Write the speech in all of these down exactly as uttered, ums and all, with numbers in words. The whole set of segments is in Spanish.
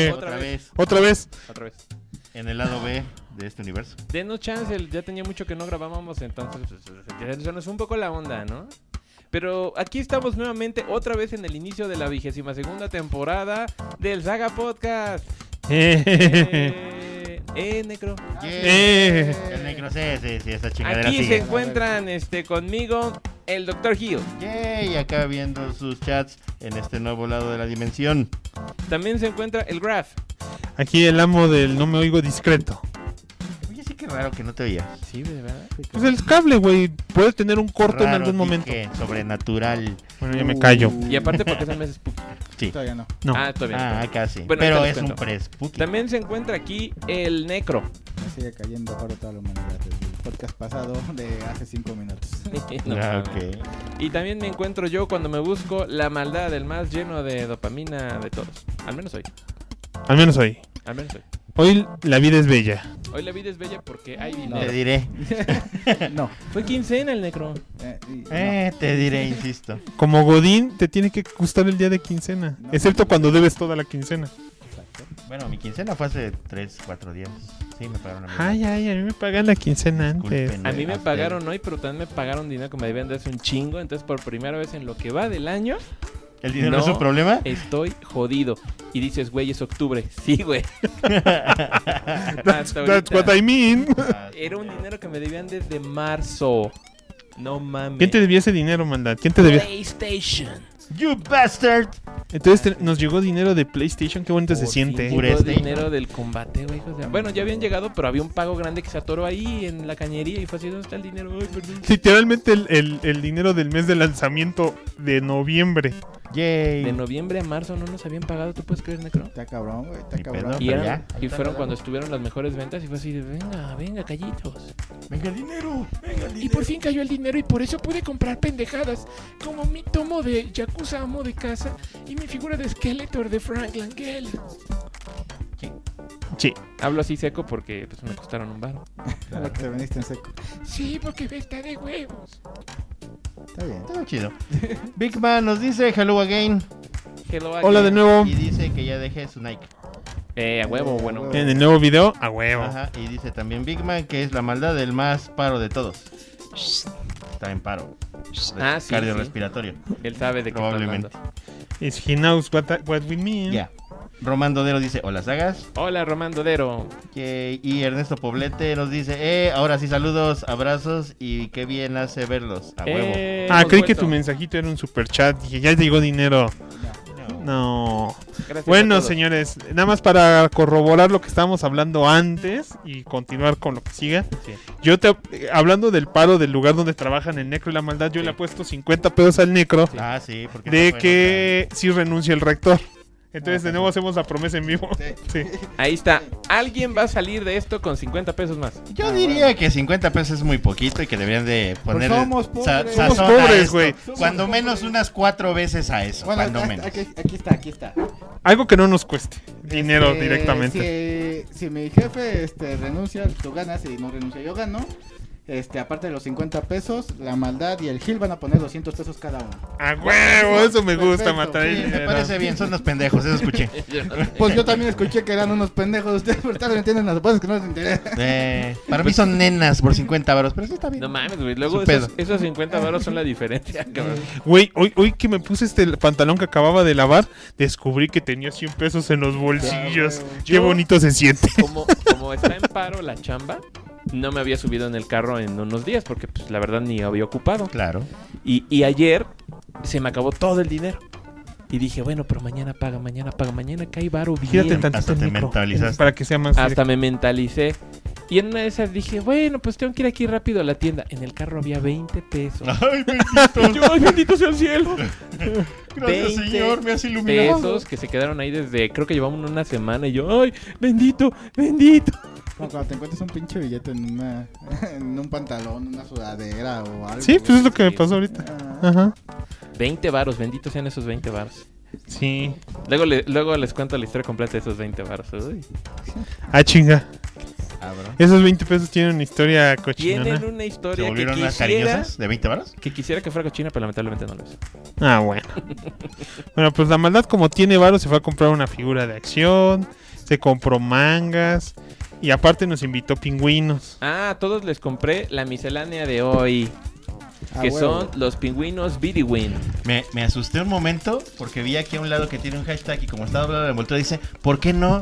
Eh, Otra vez. Otra vez. Otra vez. En el lado B de este universo. Denos chance, ya tenía mucho que no grabábamos, entonces pues, eso nos fue un poco la onda, ¿no? Pero aquí estamos nuevamente, otra vez en el inicio de la vigésima segunda temporada del Saga Podcast. Eh. Eh, eh Necro. Yeah. Eh. El necro, sí, sí, sí, esa chingadera Aquí se sigue. encuentran este, conmigo el doctor Hill. Yay, acá viendo sus chats en este nuevo lado de la dimensión. También se encuentra el Graph. Aquí el amo del no me oigo discreto. Oye, sí que raro que no te oías. Sí, de verdad. Pues el cable, güey. Puede tener un corto en Raro, algún momento. dije, sobrenatural. Bueno, ya me callo. Y aparte porque es el mes spooky. Sí. Todavía no. No. Ah, todavía no. Ah, casi. Bueno, Pero ahorita les es un cuento. pre-spooky. También se encuentra aquí el Necro. Me sigue cayendo ahora toda la humanidad desde el podcast pasado de hace cinco minutos. No, Ah, mames. ok. Y también me encuentro yo cuando me busco la maldad del más lleno de dopamina de todos. Al menos hoy. Al menos hoy. Al menos hoy. Hoy la vida es bella. Hoy la vida es bella porque hay Te dinero. diré. No. Fue quincena el Necro. Eh, y- Eh, te diré, insisto. Como Godín, te tiene que gustar el día de quincena. No. Excepto cuando debes toda la quincena. no. Exacto. Bueno, mi quincena fue hace tres, cuatro días. Sí, me pagaron a mí. Ay, ay, a mí me pagan la quincena antes. Disculpen. A mí me Hasta pagaron hoy, pero también me pagaron dinero que me debían de hace un chingo. Entonces, por primera vez en lo que va del año, ¿El dinero No. es un problema? estoy jodido. Y dices, güey, es octubre. Sí, güey. That's, Hasta that's ahorita. what I mean. Ah, Era un dinero que me debían desde marzo. No mames. ¿Quién te debía ese dinero, manda? ¿Quién te debía? PlayStation. You bastard. Entonces te- nos llegó dinero de PlayStation. Qué bonito se Por siente. fin Pura llegó este. dinero del combate, güey. O sea, bueno, ya habían llegado, pero había un pago grande que se atoró ahí en la cañería y fue así, ¿dónde está el dinero? Ay, perdón. Literalmente el, el- el dinero del mes de lanzamiento de noviembre. Yay. De noviembre a marzo no nos habían pagado, ¿tú puedes creer, Necro? Está cabrón, güey. Está Ni cabrón. pedo. Y, Pero eran- ya, ahí y está fueron la cuando lana. estuvieron las mejores ventas y fue así de, venga, venga, callitos. Venga el dinero. Venga el dinero. Y por fin cayó el dinero y por eso pude comprar pendejadas como mi tomo de Yakuza Amo de Casa y mi figura de Skeletor de Frank Langell. Sí. Hablo así seco porque pues, me costaron un baro. Claro que te veniste en seco. Sí, porque está de huevos. Está bien. Todo chido. Big Man nos dice hello again. Hello, Hola de again. nuevo. Y dice que ya deje su Nike. Eh, a huevo, Eh, bueno. a huevo. En el nuevo video, a huevo. Ajá. Y dice también Big Man que es la maldad del más paro de todos. Está en paro. Ah, sí, Cardiorrespiratorio. Él sabe de qué está Probablemente. hablando. Is he knows what, I- what we mean. Ya. Román Dodero dice hola sagas. Hola, Román Dodero. Que- Y Ernesto Poblete nos dice, eh, ahora sí saludos, abrazos y qué bien hace verlos. A huevo. Eh, Ah, hemos creí que vuelto. tu mensajito era un super chat. Dije, ya llegó dinero. No. No. Gracias a Bueno, todos. señores, nada más para corroborar lo que estábamos hablando antes y continuar con lo que siga. Sí. Yo te, eh, hablando del paro del lugar donde trabajan el Necro y la Maldad, yo Sí. le he puesto cincuenta pesos al Necro Ah, sí, porque de no fue que si renuncia el rector. Entonces Ah, de nuevo hacemos la promesa en vivo. Sí. Ahí está. Alguien va a salir de esto con cincuenta pesos más. nota. Yo diría que cincuenta pesos es muy poquito y que deberían de poner somos sa- pobres. sazón Somos a pobres, esto. güey. Somos Cuando pobres. menos unas cuatro veces a eso, Bueno, cuando aquí, menos. aquí, aquí está, aquí está. Algo que no nos cueste dinero Este, directamente. Si, si mi jefe este, renuncia, tú ganas. Si no renuncia, yo gano. Este, aparte de los cincuenta pesos, la maldad y el Gil van a poner doscientos pesos cada uno. A huevo, eso me gusta, Perfecto. matar el Sí, me dinero. parece bien, son unos pendejos, eso escuché. Pues yo también escuché que eran unos pendejos ustedes, pero tal vez entienden las cosas que no les interesa. Eh, para mí son nenas por cincuenta varos, pero eso está bien. No mames, güey. Luego Su esos, pedo. esos cincuenta varos son la diferencia, cabrón. Güey, hoy, hoy que me puse este pantalón que acababa de lavar, descubrí que tenía cien pesos en los bolsillos. huevo. Qué Yo- bonito se siente. Como, como está en paro la chamba, no me había subido en el carro en unos días porque pues, la verdad ni había ocupado. Claro. Y, y ayer se me acabó todo el dinero. Y dije, bueno, pero mañana paga, mañana paga, mañana cae varo Gírate bien. tantito Hasta el te micro, mentalizaste. para que sea más Hasta directo. me mentalicé. Y en una de esas dije, bueno, pues tengo que ir aquí rápido a la tienda. En el carro había veinte pesos. Ay, bendito. Yo, ay, bendito sea el cielo. Gracias, veinte Señor, me has iluminado. Pesos que se quedaron ahí desde, creo que llevamos una semana. Y yo, ay, bendito, bendito. Como cuando te encuentras un pinche billete en, una, en un pantalón, una sudadera o algo. Sí, pues es lo que me Sí. pasó ahorita. Ah, Ajá. veinte varos, benditos sean esos veinte varos. Sí. Luego, le- luego les cuento la historia completa de esos veinte varos. Uy. Ah, chinga. Cabrón. Esos veinte pesos tienen una historia cochinona. Tienen una ¿Se historia que volvieron unas quisiera, cariñosas de veinte varos? que quisiera que fuera cochina, pero lamentablemente no lo es. Ah, bueno. Bueno, pues la maldad, como tiene varo, se fue a comprar una figura de acción, se compró mangas y aparte nos invitó pingüinos. Ah, a todos les compré la miscelánea de hoy, Ah, que huevo. son los pingüinos Bidywin. Me, me asusté un momento porque vi aquí a un lado que tiene un hashtag y como estaba hablando de la envoltura dice, ¿por qué no?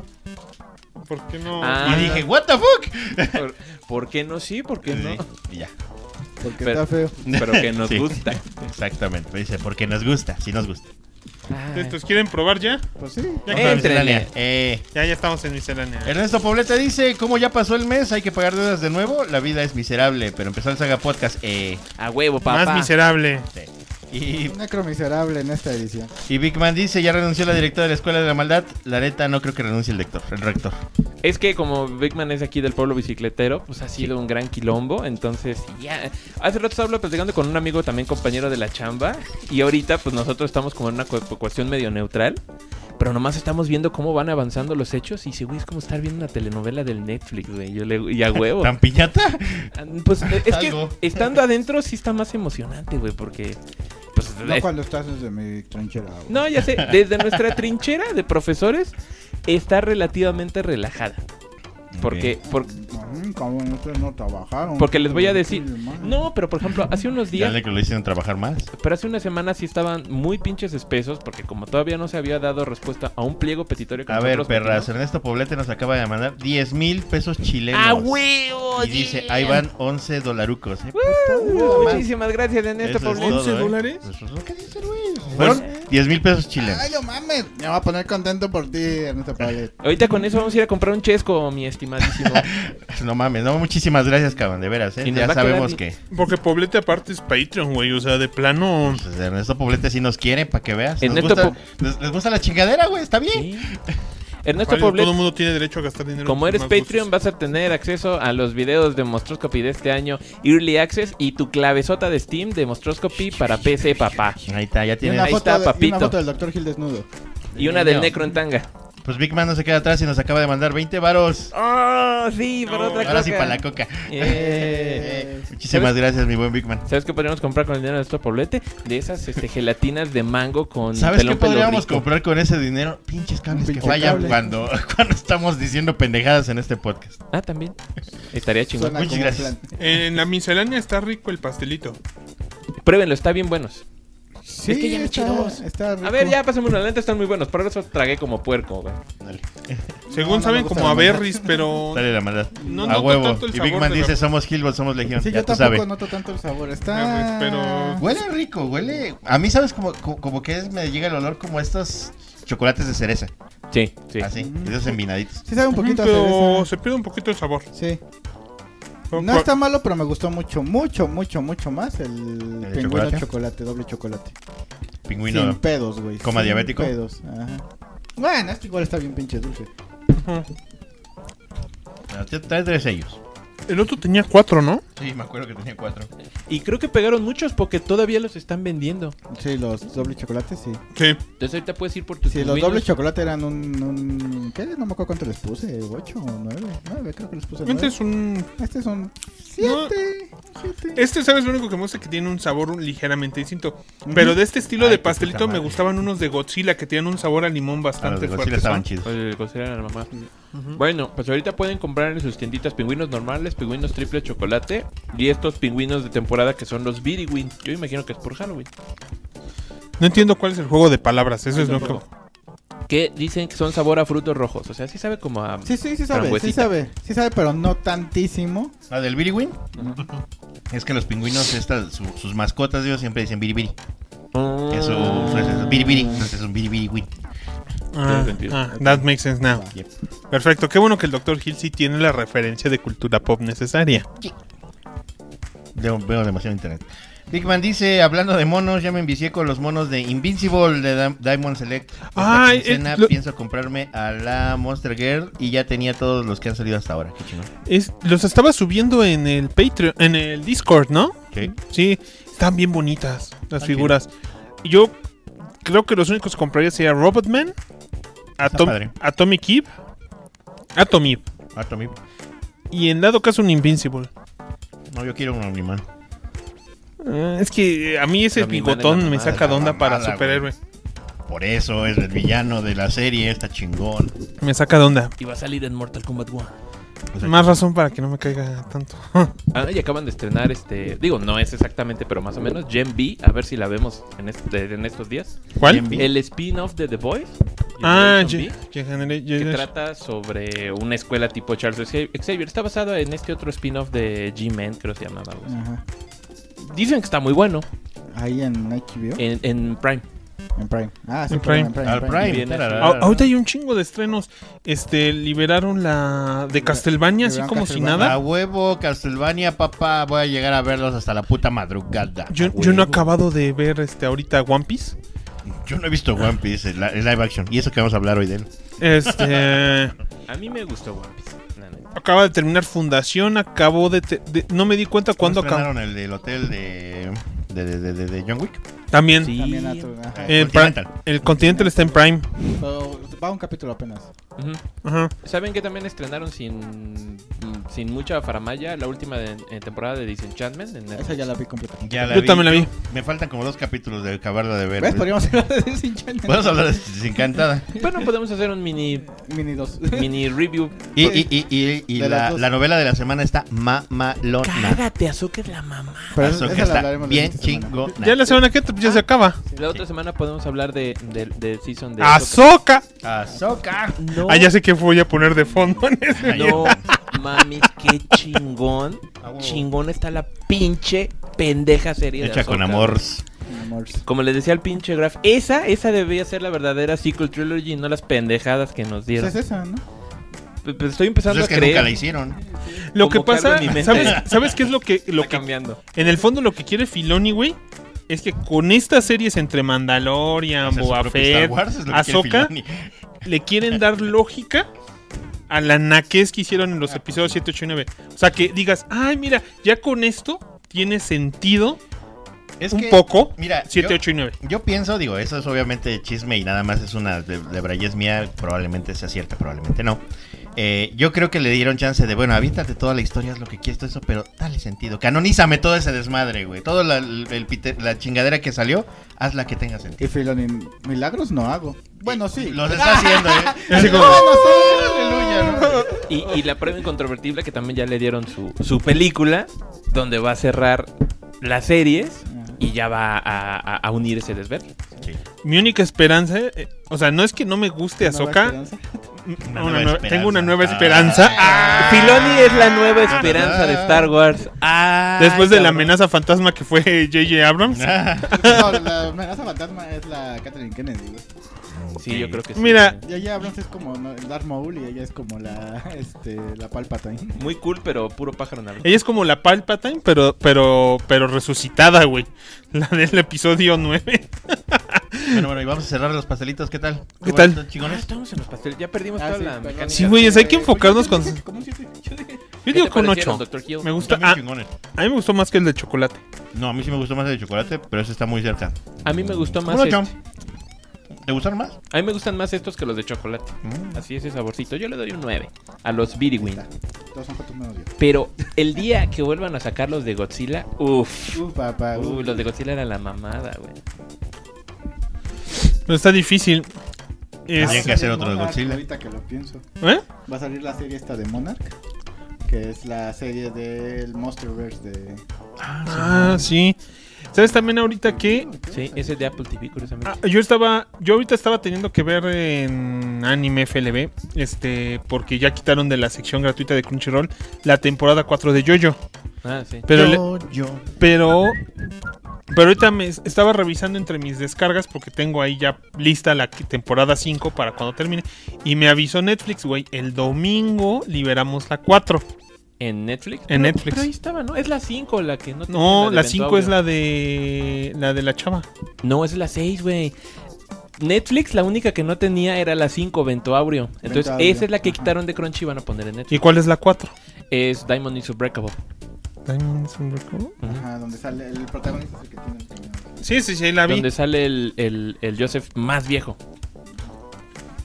¿Por qué no? Ah. Y dije, ¿what the fuck? ¿Por, ¿por qué no? Sí, ¿por qué no? Sí, y ya. Porque Pero- está feo. Pero que nos Sí. gusta. Exactamente. Me dice, porque nos gusta, sí nos gusta. Ay. ¿Estos quieren probar ya? Pues sí. Ya, Vamos a la Éntrenle. miscelánea. Eh, ya, ya estamos en miscelánea. Ernesto Poblete dice, ¿cómo ya pasó el mes? ¿Hay que pagar deudas de nuevo? La vida es miserable, pero empezó el Saga Podcast. Eh, A huevo, papá. Más miserable. sí. Y, Un necro miserable en esta edición. y Big Man dice, ya renunció la directora de la Escuela de la Maldad. La neta, no creo que renuncie el rector. El rector. Es que como Big Man es aquí del pueblo bicicletero, pues ha sido un gran quilombo. Entonces, ya. Hace rato estaba platicando con un amigo también compañero de la chamba. Y ahorita, pues nosotros estamos como en una cu- cuestión medio neutral. Pero nomás estamos viendo cómo van avanzando los hechos. Y dice, güey, es como estar viendo una telenovela del Netflix, güey. Yo le y a huevo. ¿Tan piñata? Pues eh, es que Algo. estando adentro sí está más emocionante, güey, porque. Pues, No es- cuando estás desde mi trinchera. güey. no, ya sé, desde nuestra trinchera de profesores está relativamente relajada. Porque, por- Mm, cabrón, ustedes no trabajaron. porque les voy a decir. Sí, man. No, pero por ejemplo, hace unos Ya días. que lo hicieron trabajar más. Pero hace una semana sí estaban muy pinches espesos. Porque como todavía no se había dado respuesta a un pliego petitorio que A ver, nosotros perras, metimos. Ernesto Poblete nos acaba de mandar diez mil pesos chilenos. ¡Ah, huevo! Y dice, yeah! ahí van once dolarucos. ¿eh? Uh, muchísimas gracias, Ernesto Eso es Poblete. todo, ¿once ¿eh? dólares? Pues, pues, ¿qué dice, güey? Fueron diez mil pesos chilenos. Ay, no mames. Me voy a poner contento por ti, Ernesto Palet. Ahorita con eso vamos a ir a comprar un chesco, mi estimadísimo. No mames, no, muchísimas gracias, cabrón, de veras, ¿eh? Y nos Ya va a quedar sabemos ni- que Porque Poblete aparte es Patreon, güey. O sea, de plano. pues, Ernesto Poblete sí nos quiere, para que veas. Nos Ernesto gusta, Po- les, les gusta la chingadera, güey, está bien. Sí. Ernesto Vale, todo Poblete. el mundo tiene derecho a gastar dinero. Como en eres sus más Patreon, gustos. vas a tener acceso a los videos de Monstroscopy de este año, Early Access y tu clavezota de Steam de Monstroscopy para P C, papá. Ahí está, ya Y tiene. una, Ahí foto está, de, y papito. una foto del doctor Gil desnudo. Y una del No. Necro en tanga. Pues Big Man no se queda atrás y nos acaba de mandar veinte varos. ¡Oh, sí! Por No, otra Ahora sí coca. para la coca. Eh. Muchísimas ¿Sabes? gracias, mi buen Big Man. ¿Sabes qué podríamos comprar con el dinero de nuestro Poblete? De esas este, gelatinas de mango con ¿Sabes qué pelón pelo podríamos rico. comprar con ese dinero? Pinches cables Un que pinche fallan cable. cuando, cuando estamos diciendo pendejadas en este podcast. Ah, también. Estaría chingón. Suena Muchas como gracias. plan. En la miscelánea está rico el pastelito. Pruébenlo, está bien buenos. Sí, Es que ya me eché está, dos. está rico. A ver, ya pasemos una lenta, están muy buenos. Por eso tragué como puerco, güey. Dale, Según no me saben, gusta como la a maldad. berries, pero. dale la maldad. No a noto huevo. tanto el Y Big sabor Man de dice, la- somos Hillbot, somos Legión. Sí, ya yo tú tampoco sabes. noto tanto el sabor. Está. Berries, pero- Huele rico, huele. A mí, ¿sabes? Como, como, como que es, me llega el olor como estos chocolates de cereza. Sí, sí. Así, Mm. esos envinaditos. Sí, sabe un poquito a pero cereza. se pierde un poquito el sabor. Sí. Cu- No está malo, pero me gustó mucho, mucho, mucho, mucho más el, de pingüino chocolate? chocolate? doble chocolate. Pingüino. Sin pedos, güey. ¿Coma sin diabético? pedos, ajá. Bueno, este igual está bien pinche dulce. Ujú. Ah, te- Trae tres sellos. El otro tenía cuatro, ¿no? Sí, me acuerdo que tenía cuatro. Y creo que pegaron muchos porque todavía los están vendiendo. Sí, los doble chocolates, sí. Sí. Entonces ahorita puedes ir por tus Sí, los pingüinos. doble chocolate eran un, un... ¿Qué? No me acuerdo cuánto les puse. ¿Ocho o nueve? Nueve, creo que les puse Este nueve. es un. Este es un... Siete. Siete. Este, ¿sabes? Lo único que me gusta es que tiene un sabor un- ligeramente distinto. Pero de este estilo Ay, de qué pastelito puta me madre. gustaban unos de Godzilla que tenían un sabor a limón Ah, los bastante de Godzilla fuerte. estaban chidos. Oye, consideran a la mamá. Bueno, pues ahorita pueden comprar en sus tienditas pingüinos normales, pingüinos triple chocolate y estos pingüinos de temporada que son los Bidywin. Yo imagino que es por Halloween. No entiendo cuál es el juego de palabras. Eso Ay, es lo que. tampoco. Que dicen que son sabor a frutos rojos. O sea, sí sabe como a... Sí, sí, sí sabe, sí Frambuesita. sabe. Sí sabe, pero no tantísimo. Ah, del Biriwin. Es que los pingüinos, estas, su- sus mascotas, ellos siempre dicen biribiri. Mm. Que su, su- es biribiri. Entonces es un biribiri. Ah, Tiene sentido. ah, that makes sense now. Yep. Perfecto. Qué bueno que el doctor Hill sí tiene la referencia de cultura pop necesaria. Veo, veo demasiado internet. Big Man dice, hablando de monos, ya me envicié con los monos de Invincible de Di- Diamond Select. Por la Ay, quincena eh, lo- pienso comprarme a la Monster Girl y ya tenía todos los que han salido hasta ahora. Qué chingón. Es, los estaba subiendo en el Patreon, en el Discord, ¿no? Sí. Sí, están bien bonitas las Ah, figuras. Y yo creo que los únicos que compraría sería Robotman, Atom padre. Atomic Eve, Atomib. Ah, Tommy. y en dado caso un Invincible. No, yo quiero un Omniman. Uh, es que a mí ese Pero mi man es bigotón la me mamada, saca de la onda para mamada, superhéroe. Por eso es el villano de la serie, está chingón. Me saca de onda. Y va a salir en Mortal Kombat uno. O sea, Más razón para que no me caiga tanto. Ah, y acaban de estrenar este, digo, no es exactamente, pero más o menos, Gen V, a ver si la vemos en, este, en estos días. ¿Cuál? Gen V. El spin-off de The Voice. Ah, Generation Ge- V, Genera- que Ge- trata sobre una escuela tipo Charles Xavier. Está basado en este otro spin-off de G-Man, creo que se llamaba. algo así. Ajá. Dicen que está muy bueno Ahí en H B O. en, en Prime. En Prime. Ah, sí, En perdón, Prime. Al Prime. Viene tararara. A- ahorita hay un chingo de estrenos. Este, liberaron la de Castlevania, así liberaron como si Castlevania. nada. A huevo, Castlevania, papá. Voy a llegar a verlos hasta la puta madrugada. Yo, A yo no he huevo. acabado de ver este ahorita One Piece. Yo no he visto One Piece, el, el live action. Y eso que vamos a hablar hoy de él. Este, A mí me gustó One Piece. la neta. acaba de terminar Fundación, acabó de, te- de- no me di cuenta cuándo acabó. estrenaron el del hotel de, de, de, de, de, de John Wick? También. Sí. También a tu- ajá. Eh, El, Continental. Pri- el Continental está en Prime. Pero va un capítulo apenas. Ujú. Ajá. ¿Saben que también estrenaron sin, sin mucha faramaya la última de- eh, temporada de Disenchantment? En Esa Netflix? ya la vi completamente. Ya la Yo también la vi. Me faltan como dos capítulos de acabarla de ver. ¿Ves? Podríamos hablar de Disenchantment. Podemos hablar de Desencantada. Bueno, podemos hacer un mini, Mini dos. mini review. Y, y, y, y, y De la, las dos. la novela de la semana está mamalona. Cágate, Azúcar es la mamá. Pero Eso esa que la está hablaremos la bien siguiente semana. chingona. Ya la semana que entra, pues ya se acaba. La otra semana podemos hablar de, de, de season de Azoka. Ahsoka. No, Ah, ya sé que voy a poner de fondo en ese. no mames, qué chingón. Ah, huevo. Chingón está la pinche pendeja serie de Hecha con Ahsoka, amor. Mi amor. Como les decía el pinche Graf, esa, esa debía ser la verdadera sequel trilogy y no las pendejadas que nos Pues dieron. es esa, ¿no? P- Pues estoy empezando Pues es a que nunca creer. la hicieron. Lo que Como que algo pasa, en mi mente ¿sabes, ¿sabes qué es lo que, lo Está que cambiando. en el fondo lo que quiere Filoni, güey? Es que con estas series entre Mandalorian, Hacer su Boba propio Star Fett, Wars es lo que quiere Ahsoka, Filoni. le quieren dar lógica a la naquez que hicieron en los episodios siete, ocho y nueve. O sea, que digas, ay, mira, ya con esto tiene sentido Es un que, poco Mira, siete, yo- ocho y nueve. Yo pienso, digo, eso es obviamente chisme y nada más es una de, de brayez mía, probablemente sea cierta, probablemente no. Eh, yo creo que le dieron chance de, bueno, aviéntate toda la historia, es lo que quieres, todo eso, pero dale sentido. Canonízame todo ese desmadre, güey. Toda la, el, el pite- la chingadera que salió, hazla que tenga sentido. Y Filoni, milagros no hago. Bueno, sí. Los está haciendo, ¿eh? Así como- No, no sé, aleluya, ¿no? Y, y la prueba incontrovertible que también ya le dieron su, su película, donde va a cerrar las series y ya va a, a- a unir ese desver. Sí. Mi única esperanza, eh, o sea, no es que no me guste Nueva Ahsoka, esperanza. una Una nueva- nueva tengo una esperanza. nueva Ah. esperanza. Ah, Filoni es la nueva esperanza de Star Wars. Ah, después de la cabrón. amenaza fantasma que fue J J Abrams. No, la amenaza fantasma es la Catherine Kennedy, güey. Sí, yo creo que sí. Mira, Y ella Abrams es como ¿no? el Darth Maul y ella es como la, este, la Palpatine. Muy cool, pero puro pájaro en avión. ella es como la Palpatine, pero, pero, pero resucitada, güey. La del episodio nueve. Bueno, bueno, y vamos a cerrar los pastelitos, ¿qué tal? ¿Qué ¿Cómo tal? están, Ah, chingones? estamos en los pasteles. Ya perdimos Ah, toda sí, la perdón. mecánica. Sí, güeyes, hay que Eh, enfocarnos pues yo con- dije como un siete. Yo dije- Yo ¿Qué digo te con parecieron, ocho. doctor Hill? Me gusta. También Ah, chingones. a mí me gustó más que el de chocolate. No, a mí sí me gustó más el de chocolate, pero ese está muy cerca. A mí me gustó más ¿Cómo no, este. John? ¿Te gustaron más? A mí me gustan más estos que los de chocolate. Mm. Así ese saborcito. Yo le doy un nueve a los Biriwin. Todos son fotos menos yo. Pero el día que vuelvan a sacar los de Godzilla, uff. Uh, papá. Uy, los de Godzilla eran la mamada, güey. Pero está difícil. Es- Habría que hacer otro de Monarch, Godzilla. Ahorita que lo pienso. ¿Eh? Va a salir la serie esta de Monarch. Que es la serie del Monsterverse de... Ah, sí. ¿Sabes también ahorita que Sí, ese de Apple T V, curiosamente. ah, yo estaba, yo ahorita estaba teniendo que ver en Anime F L V, este, porque ya quitaron de la sección gratuita de Crunchyroll la temporada cuatro de JoJo. Ah, sí. Pero, le- Yo, yo. pero, pero ahorita me es- estaba revisando entre mis descargas porque tengo ahí ya lista la que- temporada cinco para cuando termine. Y me avisó Netflix, güey, el domingo liberamos la cuatro. ¿En Netflix? En Pero- Netflix. Pero ahí estaba, ¿no? Es la cinco la que no tiene No, de la evento cinco es audio. la de la de la chava. No, es la seis, güey. Netflix, la única que no tenía era la cinco, Vento Aureo. Entonces, Vento Aureo, esa es la que ajá. quitaron de Crunchy y van a poner en Netflix. ¿Y cuál es la cuatro? Es Diamond is Unbreakable. Diamonds Unbreakable. Ujú. Ajá, donde sale el protagonista es el que tiene el camino. Sí, sí, sí, ahí la vi. Donde sale el, el, el Joseph más viejo.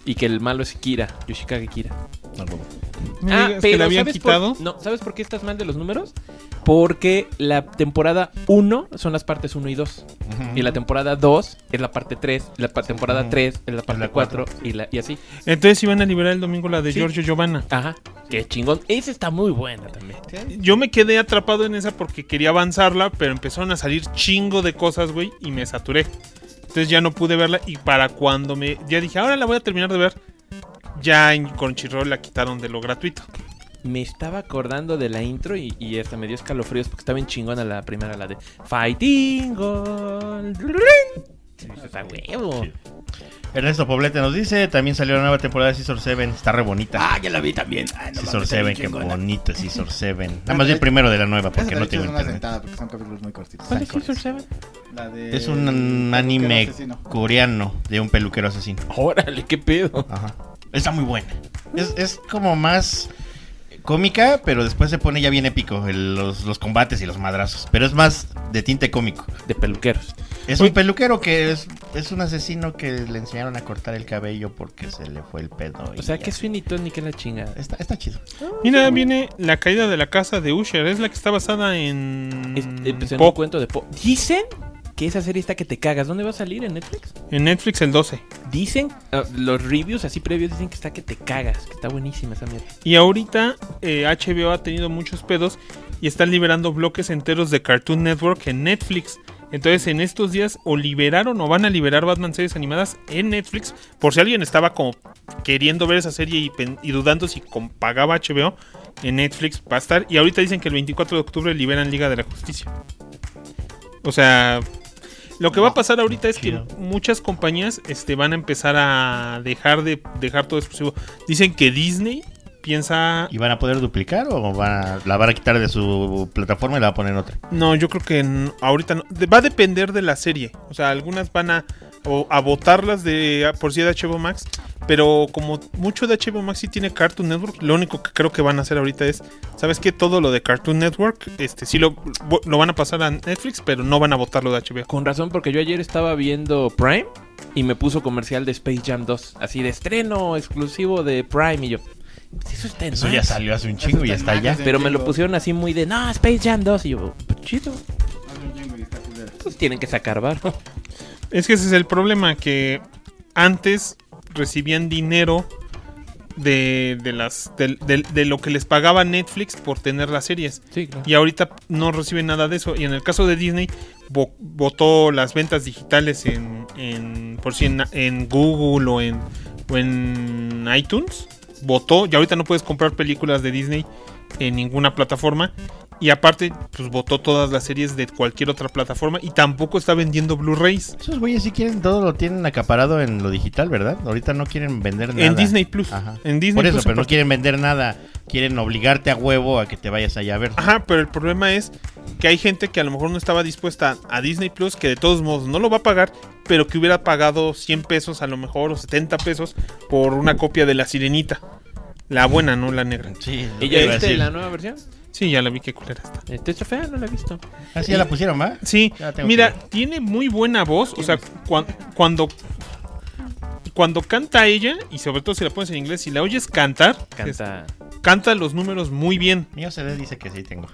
Y que el malo es Kira, Yoshikage Kira. No, no. Me Ah, digas que pero le habían ¿sabes quitado. por- no, ¿sabes por qué estás mal de los números? Porque la temporada uno son las partes uno y dos. Ujú. Y la temporada dos es la parte tres. La pa- temporada Ujú. tres es la parte la cuatro. cuatro. Y, la, y así. Entonces iban a liberar el domingo la de Sí. Giorgio Giovanna. Ajá. Qué chingón. Esa está muy buena también. Yo me quedé atrapado en esa porque quería avanzarla, pero empezaron a salir chingo de cosas, güey, y me saturé. Entonces ya no pude verla y para cuando me... Ya dije, ahora la voy a terminar de ver. Ya en Crunchyroll la quitaron de lo gratuito. Me estaba acordando de la intro y, y hasta me dio escalofríos porque estaba bien chingona la primera, la de Fighting Gold. Está huevo. Sí. Ernesto Poblete nos dice, también salió la nueva temporada de Scissor Seven, está re bonita. Ah, ya la vi también. Ay, no Scissor mames, está Seven, bien qué chingona. bonito es Scissor Seven. Nada Esa más vi el de- primero de la nueva Esa porque de no hecho tengo es una internet. sentada porque son capítulos muy cortitos. ¿Cuál es Scissor Seven? La de- Es un el anime peluquero asesino. coreano de un peluquero asesino. Órale, qué pedo. Ajá. Está muy buena. Es, es como más cómica, pero después se pone ya bien épico el- los, los combates y los madrazos. Pero es más de tinte cómico. De peluqueros. Es un peluquero que es, es un asesino que le enseñaron a cortar el cabello porque se le fue el pedo. y O sea, ya. que Sweeney Todd ni que la chingada. Está, está chido. Mira, viene La caída de la casa de Usher. Es la que está basada en... Es, eh, pues, en Pop. un cuento de pop. Dicen que esa serie está que te cagas. ¿Dónde va a salir? ¿En Netflix? En Netflix el doce. Dicen, ah, los reviews así previos dicen que está que te cagas. Que está buenísima esa mierda. Y ahorita eh, H B O ha tenido muchos pedos y están liberando bloques enteros de Cartoon Network en Netflix. Entonces en estos días o liberaron o van a liberar Batman series animadas en Netflix. Por si alguien estaba como queriendo ver esa serie y, pen- y dudando si com- pagaba H B O, en Netflix va a estar. Y ahorita dicen que el veinticuatro de octubre liberan Liga de la Justicia. O sea, lo que va a pasar ahorita es que Chido. muchas compañías este, van a empezar a dejar de dejar todo exclusivo. Dicen que Disney piensa... ¿Y van a poder duplicar o van a, la van a quitar de su plataforma y la va a poner en otra? No, yo creo que n- ahorita no. De- va a depender de la serie. O sea, algunas van a, o, a botarlas de a- por sí de H B O Max. Pero como mucho de H B O Max sí tiene Cartoon Network, lo único que creo que van a hacer ahorita es, ¿sabes qué? Todo lo de Cartoon Network, este sí lo, lo van a pasar a Netflix, pero no van a botarlo de H B O. Con razón, porque yo ayer estaba viendo Prime y me puso comercial de Space Jam dos. Así de estreno exclusivo de Prime. Y yo, pues eso está en Eso ya Max. salió hace un chingo y ya está allá. Pero me lo pusieron así muy de, no, Space Jam dos. Y yo, pues chido. Hace un chingo y está culera. Pues tienen que sacar varo. Es que ese es el problema, que antes recibían dinero de, de las de, de- de lo que les pagaba Netflix por tener las series. Sí, claro. Y ahorita no reciben nada de eso. Y en el caso de Disney, vo- votó las ventas digitales en, en por si en, en Google o en, o en iTunes. Votó, y ahorita no puedes comprar películas de Disney en ninguna plataforma. Y aparte, pues votó todas las series de cualquier otra plataforma. Y tampoco está vendiendo Blu-rays. Esos güeyes sí quieren todo, lo tienen acaparado en lo digital, ¿verdad? Ahorita no quieren vender nada. En Disney Plus. Ajá. En Disney Por eso, Plus, pero no aparte. quieren vender nada. Quieren obligarte a huevo a que te vayas allá a ver. Ajá, pero el problema es que hay gente que a lo mejor no estaba dispuesta a Disney Plus, que de todos modos no lo va a pagar, pero que hubiera pagado cien pesos a lo mejor o setenta pesos por una copia de La Sirenita. La buena, no la negra. Sí, ¿Y ya iba a viste decir. la nueva versión? Sí, ya la vi, qué culera está. Este está fea, no la he visto. Ah, sí, ya la pusieron, ¿va? Sí, Ya tengo mira, que tiene muy buena voz. O sea, cuan- cuando cuando canta ella, y sobre todo si la pones en inglés, si la oyes cantar, Canta. es- canta los números muy bien. Mi O C D dice que sí tengo.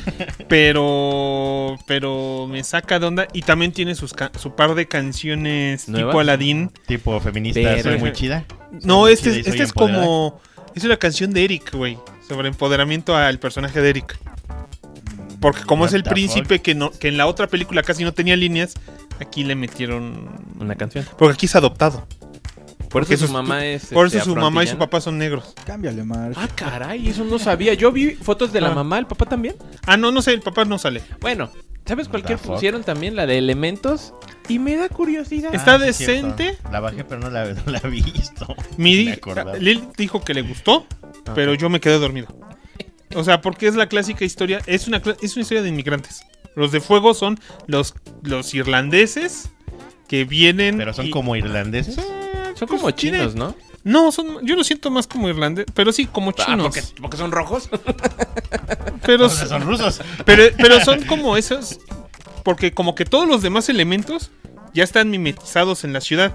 Pero pero me saca de onda. Y también tiene sus ca- su par de canciones ¿Nuevas? tipo Aladdin. Tipo feminista, Pero- soy muy chida. No, Soy este, chida y es- soy este es empoderada. como... Es una canción de Eric, güey. Sobre empoderamiento al personaje de Eric. Porque como What es el the príncipe que, no, que en la otra película casi no tenía líneas, aquí le metieron... Una canción. Porque aquí es adoptado. Por Porque eso su sus- mamá es. Por este, eso su mamá y su afroantillana. papá son negros. Cámbiale, Mark. Ah, caray, eso no sabía. Yo vi fotos de la Ah. mamá, el papá también. Ah, no, no sé, el papá no sale. Bueno, ¿sabes cuál What que the fuck? pusieron también? La de Elementos. Y me da curiosidad. Está Ah, sí es cierto. decente. La bajé, pero no la, no la he visto. Mi, Me acordaba. Lil dijo que le gustó, pero yo me quedé dormido. O sea, porque es la clásica historia, es una, cla- es una historia de inmigrantes. Los de fuego son los, los irlandeses que vienen... Pero son y- como irlandeses. Son pues, como tiene- chinos, ¿no? No, son, yo lo siento más como irlandeses, pero sí, como Ah, chinos. porque, porque son rojos. pero, O sea, son rusos. pero, pero son como esos... Porque como que todos los demás elementos ya están mimetizados en la ciudad.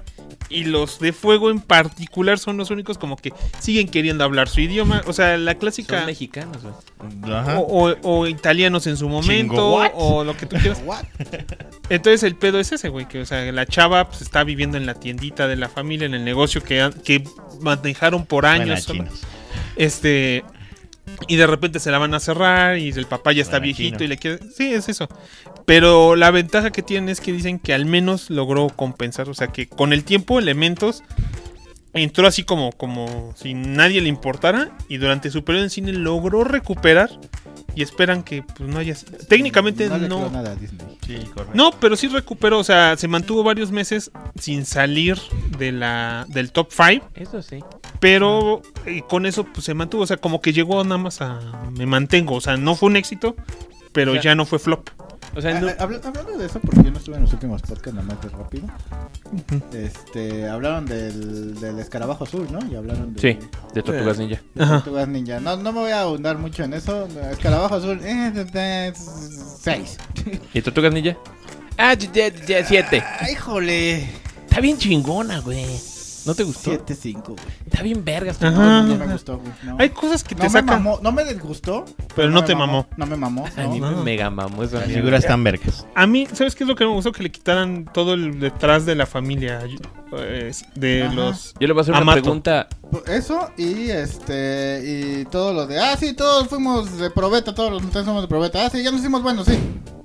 y los de fuego en particular son los únicos como que siguen queriendo hablar su idioma. O sea, la clásica... Son mexicanos, güey. Ajá. O, o- o italianos en su momento, Chingo, ¿what? o lo que tú quieras. What? Entonces el pedo es ese, güey, que o sea, la chava pues, está viviendo en la tiendita de la familia, en el negocio que, han- que manejaron por Buena, años. chinos. Este... Y de repente se la van a cerrar y el papá ya está Buena, viejito chino. y le quiere... Sí, es eso. Pero la ventaja que tiene es que dicen que al menos logró compensar. O sea, que con el tiempo Elementos entró así como, como si nadie le importara. Y durante su periodo en cine logró recuperar. Y esperan que pues no haya... Técnicamente No le no... creo nada a Disney. Sí, correcto. No, pero sí recuperó. O sea, se mantuvo varios meses sin salir de la del top cinco. Eso sí. Pero eh, con eso pues se mantuvo, o sea, como que llegó nada más a... Me mantengo, o sea, no fue un éxito, pero O sea, ya no fue flop. O sea, Ah, no- ah, habla- hablando de eso, porque yo no estuve en los últimos podcasts, nada más de rápido. Este, hablaron del, del escarabajo azul, ¿no? Y hablaron de, sí, de Tortugas Ninja. de Ajá. Tortugas Ninja. No, no me voy a ahondar mucho en eso. Escarabajo azul, eh, de- de- seis. ¿Y Tortugas Ninja? Ah, ya- ya- ya, siete. Ay, jole. Está bien chingona, güey. ¿No te gustó? siete cinco, güey. Está bien vergas. Ajá. No, no me gustó, güey. No. Hay cosas que No te me sacan... mamó, no me disgustó. Pero no me te mamó. No me mamó. A mí no. me mega mamó esa Las mierda. figuras tan vergas. A mí, ¿sabes qué es lo que me gustó? Que le quitaran todo el detrás de la familia, eh, de Ajá. los... Yo le voy a hacer una Amato. pregunta. Eso y este y todo lo de ah sí todos fuimos de probeta, todos los mutantes somos de probeta, ah sí ya nos hicimos buenos, sí.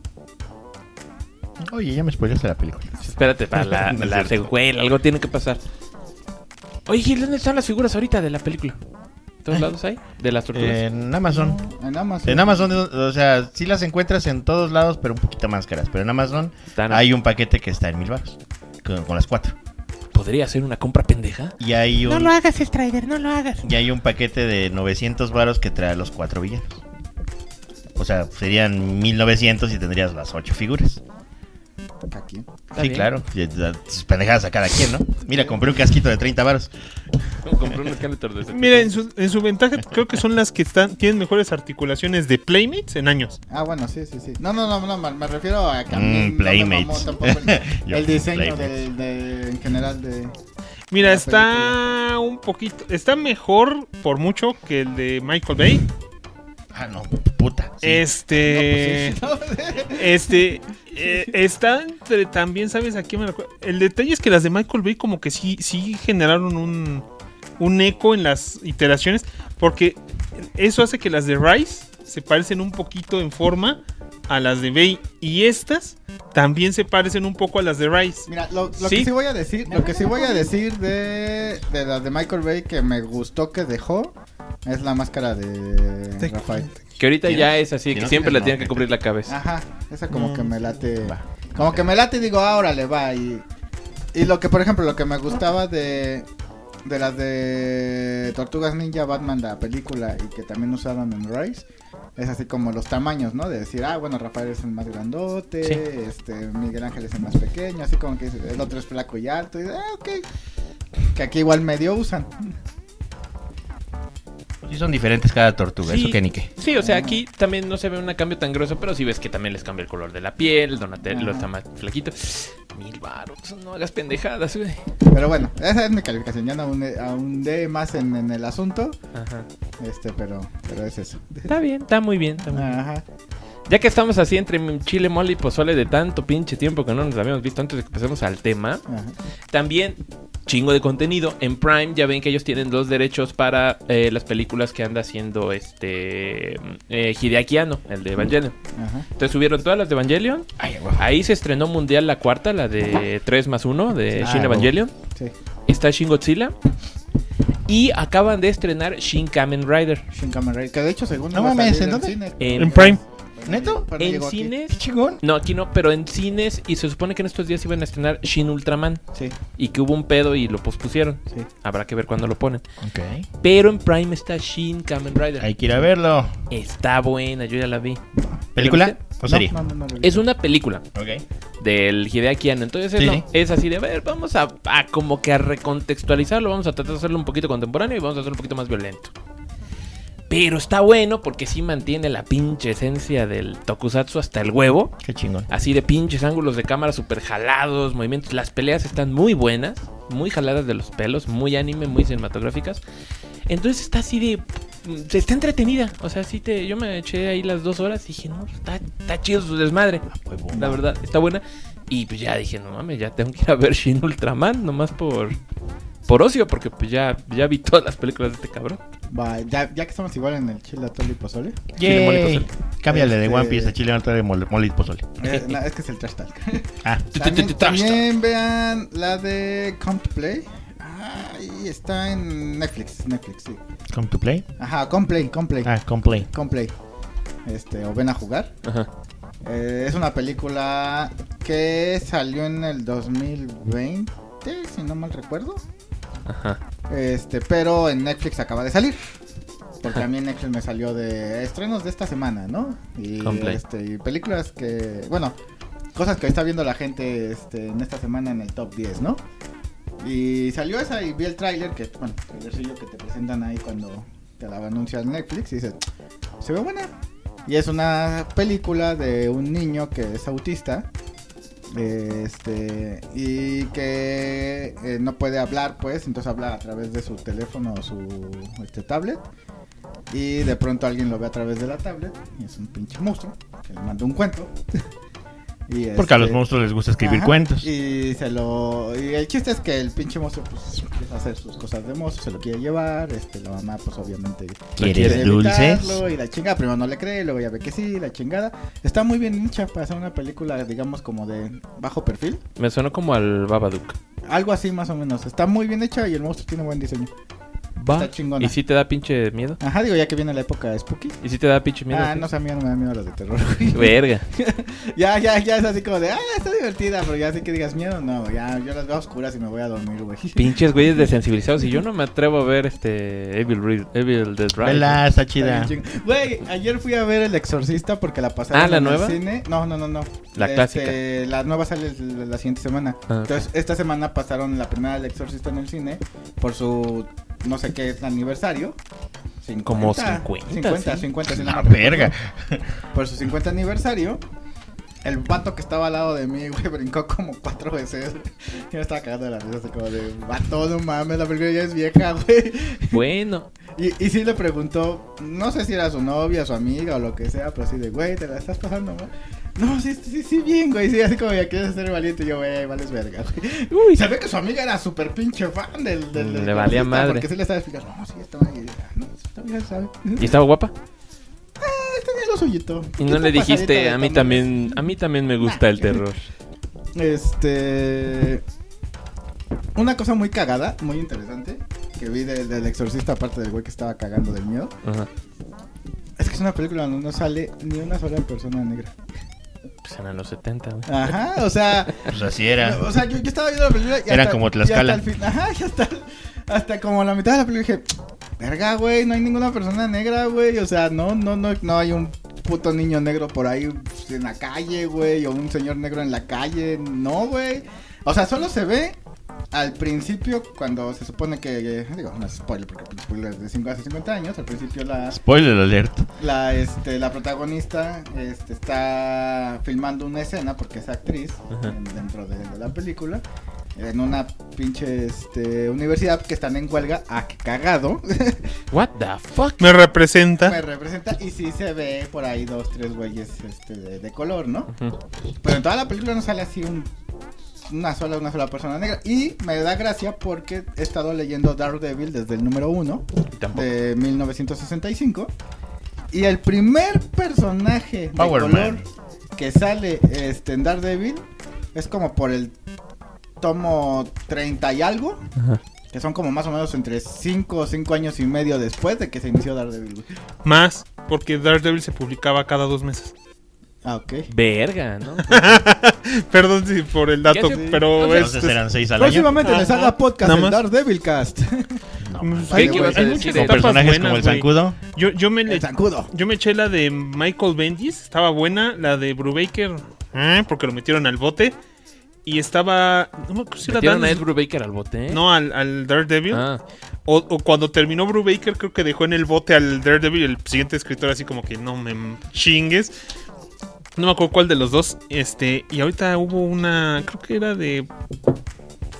Oye, ya me spoileaste la película. Espérate, para la, No es la cierto. secuela, algo tiene que pasar. Oye, Gil, ¿dónde están las figuras ahorita de la película? ¿Todos lados hay? De las tortugas. En Amazon. En Amazon. En Amazon, o sea, sí las encuentras en todos lados, pero un poquito más caras. Pero en Amazon Están- hay un paquete que está en mil baros. Con, con las cuatro. ¿Podría ser una compra pendeja? Y hay un, hagas, Strider, no lo hagas. y hay un paquete de novecientos baros que trae a los cuatro villanos. O sea, serían mil novecientos y tendrías las ocho figuras. Aquí. Está Sí, bien. claro. Y las- sus pendejadas a cada quien, ¿no? Mira, compré un casquito de treinta baros. Compré un Skeletor de ese Mira, en su, en su ventaja creo que son las que están tienen mejores articulaciones de Playmates en años. Ah, bueno, sí, sí, sí. No, no, no, no me, me refiero a que a Mm, mí no me Playmates. mamó tampoco el, Yo, el diseño Playmates. del, de, en general de Mira, La está un poquito... Está mejor por mucho que el de Michael Bay. Ah, no, puta. sí. Este... No, pues sí, no. Este... eh, está entre también, ¿sabes a qué me recuerda? El detalle es que las de Michael Bay como que sí, sí generaron un, un eco en las iteraciones, porque eso hace que las de Rise se parecen un poquito en forma a las de Bay, y estas también se parecen un poco a las de Rise. Mira, lo, lo ¿Sí? que sí voy a decir, lo que sí voy a decir de, de las de Michael Bay que me gustó que dejó es la máscara de Rafael. Que ahorita ¿Tienes? ya es así, Si que no siempre tienes, la tienen no. que cubrir la cabeza. Ajá, esa como No. que me late. Va. Como que me late y digo, ah, órale, va. Y, y lo que, por ejemplo, lo que me gustaba de, de las de Tortugas Ninja Batman, la película, y que también usaron en Rise, es así como los tamaños, ¿no? De decir, ah, bueno, Rafael es el más grandote, Sí. este, Miguel Ángel es el más pequeño, así como que el otro es flaco y alto, y ah, ok. Que aquí igual medio usan. Sí, son diferentes cada tortuga. Sí. Eso que ni qué. Sí, o sea, aquí también no se ve un cambio tan grueso, pero sí ves que también les cambia el color de la piel, Donatello Ajá. está más flaquito. Mil baros, no hagas pendejadas, güey. Pero bueno, esa es mi calificación. Ya no ahondé- ahondé más en, en el asunto, Ajá. este, pero, pero es eso. Está bien, está muy bien, está muy bien. Ajá. Ya que estamos así entre chile, mole y pozole de tanto pinche tiempo que no nos habíamos visto antes de que empecemos al tema, Ajá. también chingo de contenido. En Prime ya ven que ellos tienen los derechos para eh, las películas que anda haciendo este eh, Hideaki Anno, el de Evangelion. Ajá. Entonces subieron todas las de Evangelion. Ay, guau. Ahí se estrenó mundial la cuarta, la de tres más uno de Ah, Shin wow. Evangelion. Sí. Está Shin Godzilla. Y acaban de estrenar Shin Kamen Rider. Shin Kamen Rider, que de hecho según No iba a mames, salir ¿en en dónde? cine. En- En Prime. ¿Neto? Pero no En llegó aquí. cines. Qué chingón. No, aquí no, pero en cines. Y se supone que en estos días iban a estrenar Shin Ultraman. Sí, Y que hubo un pedo y lo pospusieron. sí. Habrá que ver cuándo lo ponen. Ok. Pero en Prime está Shin Kamen Rider. Hay que ir a verlo. Está buena, yo ya la vi. ¿Película ¿La o serie? No, no, no, no lo vi. Es una película Ok. del Hideaki Anno. Entonces es, Sí, no, sí. es así de, a ver, vamos a, a como que a recontextualizarlo. Vamos a tratar de hacerlo un poquito contemporáneo y vamos a hacerlo un poquito más violento. Pero está bueno porque sí mantiene la pinche esencia del tokusatsu hasta el huevo. Qué chingón. Así de pinches ángulos de cámara super jalados, movimientos. Las peleas están muy buenas. muy jaladas de los pelos, muy anime, muy cinematográficas. Entonces está así de... Está entretenida. O sea, sí te... Yo me eché ahí las dos horas y dije, no, está, está chido su desmadre. La verdad, está buena. Y pues ya dije, no mames, ya tengo que ir a ver Shin Ultraman, nomás por... Por ocio, porque pues ya, ya vi todas las películas de este cabrón. Va, ya, ya que estamos igual en el chile, atole y pozole. Chile, mole y pozole. Cámbiale de Este- One Piece a chile, atole, mole, mole y pozole. Eh, no, es que es el trash talk. Ah, También, también vean la de Come to Play. Ahí está en Netflix, Netflix, sí. come to play. Ajá, Come Play, Come Play. Ah, come play. Come Play. Este, o ven a jugar. Ajá. Eh, es una película que salió en el dos mil veinte, si no mal recuerdo. Ajá. Este, pero en Netflix acaba de salir. Porque a mí en Netflix me salió de estrenos de esta semana, ¿no? Y, Complay. este, y películas que, bueno, cosas que está viendo la gente este, en esta semana en el top diez, ¿no? Y salió esa y vi el tráiler, que, bueno, el trailercillo que te presentan ahí cuando te la anuncia en Netflix y dices, se ve buena. Y es una película de un niño que es autista. Este y que eh, no puede hablar, pues entonces habla a través de su teléfono o su este tablet, y de pronto alguien lo ve a través de la tablet y es un pinche monstruo que le manda un cuento. Y Porque a los este, monstruos les gusta escribir ajá, cuentos. y se lo y el chiste es que el pinche monstruo pues empieza a hacer sus cosas de monstruo, se lo quiere llevar, este la mamá pues obviamente ¿Quieres quiere dulces? evitarlo, y la chingada primero no le cree, luego ya ve que sí, la chingada. Está muy bien hecha para hacer una película, digamos, como de bajo perfil. Me sonó como al Babadook. Algo así más o menos. Está muy bien hecha y el monstruo tiene buen diseño. Va. Está chingona. ¿Y si te da pinche miedo? Ajá, digo, ya que viene la época spooky. ¿Y si te da pinche miedo? Ah, sí? no sé, a mí no me da miedo las de terror, güey. Verga. Ya, ya, ya es así como de, ah, está divertida, pero ya así que digas miedo, no, ya, yo las veo oscuras y me voy a dormir, güey. Pinches güeyes desensibilizados. Y yo no me atrevo a ver este Evil, Re- Evil Dead Rise. Vela, está Está chida. bien ching- Güey, ayer fui a ver El Exorcista porque la pasaron Ah, ¿la en nueva? el cine. No, no, no, no. La clásica. La nueva sale el- la siguiente semana. Ah, ok. Entonces, esta semana pasaron la primera del Exorcista en el cine por su no sé qué aniversario. cincuenta, Como cincuenta, cincuenta, sí. cincuenta, si no La me recuerdo. verga. Por su cincuenta aniversario. El vato que estaba al lado de mí, güey, brincó como cuatro veces. Yo me estaba cagando de la risa, así como de, vato, no mames, la película ya es vieja, güey. Bueno. Y, y sí le preguntó, no sé si era su novia, su amiga o lo que sea, pero así de, güey, ¿te la estás pasando, güey? No, sí, sí, sí, bien, güey, sí, así como ya quieres ser valiente. Y yo, güey, vales verga, güey. Uy, Se ve que su amiga era súper pinche fan del... del, del Le valía exorcista, madre. Porque sí le estaba explicando, no, sí, estaba ahí. Ah, no, esta vieja sabe. ¿Y estaba guapa? Tenía lo suyito. Y no le Poquito dijiste, pasadita de a mí tamales. también, a mí también me gusta el terror. Este... Una cosa muy cagada, muy interesante, que vi del, del exorcista, aparte del güey que estaba cagando del miedo, Ajá. es que es una película donde no sale ni una sola persona negra. Pues eran los setenta, güey. Ajá, o sea... Pues así era. O sea, yo, yo estaba viendo la película y Era hasta, como y Tlaxcala. hasta el fin- ajá, y hasta, hasta como la mitad de la película dije, verga, güey, no hay ninguna persona negra, güey. O sea, no, no, no, no hay un puto niño negro por ahí pues, en la calle, güey, o un señor negro en la calle. No, güey. O sea, solo se ve al principio cuando se supone que, eh, digo, no es spoiler porque el spoiler es de cinco hace cincuenta años, al principio la... Spoiler alert. La, este, la protagonista este, está filmando una escena porque es actriz en- dentro de, de la película en una pinche este, universidad que están en huelga. Ah, qué cagado. What the fuck? Me representa. Me representa y sí se ve por ahí dos, tres güeyes este, de, de color, ¿no? Ujú. Pero en toda la película no sale así un una sola, una sola persona negra. Y me da gracia porque he estado leyendo Daredevil desde el número uno Tampoco. de mil novecientos sesenta y cinco. Y el primer personaje de Power color Man. que sale este, en Daredevil es como por el tomo treinta y algo. Ajá. Que son como más o menos entre cinco o cinco años y medio después de que se inició Daredevil, güey. Más, porque Daredevil se publicaba cada dos meses. Ah, ok. Verga, ¿no? Perdón sí, por el dato, ¿Qué hace- pero Entonces, Entonces es, eran seis al año. Próximamente les Ajá. haga podcast Nada en más. Daredevil Cast. No, Pues, hay, hay, ¿qué ibas a hay decir? muchas Con con etapas personajes buenas, como el güey. zancudo. Yo, yo me le, El zancudo. yo me eché la de Michael Bendis, estaba buena, la de Brubaker, eh, porque lo metieron al bote y estaba, no me acuerdo si era ¿Metieron a Dan- Ed Brubaker al bote? no al, al Daredevil. Ah, O, o cuando terminó Brubaker, creo que dejó en el bote al Daredevil. El siguiente escritor, así como que no me chingues. No me acuerdo cuál de los dos. Este, y ahorita hubo una, creo que era de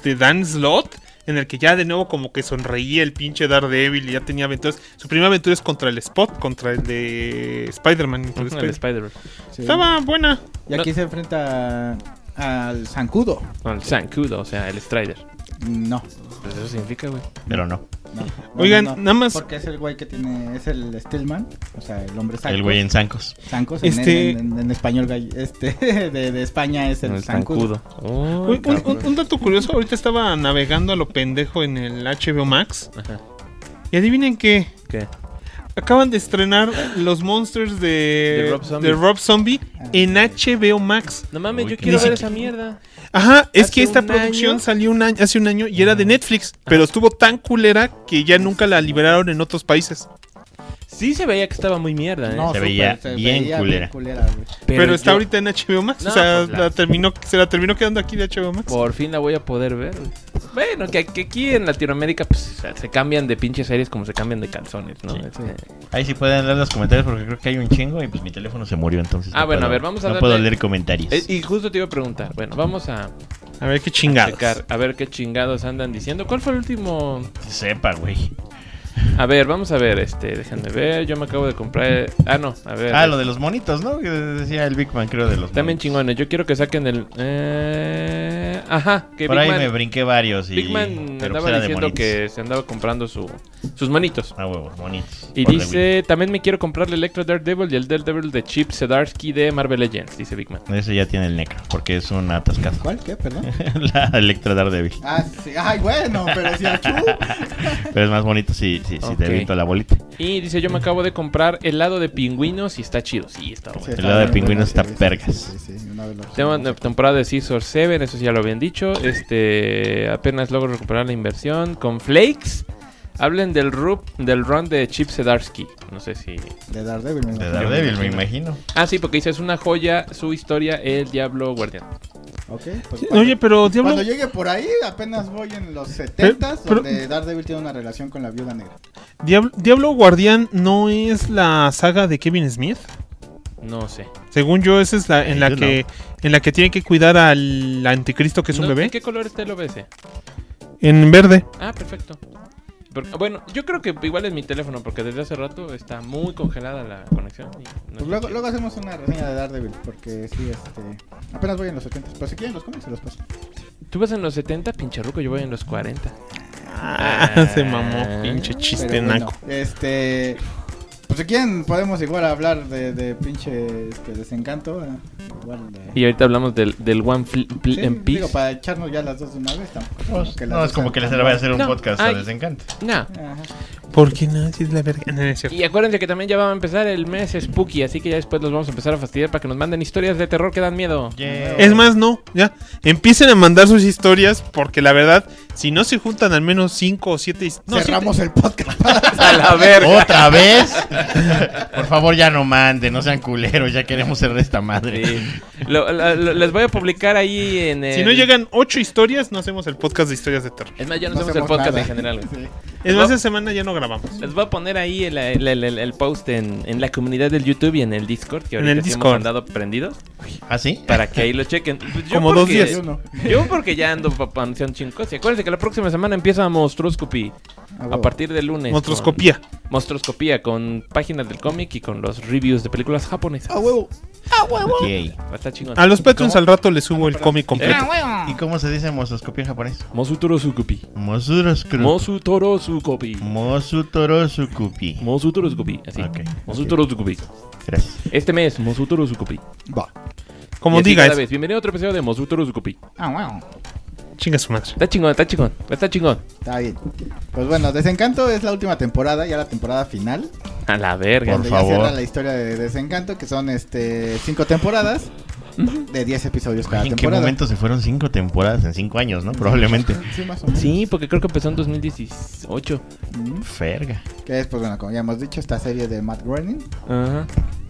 de Dan Slott, en el que ya de nuevo como que sonreía el pinche Daredevil y ya tenía aventuras. Su primera aventura es contra el Spot, contra el de Spider-Man. Into the El Spider- Spider-Man. Sí. Estaba buena. Y aquí se enfrenta al Zancudo. No, el Zancudo, o sea, el Strider. No. Pues eso significa, güey. Pero no. no, no, Oigan, no, no, nada más- Porque es el güey que tiene. Es el Stillman. O sea, el hombre Zancos. El güey en zancos. Zancos. En, Este- en, en- en español gall- este de, de España es el, El Zancudo. Zancudo. Oh, Un, un- cabrón. un- un dato curioso, ahorita estaba navegando a lo pendejo en el H B O Max. Ajá. Y adivinen qué. ¿Qué? Acaban de estrenar los Monsters de, De Rob Zombie. de Rob Zombie en H B O Max. No mames, Uy, yo qué quiero ver ni esa mierda. Ajá, es ¿Hace que esta un producción año? salió un año, hace un año y era de Netflix, pero estuvo tan culera que ya nunca la liberaron en otros países. Sí se veía que estaba muy mierda, ¿eh? No, Se súper, veía se bien veía culera. culera, güey. Pero, está yo ahorita en H B O Max, No, o sea, pues la- la terminó, se la terminó quedando aquí de H B O Max. Por fin la voy a poder ver, güey. Bueno, que, que aquí en Latinoamérica pues, o sea, se cambian de pinches series como se cambian de calzones, ¿no? Sí. Este, Ahí sí pueden leer los comentarios porque creo que hay un chingo y pues mi teléfono se murió entonces. Ah, no bueno, puedo- a ver, vamos a No darle- puedo leer comentarios. eh, y justo te iba a preguntar. Bueno, vamos a A ver qué chingados. checar, a ver qué chingados andan diciendo. ¿Cuál fue el último? Sepa, güey. A ver, vamos a ver, este, déjenme ver. Yo me acabo de comprar. Ah, no, a ver. Ah, lo de los monitos, ¿no? Que decía el Big Man, creo, de los También monitos. chingones. Yo quiero que saquen el. Eh... Ajá, que Por Big ahí Man, me brinqué varios y... Big Man pero pues andaba era de diciendo monitos. que se andaba comprando su, sus monitos. Ah, huevos, monitos. Y Por The dice, también me quiero comprar el Electro Daredevil y el Daredevil de Chip Zdarsky de Marvel Legends, dice Big Man. Wii. Ese ya tiene el necro, porque es un atascado. ¿Cuál? ¿Qué? Perdón. La Electra Daredevil. Ah, sí. Ay, bueno, pero si achú. Pero es más bonito si, si, si Ok. te aviento la bolita. Y dice, yo me acabo de comprar helado de pingüinos y está chido. Sí, está bueno. Sí, El lado de bien pingüinos bueno, está sí, pergas. Sí, sí, sí, una vez lo- Tengo una temporada de Scissor siete, eso sí ya lo habían dicho. Este, apenas logro recuperar la inversión con Flakes. Hablen del, rup, del run de Chip Zdarsky. No sé si... De Daredevil, me De imagino. Daredevil, me imagino. Ah, sí, porque dice, es una joya su historia, El Diablo Guardián. Ok, pues Sí, cuando- oye, pero Diablo, Cuando llegue por ahí, apenas voy en los setentas, pero- donde Daredevil tiene una relación con la viuda negra. Diablo, Diablo Guardián no es la saga de Kevin Smith. No sé. Según yo, esa es la en la Yo que en la que tiene que cuidar al anticristo que es un No, bebé. ¿en qué color está el O B S? En verde. Ah, perfecto. Pero, bueno, yo creo que igual es mi teléfono, porque desde hace rato está muy congelada la conexión. y no Pues sé luego, qué. luego hacemos una reseña de Daredevil, porque sí, este... Apenas voy en los setentas, pero si quieren los cómics se los paso. Tú vas en los setenta, pinche ruco, yo voy en los cuarenta. Ah, se mamó, pinche chiste Pero bueno, naco. este... Pues si quieren podemos igual hablar de, de pinche este, Desencanto. eh, Igual de... Y ahorita hablamos del, del One Fl- Pl- Sí, en Peace. digo, para echarnos ya las dos de una vez tampoco. Pues, que las no, dos es como sean que les tan voy a hacer un No, podcast ay. a Desencanto. No. Ajá. Porque no, sí es la verga. No, no es cierto. Y acuérdense que también ya va a empezar el mes Spooky, así que ya después los vamos a empezar a fastidiar para que nos manden historias de terror que dan miedo. Yeah. Es más, no, ya. Empiecen a mandar sus historias porque la verdad, si no se juntan al menos cinco o siete... his- No, Cerramos siete- el podcast. A la verga. ¿Otra vez? Por favor, ya no manden, no sean culeros, ya queremos ser de esta madre. Sí. Lo- lo- lo- les voy a publicar ahí en el... Si no llegan ocho historias, no hacemos el podcast de historias de terror. Es más, ya no, No hacemos el hacemos podcast nada. en general. güey. Sí. Es No. más, esta semana ya no grabamos. Les voy a poner ahí el, el- el- el- el post en, en la comunidad del YouTube y en el Discord, que En ahorita el sí hemos Discord. andado prendidos, ¿Ah, sí? para que ahí lo chequen. Pues yo Como dos porque- días. Yo no. Yo porque ya ando pa- pa- anunciando chingos. Y acuérdense que la próxima semana empieza Monstroscopy. Ah, A huevo. partir del lunes. Monstroscopía. con- Monstroscopía con páginas del cómic y con los reviews de películas japonesas. Ah, huevo. Ok. Va a estar chingón. A los Patreons ¿Cómo? al rato les subo el cómic completo. ¿Y cómo se dice mososcopía en japonés? Mosutoro Sukupi. Mosuroscopía. Mosutoro Sukupi. Mosutorosukupi. Mosutoro Sukupi. Así. Ok. Mosutoro Sukupi. Gracias. Este mes, Mosutoro Sukupi. Va. Como Y así digas, cada vez. Bienvenido a otro episodio de Mosutoro Sukupi. Ah, bueno. chinga su madre. Está chingón, está chingón. Está chingón. Está bien. Pues bueno, Desencanto es la última temporada, ya la temporada final. A la verga. Por donde favor. ya cierra la historia de Desencanto, que son este cinco temporadas de diez episodios cada ¿En qué temporada. momento se fueron cinco temporadas en cinco años, no? Probablemente. Sí, más o menos. Sí, porque creo que empezó en dos mil dieciocho. Mm. Ferga. Que es, pues bueno, como ya hemos dicho, esta serie de Matt Groening. Ajá.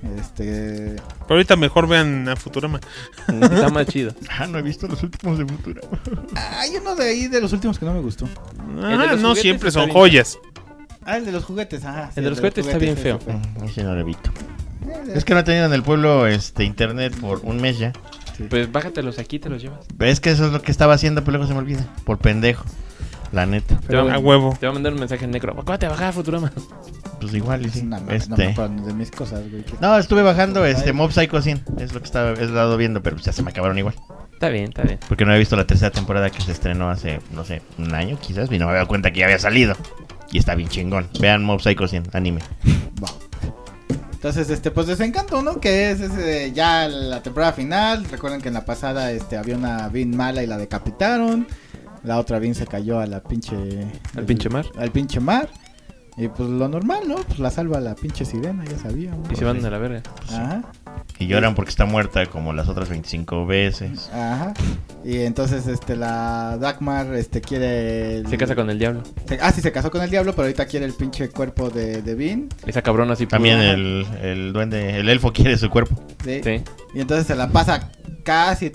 Este. Pero ahorita mejor vean a Futurama. Está más chido. Ah, no he visto los últimos de Futurama. Hay uno de ahí de los últimos que no me gustó. de Ah, los no juguetes siempre está son bien. joyas. Ah, el de los juguetes, ah. sí, El de los juguetes está bien feo. ese fue. Mm, Ese no lo he visto. Eh, Es que no he tenido en el pueblo este internet por un mes ya. Sí. Pues bájatelos aquí, te los llevas. Es que eso es lo que estaba haciendo, pero luego se me olvida. Por pendejo. La neta. Te va, A huevo. te va a mandar un mensaje en negro. Acuérdate de bajar Futurama. Pues igual y Es sí. una madre, Este... no me acuerdo de mis cosas, güey. que- No, estuve bajando este Ay. Mob Psycho cien. Es lo que estaba, he estado viendo, pero ya se me acabaron igual. Está bien, está bien. Porque no he visto la tercera temporada que se estrenó hace, no sé, un año quizás. Y no me había dado cuenta que ya había salido. Y está bien chingón. Vean Mob Psycho cien, anime. Va. Entonces, este, pues Desencanto, ¿no? Que es ese, ya la temporada final. Recuerden que en la pasada este, había una Bean mala y la decapitaron. La otra Bean se cayó a la pinche... Al pinche mar. Al pinche mar. Y pues lo normal, ¿no? Pues la salva la pinche sirena, ya sabíamos. Y se van a la verga. Ajá, Y lloran porque está muerta como las otras veinticinco veces. ajá. Y entonces, este, la Dagmar, este, quiere... el- Se casa con el diablo. se- Ah, sí, se casó con el diablo, pero ahorita quiere el pinche cuerpo de, de Bean. Esa cabrona así. También pudo. el, el duende, el elfo quiere su cuerpo. ¿Sí? Sí. Y entonces se la pasa casi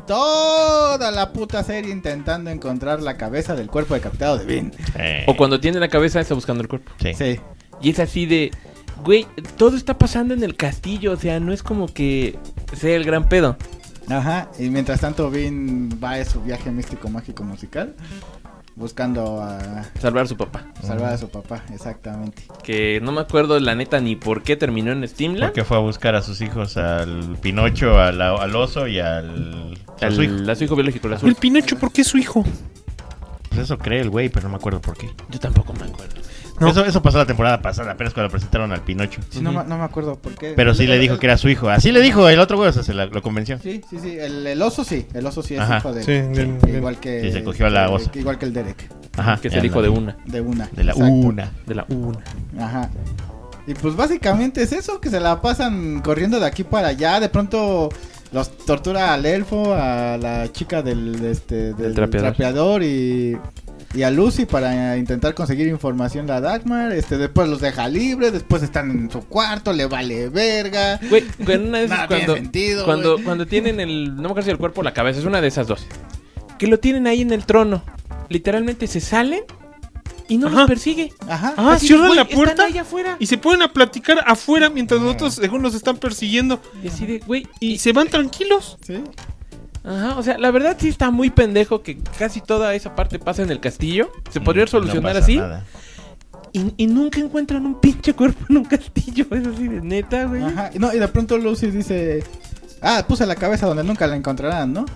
toda la puta serie intentando encontrar la cabeza del cuerpo decapitado de Bean. Eh, O cuando tiene la cabeza está buscando el cuerpo. sí. Sí. Y es así de... Güey, todo está pasando en el castillo. O sea, no es como que sea el gran pedo. Ajá. Y mientras tanto Bean va a su viaje místico, mágico, musical. Buscando a Salvar a su papá. salvar a su papá, exactamente. Que no me acuerdo la neta ni por qué terminó en Steamland. Porque fue a buscar a sus hijos, al Pinocho, al, al oso y al... a Al, su hijo. a su hijo biológico, el El azul. Pinocho, ¿por qué es su hijo? Pues eso cree el güey, pero no me acuerdo por qué. Yo tampoco me acuerdo. No. Eso, eso pasó la temporada pasada, apenas cuando presentaron al Pinocho. Sí, no, ma- no me acuerdo por qué. Pero sí El- le el- dijo que era su hijo. Así le dijo el otro güey, o sea, se la- lo convenció. Sí, sí, sí. El, el oso sí. El oso sí es Ajá. hijo de... Sí, del- sí, del- igual que... Sí, se cogió a la que- osa. que igual que el Derek. Ajá. Que es ya el hijo la- de una. De una. De la exacto. una. De la una. Ajá. Y pues básicamente es eso, que se la pasan corriendo de aquí para allá. De pronto los tortura al elfo, a la chica del, este, del trapeador. trapeador y, y a Lucy para intentar conseguir información de la Dagmar. Este, después los deja libres, después están en su cuarto, le vale verga. Güey, en una de esas Nada tiene cuando, sentido, cuando, güey. cuando tienen el... No me acuerdo si el cuerpo o la cabeza, es una de esas dos. Que lo tienen ahí en el trono. Literalmente se salen y no Ajá. los persigue. Ajá. Ah, Así de, cierran güey, la están puerta ahí afuera. y se ponen a platicar afuera mientras los otros, según los están persiguiendo. Y así de, güey, Y se van tranquilos. Sí. Ajá, o sea, la verdad sí está muy pendejo que casi toda esa parte pasa en el castillo. Se podría Mm, solucionar no pasa así. nada. Y, y nunca encuentran un pinche cuerpo en un castillo. Es así de neta, güey. Ajá. Y no, y de pronto Lucy dice, ah, puse la cabeza donde nunca la encontrarán, ¿no?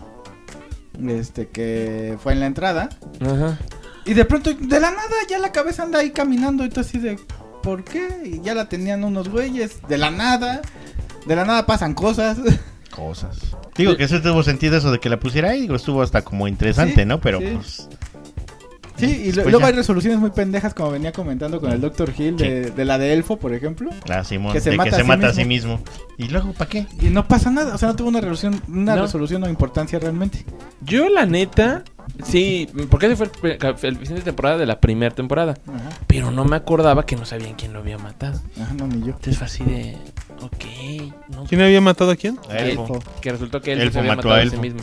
Este, que fue en la entrada. Ajá. Y de pronto, de la nada, ya la cabeza anda ahí caminando y tú así de, ¿por qué? Y ya la tenían unos güeyes, de la nada, de la nada pasan cosas. Cosas. Digo que eso tuvo sentido eso de que la pusiera ahí. Digo, estuvo hasta como interesante, Sí, ¿no? Pero sí. pues... Sí, y lo- Pues luego ya. hay resoluciones muy pendejas, como venía comentando con el doctor Hill, de, de la de Elfo, por ejemplo. La Simón, Que se de mata que a se sí mata a mismo. sí mismo. ¿Y luego para qué? Y no pasa nada, o sea, no tuvo una resolución, una No. resolución o importancia realmente. Yo, la neta, sí, porque ese fue el, el final de temporada de la primera temporada. Ajá, Pero no me acordaba que no sabían quién lo había matado. ajá, no, ni yo. Entonces fue así de, ok, no. ¿Quién había matado a quién? A Elfo. Que resultó que él Elfo se había mató matado a a sí Elfo. mismo.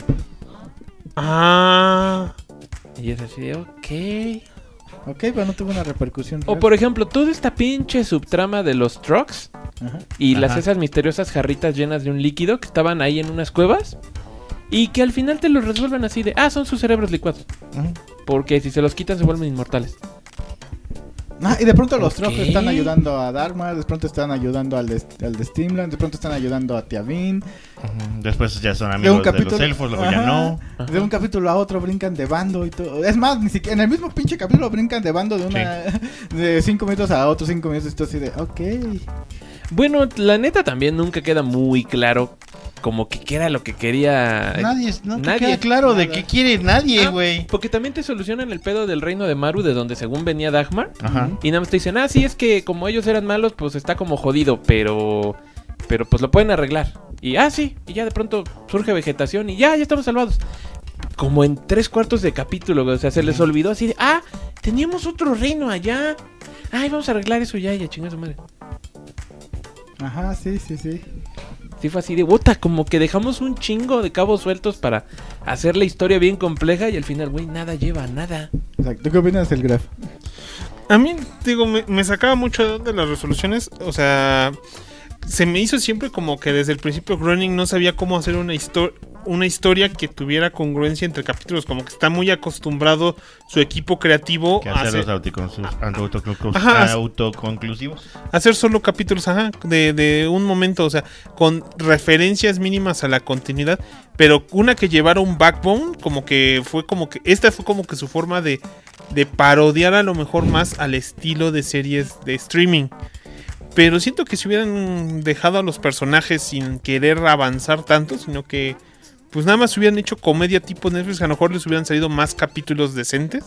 Ah. Y es así de, ok. Ok, pero no tuvo una repercusión. O real. por ejemplo, toda esta pinche subtrama de los trucks Ajá. y las Ajá. esas misteriosas jarritas llenas de un líquido que estaban ahí en unas cuevas y que al final te lo resuelven así de, ah, son sus cerebros licuados. Ujú. Porque si se los quitan se vuelven inmortales. Ah, y de pronto los Ok. Trucks están ayudando a Dharma, de pronto están ayudando al de, al de Steamland, de pronto están ayudando a Tiavin. Ujú. Después ya son De amigos un de, capítulo los elfos, luego ya Ajá. no. De un capítulo a otro brincan de bando y todo. Es más, ni siquiera en el mismo pinche capítulo brincan de bando de una de cinco minutos a otros cinco minutos y todo así de, ok. Bueno, la neta también nunca queda muy claro como que qué era lo que quería. Nadie, no te Nadie. queda claro de Nada. qué quiere nadie, Ah, güey. Porque también te solucionan el pedo del reino de Maru, de donde según venía Dagmar. Ajá. Y nada más te dicen, ah, sí, es que como ellos eran malos, pues está como jodido, pero. Pero pues lo pueden arreglar. Y ah, sí, y ya de pronto surge vegetación y ya, ya estamos salvados. Como en tres cuartos de capítulo, güey, o sea, se les olvidó así de, ah, teníamos otro reino allá. Ay, vamos a arreglar eso ya, y a chingar su madre. Ajá, sí, sí, sí. Sí fue así de, bota, como que dejamos un chingo de cabos sueltos para hacer la historia bien compleja y al final, güey, nada lleva a nada. Exacto. ¿Tú qué opinas del Graf? A mí, digo, me, me sacaba mucho de las resoluciones. O sea, se me hizo siempre como que desde el principio Groening no sabía cómo hacer una historia, una historia que tuviera congruencia entre capítulos, como que está muy acostumbrado su equipo creativo Que a hacer hacer, los autoconclu- autoconclu- Ajá. autoconclusivos. a hacer solo capítulos, ajá, de, de un momento, o sea, con referencias mínimas a la continuidad, pero una que llevara un backbone, como que fue como que, esta fue como que su forma de, de parodiar a lo mejor más al estilo de series de streaming. Pero siento que si hubieran dejado a los personajes sin querer avanzar tanto, sino que pues nada más hubieran hecho comedia tipo Netflix, a lo mejor les hubieran salido más capítulos decentes.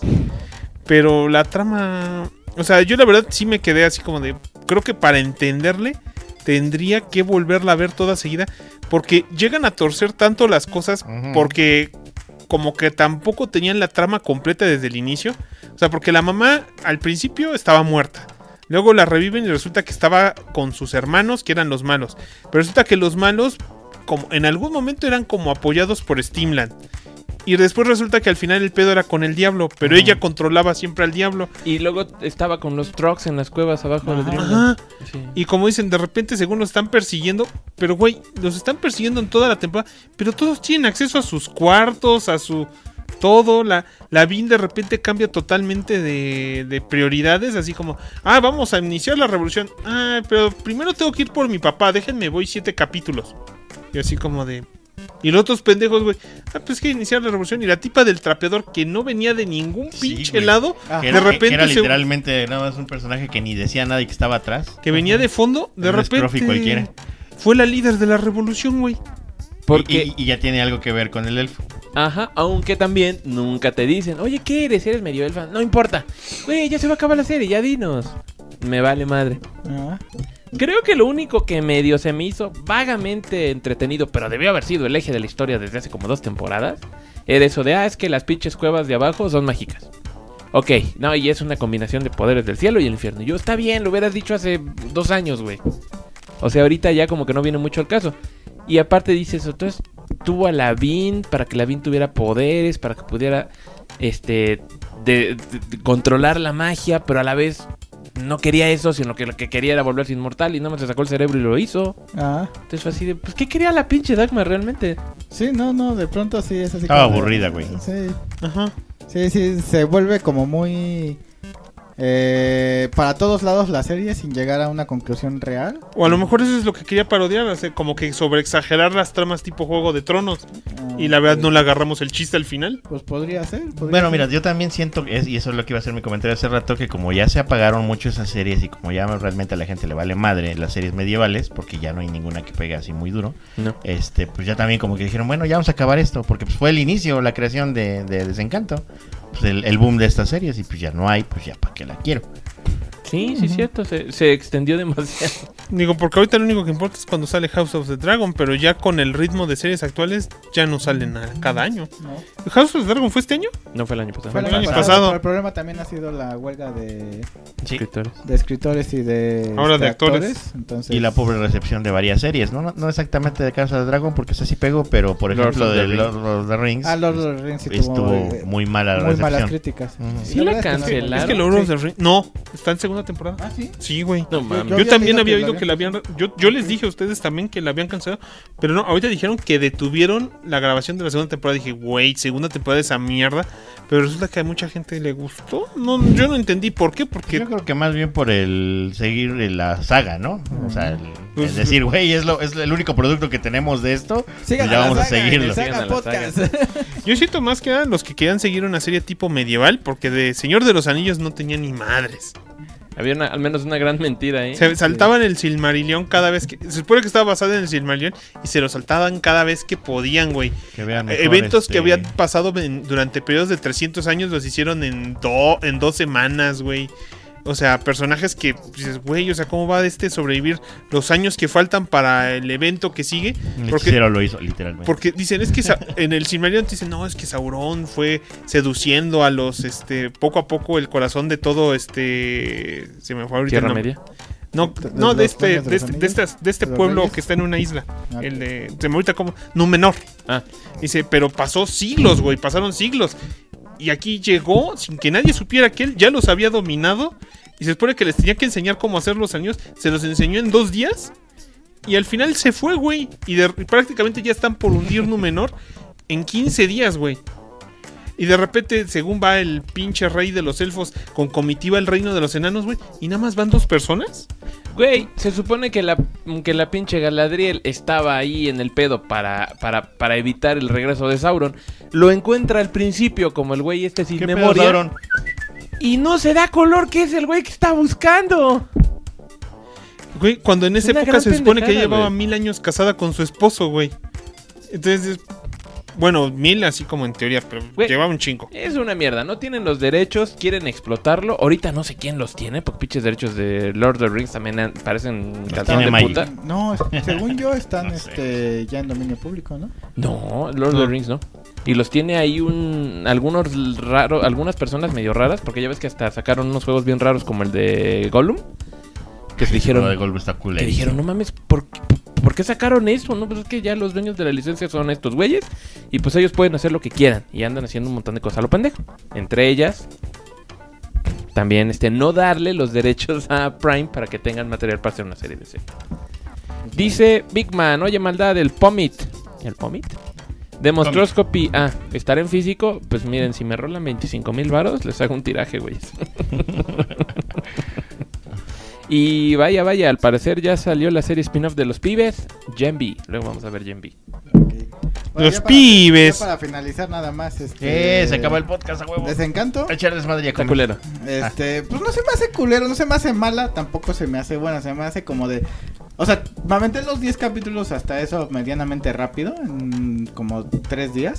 Pero la trama... O sea, yo la verdad sí me quedé así como de... Creo que para entenderle tendría que volverla a ver toda seguida. Porque llegan a torcer tanto las cosas Ujú. porque como que tampoco tenían la trama completa desde el inicio. O sea, porque la mamá al principio estaba muerta. Luego la reviven y resulta que estaba con sus hermanos, que eran los malos. Pero resulta que los malos, como en algún momento eran como apoyados por Steamland. Y después resulta que al final el pedo era con el diablo, pero Ajá. ella controlaba siempre al diablo. Y luego estaba con los trucks en las cuevas abajo de Ajá. Dreamland. Ajá. Sí. Y como dicen, de repente según los están persiguiendo, pero güey, los están persiguiendo en toda la temporada, pero todos tienen acceso a sus cuartos, a su... todo, la, la Bean de repente cambia totalmente de, de prioridades, así como, ah, vamos a iniciar la revolución, ah, pero primero tengo que ir por mi papá, déjenme, voy siete capítulos, y así como de, y los otros pendejos, güey, ah, pues que iniciar la revolución, y la tipa del trapeador que no venía de ningún Sí, pinche güey. lado, Ah. Que de era, que- repente que era se- literalmente nada más un personaje que ni decía nada y que estaba atrás. que venía de fondo, de Un scruffy repente, cualquiera. fue la líder de la revolución, güey. Porque, Y, y- y ya tiene algo que ver con el elfo. ajá, aunque también nunca te dicen, oye, ¿qué eres? ¿Eres medio elfa? No importa. Güey, ya se va a acabar la serie, ya dinos. Me vale madre. Ah, Creo que lo único que medio se me hizo vagamente entretenido, pero debió haber sido el eje de la historia desde hace como dos temporadas, era eso de, ah, es que las pinches cuevas de abajo son mágicas. Ok, no, y es una combinación de poderes del cielo y el infierno. Y yo, está bien, lo hubieras dicho hace dos años, güey. O sea, ahorita ya como que no viene mucho al caso. Y aparte dices, entonces tuvo a Lavín para que Lavín tuviera poderes, para que pudiera, este, de, de- de controlar la magia, pero a la vez no quería eso, sino que lo que quería era volverse inmortal y nada más se sacó el cerebro y lo hizo. ah. Entonces fue así de, pues, ¿qué quería la pinche Dagmar realmente? Sí, no, no, de pronto sí es así. Estaba como de- aburrida, güey. Sí, Ajá. sí, sí, se vuelve como muy... Eh, para todos lados la serie sin llegar a una conclusión real. O a lo mejor eso es lo que quería parodiar, o sea, como que sobreexagerar las tramas tipo Juego de Tronos. Ah, Y la verdad no le agarramos el chiste al final. Pues podría ser. podría Bueno, ser. mira, yo también siento, es- y eso es lo que iba a ser mi comentario hace rato, que como ya se apagaron mucho esas series y como ya realmente a la gente le vale madre las series medievales, porque ya no hay ninguna que pegue así muy duro, No. este, pues ya también como que dijeron, bueno, ya vamos a acabar esto, porque pues fue el inicio, la creación de, de Desencanto, pues el, el boom de estas series, y pues ya no hay, pues ya para qué la quiero. Sí, sí, cierto, se, se extendió demasiado. Digo, porque ahorita lo único que importa es cuando sale House of the Dragon, pero ya con el ritmo de series actuales ya no salen a cada año. No. ¿House of the Dragon fue este año? No fue el año pasado. Fue el el año año pasado, pasado. pero el problema también ha sido la huelga de, Sí. Escritores. de escritores y de, Ahora de este, actores. Entonces, Y la pobre recepción de varias series, no, no, no exactamente de Casa de Dragon, porque esa sí pegó, pero por Lords ejemplo of the de Rings. Lord of the Rings, Ah, Lord of the Rings sí estuvo tuvo eh, muy mala la muy malas recepción. críticas. Ujú. Sí la verdad es que no- cancelaron. Es que Lord of the Rings... No, está en segunda temporada. Ah, sí. Sí, güey. No Yo- mames. Yo, había también leído había que la oído que la habían habían... Yo, yo les dije a ustedes también que la habían cancelado, pero no, ahorita dijeron que detuvieron la grabación de la segunda temporada. Dije, güey, segunda temporada de esa mierda. Pero resulta que a mucha gente le gustó. No, yo no entendí por qué, porque... Yo creo que más bien por el seguir la saga, ¿no? O sea, el, Pues- el decir, güey, es, lo, es el único producto que tenemos de esto, Sigan pues ya a la vamos a saga, seguirlo. en el Saga Sigan a la Podcast. Yo siento más que nada los que querían seguir una serie tipo medieval, porque de Señor de los Anillos no tenía ni madres. Había una- al menos una gran mentira ahí. Se saltaban el Silmarillion cada vez que... Se supone que estaba basado en el Silmarillion y se lo saltaban cada vez que podían, güey. Que vean Eh, mejor, Eventos este, que habían pasado en- durante periodos de trescientos años los hicieron en, do- en dos semanas, güey. O sea, personajes que dices, güey, o sea, ¿cómo va este sobrevivir los años que faltan para el evento que sigue? El Porque, hechicero lo hizo, literalmente. porque dicen, es que Sa- en el Silmarillion dicen, no, es que Sauron fue seduciendo a los, este, poco a poco el corazón de todo, este, se me fue ahorita el Tierra nombre. Media. No, ¿De- de no, de los este, Dueños de de los este, de Anillos? estas- de este ¿De los pueblo Reyes? que está en una isla. Ah, El ok. de, se me ahorita como, Númenor. Ah, Dice, pero pasó siglos, güey, pasaron siglos. Y aquí llegó sin que nadie supiera que él ya los había dominado. Y se supone que les tenía que enseñar cómo hacer los anillos. Se los enseñó en dos días. y al final se fue, güey. Y, de, y prácticamente ya están por hundir Númenor en quince días, güey. Y de repente, según va el pinche rey de los elfos con comitiva el reino de los enanos, güey, y nada más van dos personas. Güey, se supone que la, que la pinche Galadriel estaba ahí en el pedo para, para, para evitar el regreso de Sauron. Lo encuentra al principio como el güey este sin ¿Qué pedo, memoria. Sauron? Y no se da color que es el güey que está buscando. Güey, cuando en Es esa una época gran se supone que pendejada, llevaba güey. mil años casada con su esposo, güey. Entonces, bueno, mil así como en teoría, pero Güey. llevaba un chingo. Es una mierda, no tienen los derechos, quieren explotarlo. Ahorita no sé quién los tiene, porque pinches derechos de Lord of the Rings también han- parecen canción tiene de Magic. puta. No, es- según yo están No sé. este ya en dominio público, ¿no? No, Lord of No. the Rings no. Y los tiene ahí un algunos raros, algunas personas medio raras, porque ya ves que hasta sacaron unos juegos bien raros como el de Gollum, que se dijeron, Lo de Gollum está que culero. dijeron, no mames, ¿por, qué- ¿por qué sacaron esto? No, pues es que ya los dueños de la licencia son estos güeyes y pues ellos pueden hacer lo que quieran y andan haciendo un montón de cosas a lo pendejo. Entre ellas, también este no darle los derechos a Prime para que tengan material para hacer una serie de serie. Dice Big Man, oye maldad, el Pomit. ¿El Pomit? De Monstroscopy. Ah, ¿estará en físico? Pues miren, si me rolan veinticinco mil varos, les hago un tiraje, güey. Y vaya, vaya, al parecer ya salió la serie spin-off de los pibes, Gen V. Luego vamos a ver Gen V. Okay. Los ya para- pibes. ya para finalizar nada más, este... Eh, se acaba el podcast a huevo. Desencanto. A echar desmadre y a Está comer. culero. Este, pues no se me hace culero, no se me hace mala, tampoco se me hace buena, se me hace como de... O sea, me aventé los diez capítulos hasta eso medianamente rápido, en como tres días.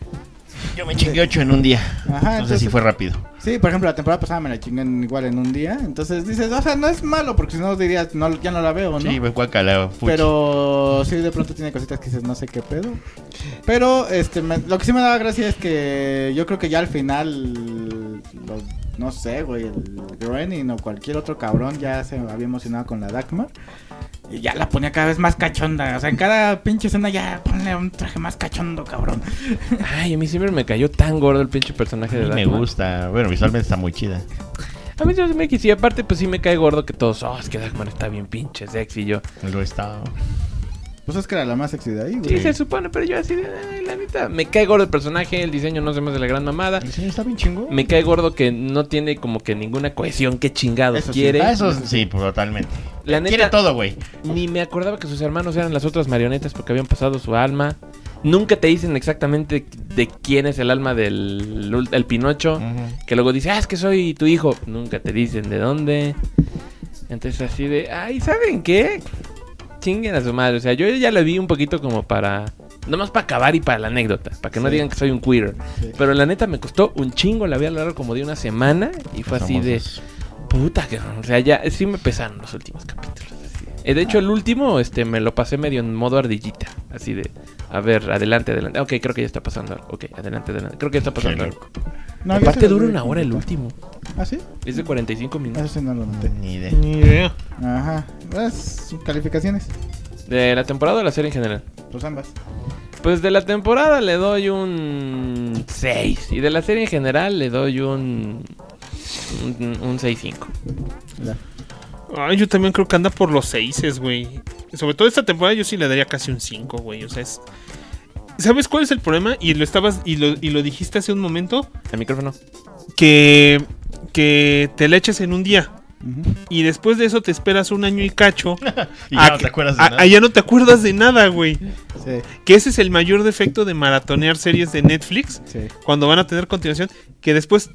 Yo me chingué ocho en un día. Ajá, Entonces entonces- sí fue rápido. Sí, por ejemplo, la temporada pasada me la chingué en- igual en un día, entonces dices, o sea, no es malo, porque si no dirías, no, ya no la veo, ¿no? Sí, me guacala. fuchi. Pero sí, de pronto tiene cositas que dices, no sé qué pedo. Pero este me- lo que sí me daba gracia es que yo creo que ya al final, lo- no sé, güey, el Groening o cualquier otro cabrón ya se había emocionado con la Dagmar. Y ya la ponía cada vez más cachonda. O sea, en cada pinche escena ya ponle un traje más cachondo, cabrón. Ay, a mí siempre me cayó tan gordo el pinche personaje A de mí me Dagmar. gusta. Bueno, visualmente está muy chida. A mí sí me quisiera, aparte pues sí me cae gordo que todos, oh, es que Dagmar está bien pinche sexy y yo. Lo está. Pues es que era la más sexy de ahí, Sí, güey. se supone, pero yo así de, ay, la neta, me cae gordo el personaje, el diseño no se me hace la gran mamada. El diseño está bien chingo. Me cae gordo que no tiene como que ninguna cohesión, qué chingados Eso sí. quiere. Ah, eso sí, pues, totalmente. La Quiere neta, todo, güey. ni me acordaba que sus hermanos eran las otras marionetas porque habían pasado su alma. Nunca te dicen exactamente de quién es el alma del ul- el Pinocho. Ujú. Que luego dice, ah, es que soy tu hijo. Nunca te dicen de dónde. Entonces así de, ay, ¿saben qué? Chinguen a su madre. O sea, yo ya la vi un poquito como para... Nomás para acabar y para la anécdota. Para que no Sí. digan que soy un queer. Sí. Pero la neta me costó un chingo. La vi a lo largo como de una semana. Y fue así de... Famosos. Puta que... O sea, ya sí me pesaron los últimos capítulos. Así. Eh, de hecho, el último este me lo pasé medio en modo ardillita. Así de... A ver, adelante, adelante. Ok, creo que ya está pasando algo. Ok, adelante, adelante. Creo que ya está pasando Qué algo. No, yo Aparte sí lo dura vi una hora el completo. último. ¿Ah, sí? Es de cuarenta y cinco minutos. Eso sí no lo noté. Ni idea. Ni idea. Ajá. Las calificaciones, ¿De la temporada o la serie en general? pues ambas. Pues de la temporada le doy un seis. Y de la serie en general le doy un... Un, un seis cinco. Ya. Ay, yo también creo que anda por los seises, güey. Sobre todo esta temporada yo sí le daría casi un cinco, güey. O sea, es... ¿Sabes cuál es el problema? Y lo estabas y lo, y lo dijiste hace un momento. El micrófono. Que, que te la eches en un día. Ujú. Y después de eso te esperas un año y cacho. Y a ya no que- te acuerdas de a- nada. a ya no te acuerdas de nada, güey. Sí, Que ese es el mayor defecto de maratonear series de Netflix. sí. Cuando van a tener continuación. Que después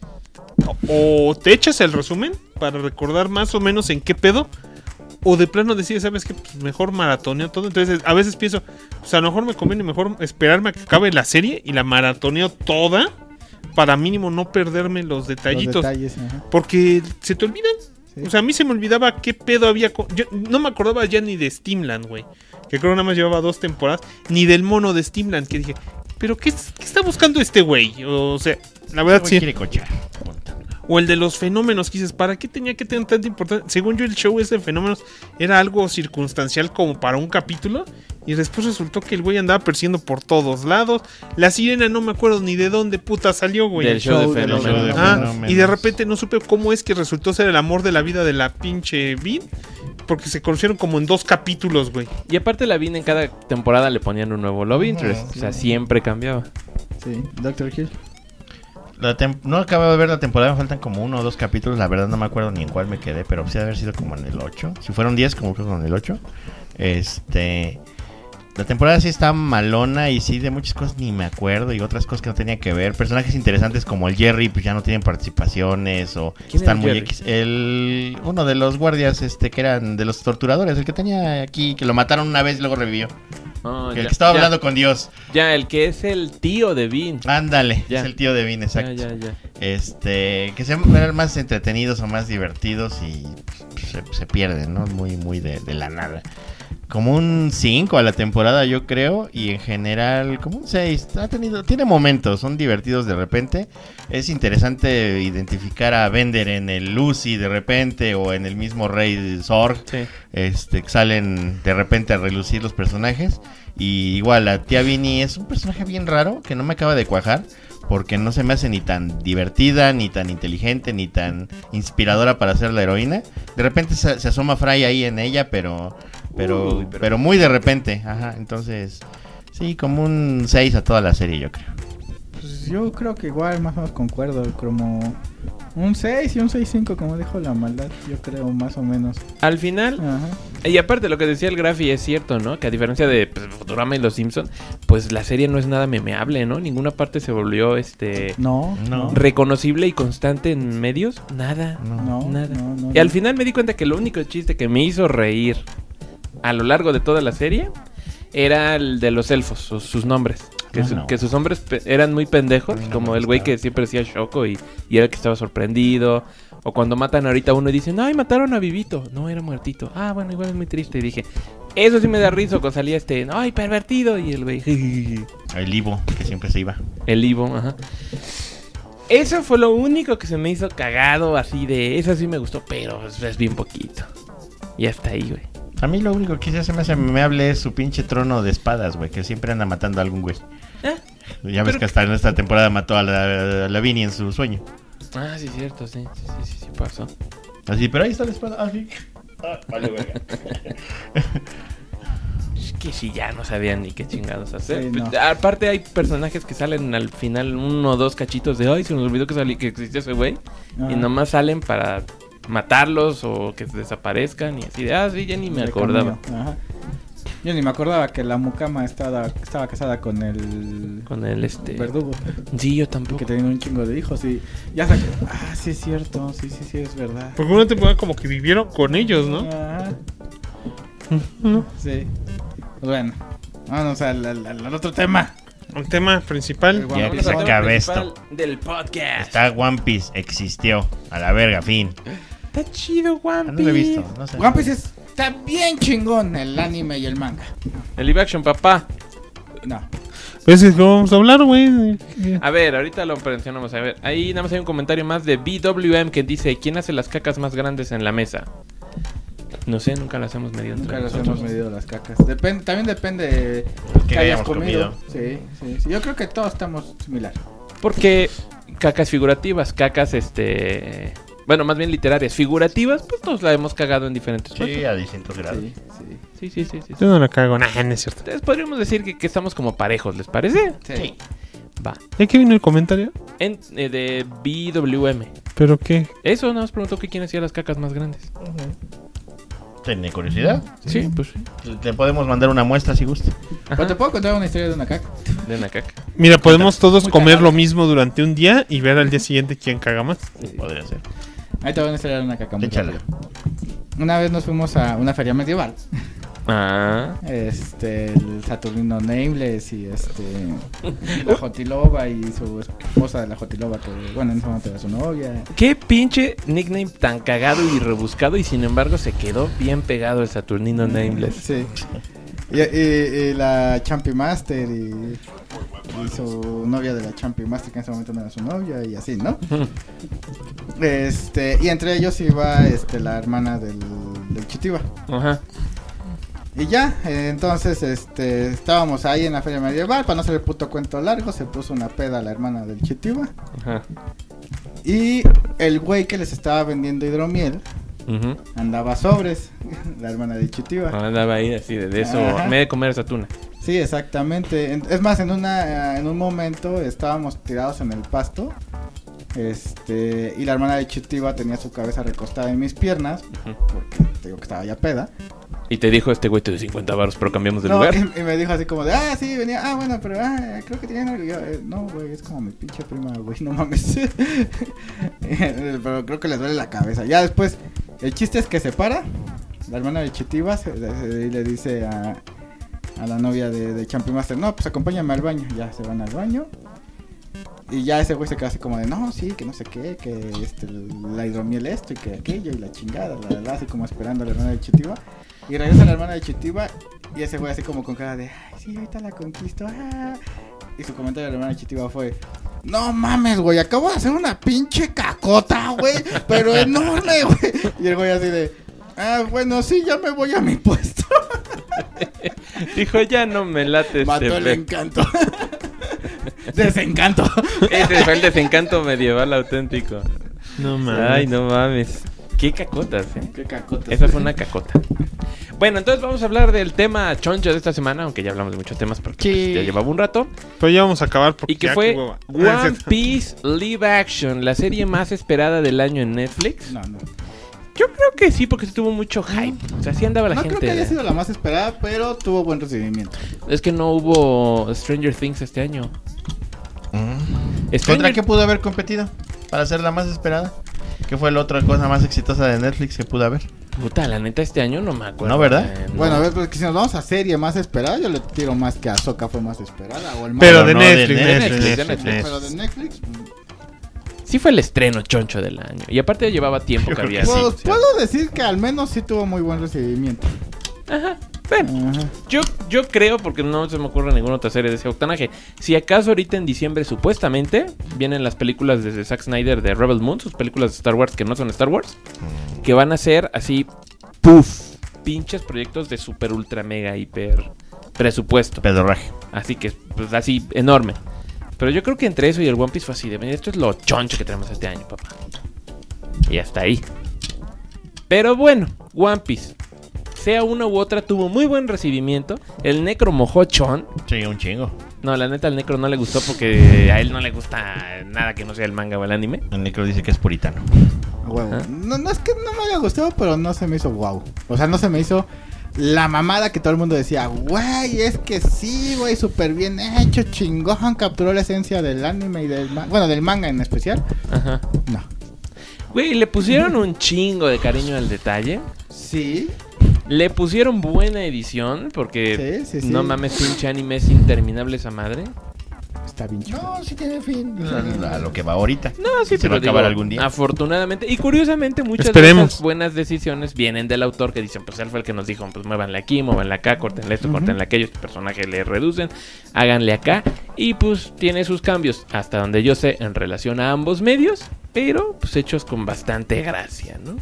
o, o te echas el resumen para recordar más o menos en qué pedo. O de plano decides, ¿sabes qué? Pues mejor maratoneo todo. Entonces a veces pienso, pues a lo mejor me conviene mejor esperarme a que acabe la serie y la maratoneo toda. Para mínimo no perderme los detallitos. Los detalles, ajá. Porque se te olvidan. Sí. O sea, a mí se me olvidaba qué pedo había. co- Yo no me acordaba ya ni de Steamland, güey. Que creo que nada más llevaba dos temporadas. Ni del mono de Steamland. Que dije, ¿pero qué, es- qué está buscando este güey? O sea, la verdad Ese güey sí. quiere cochar. Punto. O el de los fenómenos, que dices, ¿para qué tenía que tener tanta importancia? Según yo, el show ese de fenómenos era algo circunstancial como para un capítulo. Y después resultó que el güey andaba persiguiendo por todos lados. La sirena no me acuerdo ni de dónde puta salió, güey. Del show de show de los fenómenos. Ah, fenómenos. y de repente no supe cómo es que resultó ser el amor de la vida de la pinche Vid. porque se conocieron como en dos capítulos, güey. Y aparte la Bean en cada temporada le ponían un nuevo love interest. sí. O sea, siempre cambiaba. Sí, Doctor Hill. La tem- no acabo de ver la temporada, me faltan como uno o dos capítulos, la verdad no me acuerdo ni en cuál me quedé, pero sí debe haber sido como en el ocho. Si fueron diez, como creo que en el ocho. Este... La temporada sí está malona y sí de muchas cosas ni me acuerdo y otras cosas que no tenía que ver. Personajes interesantes como el Jerry pues ya no tienen participaciones o ¿Quién están era muy el Jerry? X. El uno de los guardias este que eran de los torturadores, el que tenía aquí que lo mataron una vez y luego revivió. Oh, Que ya, el que estaba ya, hablando con Dios. Ya, el que es el tío de Bean. Ándale, Ya. es el tío de Vin, exacto. Ya, ya, ya. Este, que sean eran más entretenidos o más divertidos y pues, se, se pierden, ¿no? Muy, muy de, de la nada. Como un cinco a la temporada, yo creo, y en general, como un seis. Ha tenido, tiene momentos, son divertidos de repente. Es interesante identificar a Bender en el Lucy de repente o en el mismo Rey Zorg. Sí. Este, que salen de repente a relucir los personajes. Y igual, la tía Vinny es un personaje bien raro que no me acaba de cuajar. Porque no se me hace ni tan divertida, ni tan inteligente, ni tan inspiradora para ser la heroína. De repente se, se asoma Fry ahí en ella, pero pero, Uy, pero- pero muy de repente. Ajá, entonces, sí, como un seis a toda la serie, yo creo. Pues yo creo que igual más o menos concuerdo, como un seis y un seis cinco como dijo la maldad, yo creo más o menos. Al final, Ajá. y aparte lo que decía el Graffi es cierto, ¿no? Que a diferencia de pues, Futurama y Los Simpson, pues la serie no es nada memeable, ¿no? Ninguna parte se volvió este No, No. no, reconocible y constante en medios. Nada. no, Nada. no, no, Y al no. final me di cuenta que lo único chiste que me hizo reír a lo largo de toda la serie era el de los elfos, sus, sus nombres. Que, Ah, su- no. que sus nombres pe- eran muy pendejos, A mí no como me el güey gustaba. que siempre decía Shoko y, y era el que estaba sorprendido. O cuando matan ahorita a uno y dicen, ay, mataron a Vivito. No, era muertito. Ah, bueno, igual es muy triste. Y dije, eso sí me da risa cuando salía este, ay, pervertido. Y el güey, jijiji. El Ivo, que siempre se iba. El Ivo, ajá. Eso fue lo único que se me hizo cagado, así de, eso sí me gustó, pero es, es bien poquito. Y hasta ahí, güey. A mí lo único que ya se me hace memeable es su pinche trono de espadas, güey, que siempre anda matando a algún güey. ¿Eh? Ya ves Pero- que hasta en esta temporada mató a la, a la Vinny en su sueño. Ah, sí, cierto, sí, sí, sí, sí, sí pasó. Así, pero ahí está la espada. Ah, sí. Ah, vale, verga. Es que sí, ya no sabían ni qué chingados hacer. Sí, Pues, no. aparte hay personajes que salen al final uno o dos cachitos de, ay, se nos olvidó que, salí, que existía ese güey. Ajá. Y nomás salen para matarlos o que desaparezcan y así de, ah, sí, ya ni me De acordaba. camino, ajá. Yo ni me acordaba que la mucama estaba, estaba casada con el Con el este... verdugo. Sí, yo Y tampoco. que tenían un chingo de hijos y ya saqué. Ah, sí es cierto, sí, sí, sí, es verdad. Porque una temporada como que vivieron con ellos, ¿no? Ajá, No. sí. Pues bueno, vamos al, al- al- al otro tema. El tema principal. Igual. Ya Vamos que se al tema acabe principal esto. del podcast. Está One Piece, existió. A la verga, fin. Está chido, Ah, One no Piece. lo he visto, no sé. One Piece es- está bien chingón el anime y el manga. El live action, papá. No. Pues es que vamos a hablar, güey. A ver, ahorita lo mencionamos. A ver, ahí nada más hay un comentario más de B W M que dice: ¿Quién hace las cacas más grandes en la mesa? No sé, nunca las hemos medido entre Nunca los nosotros. hemos medido las cacas. Depende, también depende de Que qué hayas hayamos comido. comido. Sí, sí, sí. Yo creo que todos estamos similar. Porque cacas figurativas, cacas este... Bueno, más bien literarias. Figurativas, pues todos la hemos cagado en diferentes Sí, cosas. a distintos grados. Sí, sí. Sí, sí, sí, sí, sí. Yo no la cago, nah, no es cierto. Entonces podríamos decir que, que estamos como parejos, ¿les parece? Sí. Va. ¿De qué vino el comentario? En, eh, de B W M. ¿Pero qué? Eso, nada más preguntó que quién hacía las cacas más grandes. ¿Tiene curiosidad? Sí, pues sí. Le podemos mandar una muestra si gusta. Pero te puedo contar una historia de una caca. De una caca. Mira, podemos todos Muy comer cagado. lo mismo durante un día y ver al día siguiente quién caga más. Podría ser. Ahí te voy a enseñar una caca muy Échala. rápido. Una vez nos fuimos a una feria medieval. Ah. Este, el Saturnino Nameless y este, la Jotiloba y su esposa de la Jotiloba, que bueno, en ese momento era su novia. Qué pinche nickname tan cagado y rebuscado y sin embargo se quedó bien pegado el Saturnino Nameless. Sí. Y, y- y la Champi Master y, y su novia de la Champi Master, que en ese momento no era su novia, y así, ¿no? Este, y entre ellos iba este, la hermana del, del Chitiba. Ajá. Y ya, eh, entonces este, estábamos ahí en la feria medieval, para no hacer el puto cuento largo, se puso una peda la hermana del Chitiba. Ajá. Y el güey que les estaba vendiendo hidromiel Ujú. andaba sobres, la hermana de Chitiba. Andaba ahí así de, de eso, Ajá. me he de comer esa tuna. Sí, exactamente. En- Es más, en una en un momento estábamos tirados en el pasto. Este, y la hermana de Chitiba tenía su cabeza recostada en mis piernas, Ujú. porque te digo que estaba ya peda. Y te dijo este güey te de cincuenta baros, pero cambiamos de No, lugar. y, y me dijo así como de, ah, sí, venía, ah, bueno, pero ah, creo que tenían algo. Y yo, eh, no, güey, es como mi pinche prima, güey, no mames. Pero creo que les duele la cabeza. Ya después, el chiste es que se para, la hermana de Chitiba se, se- y le dice a, a la novia de, de Champi Master, no, pues acompáñame al baño. Ya se van al baño. Y ya ese güey se queda así como de, no, sí, que no sé qué, que este, la hidromiel esto y que aquello y la chingada, la, la, la, así como esperando a la hermana de Chitiba. Y regresa la hermana de Chitiba y ese güey así como con cara de, ay, sí, ahorita la conquisto. Ah. Y su comentario de la hermana de Chitiba fue, no mames, güey, acabo de hacer una pinche cacota, güey, pero enorme, güey. Y el güey así de, ah, bueno, sí, ya me voy a mi puesto. Dijo, ya no me late Mató este el pe-". encanto. Desencanto. Ese fue el desencanto medieval auténtico. No mames. Ay, no mames. Qué cacotas, eh. Qué cacota. Esa fue una cacota. Bueno, entonces vamos a hablar del tema choncho de esta semana, aunque ya hablamos de muchos temas porque Sí. pues, ya llevaba un rato. Pero ya vamos a acabar porque Y que ya, fue qué hueva. Ah, es One cierto. Piece Live Action, la serie más esperada del año en Netflix. No, no. Yo creo que sí, porque se tuvo mucho hype. O sea, sí andaba la No gente. creo que haya sido la más esperada, pero tuvo buen recibimiento. Es que no hubo Stranger Things este año. Mm. ¿Contra Stranger... qué pudo haber competido para ser la más esperada? ¿Qué fue la otra cosa más exitosa de Netflix que pudo haber? Puta, la neta, este año no me acuerdo. No, ¿verdad? eh, no. Bueno, a ver, pues que si nos vamos a serie más esperada, yo le tiro más que Ahsoka fue más esperada. O el Pero más- de no, de Netflix, Netflix, Netflix, de Netflix, Netflix. Pero de Netflix, Sí fue el estreno choncho del año. Y aparte llevaba tiempo Yo que creo había que sí. sido. pues, puedo decir que al menos sí tuvo muy buen recibimiento. Ajá. Bueno, Ajá. yo, yo creo, porque no se me ocurre ninguna otra serie de ese octanaje. Si acaso ahorita en diciembre, supuestamente, vienen las películas de Zack Snyder de Rebel Moon, sus películas de Star Wars que no son Star Wars, que van a ser así, puff, pinches proyectos de super, ultra, mega, hiper presupuesto. Pedorraje. Así que, pues así, enorme. Pero yo creo que entre eso y el One Piece fue así de, "Mira, esto es lo choncho que tenemos este año, papá." Y hasta ahí. Pero bueno, One Piece, sea una u otra, tuvo muy buen recibimiento. El Necro mojó chon. Sí, un chingo. No, la neta al Necro no le gustó porque a él no le gusta nada que no sea el manga o el anime. El Necro dice que es puritano. A huevo. Ajá. No, no es que no me haya gustado, pero no se me hizo wow. O sea, no se me hizo la mamada que todo el mundo decía, güey, es que sí, güey, súper bien hecho, chingón, capturó la esencia del anime y del manga, bueno, del manga en especial. Ajá. No. Güey, le pusieron un chingo de cariño al detalle. Sí, Le pusieron buena edición porque Sí, sí, sí. no mames, pinche anime es interminable esa madre. está bien chido. No, sí tiene fin. A, a lo que va ahorita. No, sí, Se pero va a acabar digo, algún día. afortunadamente, y curiosamente muchas de Esperemos. esas buenas decisiones vienen del autor que dicen, pues él fue el que nos dijo, pues muévanle aquí, muévanle acá, córtenle esto, Ujú. córtenle aquello, este personaje le reducen, háganle acá, y pues tiene sus cambios, hasta donde yo sé, en relación a ambos medios, pero pues hechos con bastante gracia, ¿no?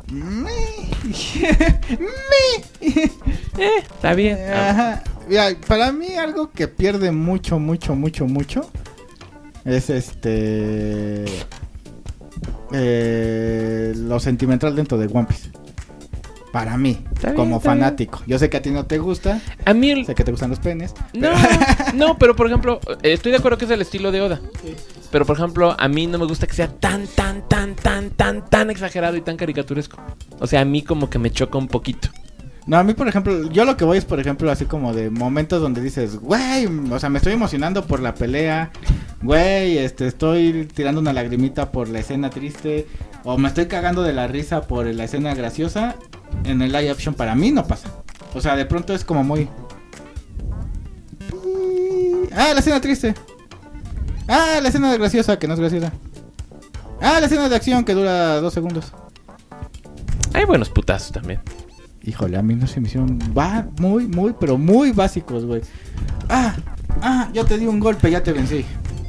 Eh, está bien. Ah, Ajá. Mira, para mí algo que pierde mucho, mucho, mucho, mucho es este eh, lo sentimental dentro de One Piece. Para mí, Está bien, como está bien. fanático. Yo sé que a ti no te gusta, A mí el... sé que te gustan los penes. No, no, pero por ejemplo, eh, estoy de acuerdo que es el estilo de Oda. Pero por ejemplo, a mí no me gusta que sea tan, tan, tan, tan, tan, tan exagerado y tan caricaturesco. O sea, a mí como que me choca un poquito. No, a mí, por ejemplo, yo lo que voy es, por ejemplo, así como de momentos donde dices, güey, o sea, me estoy emocionando por la pelea, güey, este, estoy tirando una lagrimita por la escena triste, o me estoy cagando de la risa por la escena graciosa. En el live action para mí no pasa. O sea, de pronto es como muy... Ah, la escena triste. Ah, la escena graciosa, que no es graciosa. Ah, la escena de acción que dura dos segundos. Hay buenos putazos también. Híjole, a mí no se me hicieron va muy, muy, pero muy básicos, güey. Ah, ah, yo te di un golpe, ya te vencí.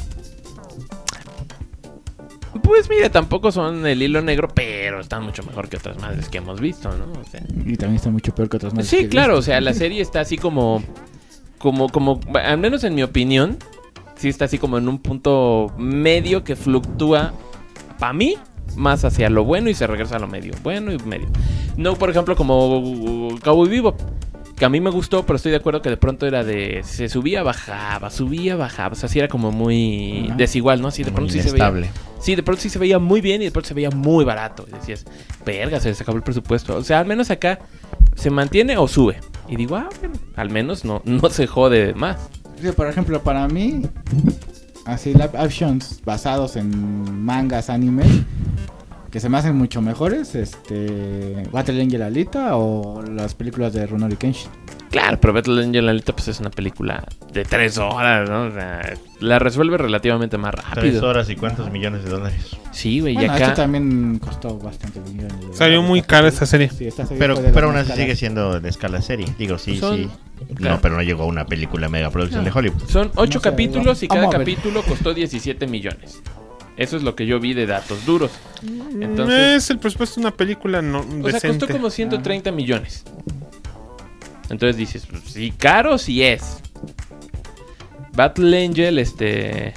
Pues mira, tampoco son el hilo negro, pero están mucho mejor que otras madres que hemos visto, ¿no? O sea, Y también está mucho peor que otras más. sí, claro, o sea, la serie está así como, como, como, al menos en mi opinión, sí está así como en un punto medio que fluctúa, para mí, más hacia lo bueno y se regresa a lo medio. Bueno y medio. No, por ejemplo, como Cowboy Bebop, que a mí me gustó, pero estoy de acuerdo que de pronto era de... Se subía, bajaba, subía, bajaba. O sea, así era como muy uh-huh. desigual, ¿no? Así de muy pronto inestable. sí se veía... Sí, de pronto sí se veía muy bien y de pronto se veía muy barato. Y decías, verga, se les acabó el presupuesto. O sea, al menos acá se mantiene o sube. Y digo, ah, bueno, al menos no, no se jode más. Sí, por ejemplo, para mí, así live actions basados en mangas, animes, que se me hacen mucho mejores, este, Battle Angel Alita o las películas de Rurouni Kenshin. Claro, pero Battle Angel Alita pues es una película de tres horas, ¿no? O sea, la resuelve relativamente más rápido. Tres horas y cuántos millones de dólares. Sí, güey, bueno, y acá... esto también costó bastante millones. Salió muy cara esta serie. Sí, esta serie pero fue de pero las aún más así sigue caras. siendo de escala serie. Digo, sí, Son- sí. claro. No, pero no llegó a una película mega producción de Hollywood. Son ocho No sé, capítulos y vamos cada a ver. capítulo costó diecisiete millones. Eso es lo que yo vi de datos duros. Entonces, Es el presupuesto de una película no, o sea, decente. costó como ciento treinta millones. Entonces dices, pues, sí, caro sí es. Battle Angel, este...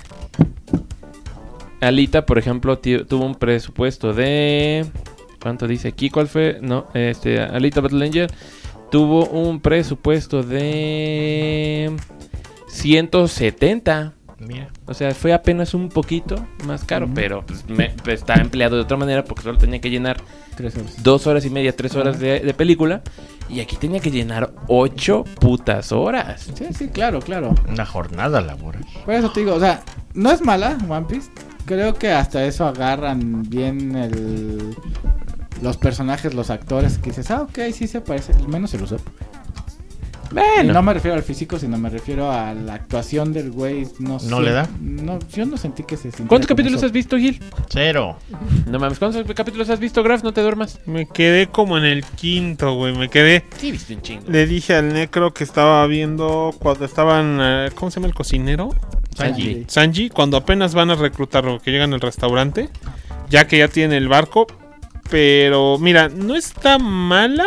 Alita, por ejemplo, ti- tuvo un presupuesto de... ¿Cuánto dice aquí? ¿Cuál fue? No, este, Alita Battle Angel tuvo un presupuesto de... ciento setenta. Mira. O sea, fue apenas un poquito más caro, Ujú. pero pues, me, pues, está empleado de otra manera porque solo tenía que llenar Tres horas. dos horas y media, tres horas de, de película. Y aquí tenía que llenar ocho putas horas. Sí, sí, claro, claro. Una jornada laboral. Por eso te digo, o sea, no es mala One Piece. Creo que hasta eso agarran bien el... los personajes, los actores, que dices, ah, ok, sí se parece, al menos el uso. Y Bueno, no me refiero al físico, sino me refiero a la actuación del güey. No, ¿No sé, le da? No, yo no sentí que se sintiera ¿cuántos como capítulos eso. has visto, Gil? Cero. No mames, ¿cuántos capítulos has visto, Graf? No te duermas. Me quedé como en el quinto, güey. Me quedé. Sí, viste un chingo. Le dije al Necro que estaba viendo cuando estaban. eh, ¿Cómo se llama el cocinero? Sanji. Sanji, cuando apenas van a reclutarlo, que llegan al restaurante, ya que ya tiene el barco. Pero mira, no está mala.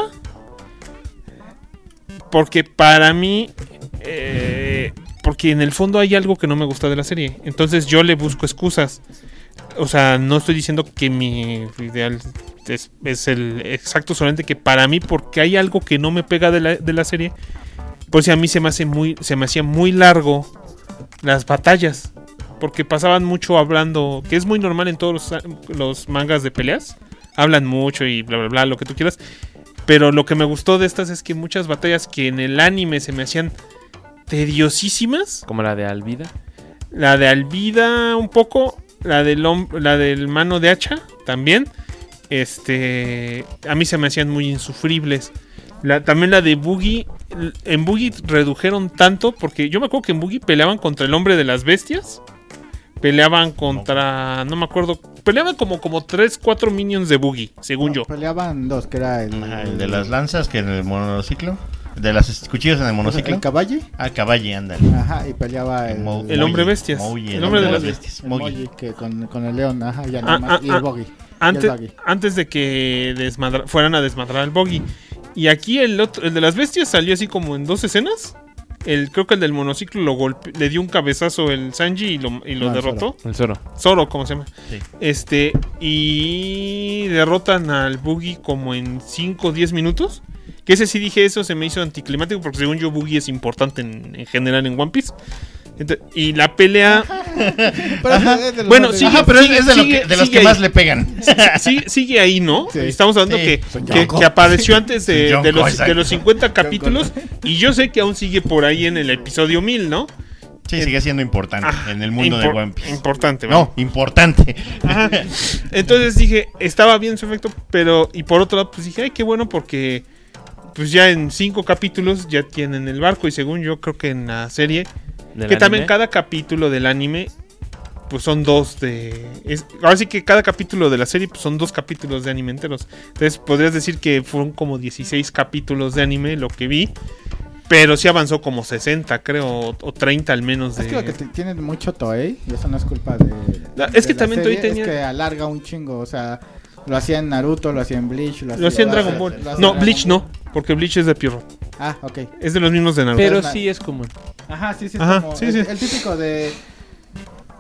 Porque para mí. eh, porque en el fondo hay algo que no me gusta de la serie. Entonces yo le busco excusas. O sea, no estoy diciendo que mi ideal es, es el exacto, solamente que para mí, porque hay algo que no me pega de la, de la serie. Pues a mí se me hace muy, se me hacía muy largo las batallas. Porque pasaban mucho hablando, que es muy normal en todos los, los mangas de peleas. Hablan mucho y bla bla bla, lo que tú quieras. Pero lo que me gustó de estas es que muchas batallas que en el anime se me hacían tediosísimas. Como la de Alvida. La de Alvida un poco. La del, hom- la del mano de hacha también. Este. A mí se me hacían muy insufribles. La, también la de Boogie. l- En Boogie redujeron tanto. Porque yo me acuerdo que en Boogie peleaban contra el hombre de las bestias. Peleaban contra. No me acuerdo. Peleaban como, como tres, cuatro minions de Boogie, según No, yo. Peleaban dos, que era el... Ajá, el de las lanzas que en el monociclo. De las cuchillos en el monociclo. El caballo. Ah, caballo, anda. Ajá, y peleaba el... Mo- El hombre bestias. Mogi, El hombre de las bestias. el Mogi. Mogi, que con, con el león, ajá, ya Ah, nada más. ah, y ah. el Boggy. Antes, Y el Buggy. antes de que desmadra- fueran a desmadrar al Boggy. Y aquí el otro, el de las bestias salió así como en dos escenas. El, creo que el del monociclo lo golpe, le dio un cabezazo el Sanji y lo, y lo No, el derrotó. El Zoro. Zoro, ¿cómo se llama? Sí. Este, y derrotan al Buggy como en cinco o diez minutos. Que ese sí dije, eso se me hizo anticlimático porque según yo Buggy es importante en, en general en One Piece. Ent- y la pelea... Pero Ajá. es de los Bueno, más sigue- Ajá, pero es, sigue- es de, lo sigue- que, de los sigue que más ahí. le pegan. sigue, sigue ahí, ¿no? Sí. Estamos hablando Sí. que, Son que, Yonko. que apareció antes de, Yonko, de los, exacto. de los cincuenta capítulos. Y yo sé que aún sigue por ahí en el episodio mil, ¿no? Sí, sigue siendo importante Ah, en el mundo impor- de One Piece. Importante, ¿verdad? No, importante. Ajá. Entonces dije, estaba bien su efecto, pero... Y por otro lado, pues dije, ay, qué bueno porque... Pues ya en cinco capítulos ya tienen el barco. Y según yo creo que en la serie... ¿Del Que también anime? cada capítulo del anime... Pues son dos de... Es, ahora sí que cada capítulo de la serie pues son dos capítulos de anime enteros. Entonces podrías decir que fueron como dieciséis capítulos de anime lo que vi. Pero sí avanzó como sesenta, creo, o, o treinta al menos de... Es que lo que te- tiene mucho Toei, y eso no es culpa de... La- es de que la también serie, Toei tenía- Es que alarga un chingo, o sea... Lo hacía en Naruto, lo hacía en Bleach, lo hacía, Lo hacía en lo Dragon hace- Ball. lo hace en No, Dragon Bleach Ball. no, porque Bleach es de Pierrot. Ah, ok. Es de los mismos de Naruto. Pero Pero- sí es común. Ajá, sí, sí, es Ajá, como sí, el, sí. el típico de...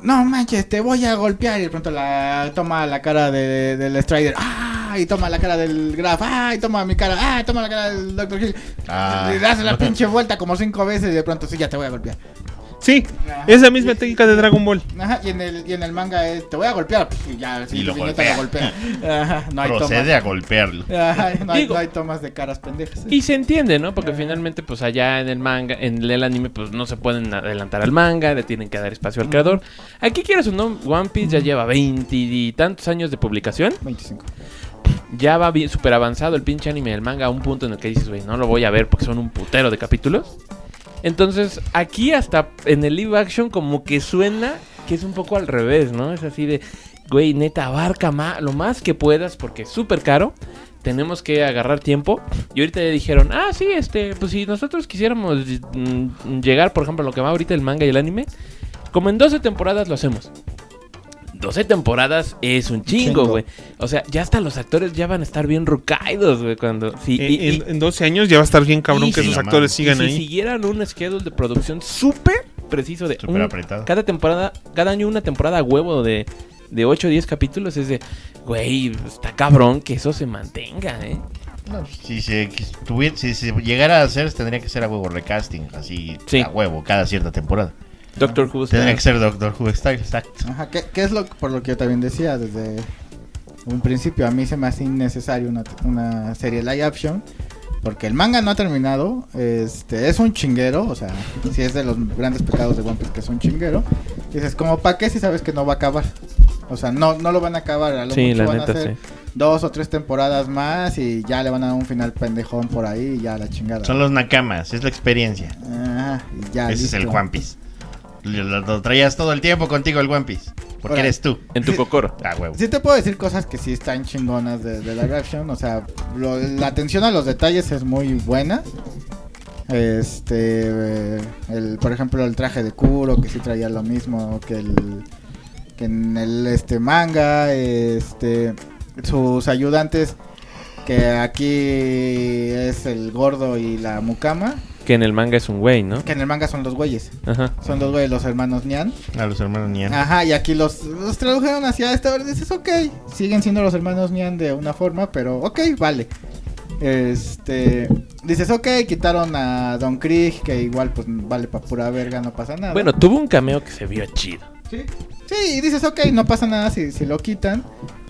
no manches, te voy a golpear. Y de pronto la toma la cara de, del Strider. ¡Ah! Y toma la cara del Graf. ¡Ah! Y toma mi cara. ¡Ah! Y toma la cara del doctor Hill. Ah. Y das la pinche vuelta como cinco veces. Y de pronto sí, ya te voy a golpear. Sí, Ajá. es la misma técnica de Dragon Ball. Ajá, y en el, y en el manga es, te voy a golpear. Y ya, sí, Y lo viñeta golpea. Ajá, no hay Procede tomas. a golpearlo. Ajá, no, hay, Digo- no hay tomas de caras pendejas. Y se entiende, ¿no? Porque Ajá. finalmente, pues allá en el manga, en el anime, pues no se pueden adelantar al manga, le tienen que dar espacio al creador. Aquí quieres o no, One Piece ya lleva veinte y tantos años de publicación. veinticinco. Ya va bien súper avanzado el pinche anime del manga a un punto en el que dices, güey, no lo voy a ver porque son un putero de capítulos. Entonces, aquí hasta en el live action como que suena que es un poco al revés, ¿no? Es así de, güey, neta, abarca ma- lo más que puedas porque es súper caro. Tenemos que agarrar tiempo. Y ahorita ya dijeron, ah, sí, este, pues si nosotros quisiéramos mm, llegar, por ejemplo, a lo que va ahorita el manga y el anime, como en doce temporadas lo hacemos. doce temporadas es un chingo, Chingo. güey. O sea, ya hasta los actores ya van a estar bien rucaídos, güey, cuando... Sí, En, y- y- en- en doce años ya va a estar bien cabrón y que si esos no actores mames. sigan y si ahí. siguieran un schedule de producción súper preciso de Súper un- apretado. cada temporada, cada año una temporada a huevo de, de ocho o diez capítulos, es de, güey, está cabrón que eso se mantenga, ¿eh? No, si se tuviera, si se llegara a hacer, tendría que ser a huevo recasting, así Sí. a huevo, cada cierta temporada. Doctor Who está- Tendría que ser Doctor Who, está exacto. Ajá, ¿qué, qué es lo por lo que yo también decía desde un principio? A mí se me hace innecesario una, una serie live action porque el manga no ha terminado, este es un chinguero, o sea, si es de los grandes pecados de One Piece que es un chinguero. Dices, como para qué si sabes que no va a acabar. O sea, no no lo van a acabar, a lo Sí, mucho la van neta, a hacer sí. dos o tres temporadas más y ya le van a dar un final pendejón por ahí y ya la chingada. Son los nakamas, es la experiencia. Ajá, y ya, Ese es el listo. One Piece. Lo, lo- lo traías todo el tiempo contigo el One Piece. Porque Ahora, eres tú. En tu Sí. cocoro. Ah, huevo. Sí te puedo decir cosas que sí están chingonas de, de live action, o sea, lo- la atención a los detalles es muy buena. Este, eh, el, por ejemplo, el traje de Kuro que sí traía lo mismo que el que en el este manga, este, sus ayudantes que aquí es el gordo y la mucama, Que en el manga es un güey, ¿no? que en el manga son los güeyes, Ajá. son los güeyes, los hermanos Nyan. A los hermanos Nian. Ajá, y aquí los, los tradujeron hacia esta vez. Dices, ok, siguen siendo los hermanos Nyan de una forma, pero ok, vale. Este, dices, ok, quitaron a Don Krieg, que igual pues vale pa' pura verga, no pasa nada. Bueno, tuvo un cameo que se vio chido. sí, sí, y dices, ok, no pasa nada si, si lo quitan.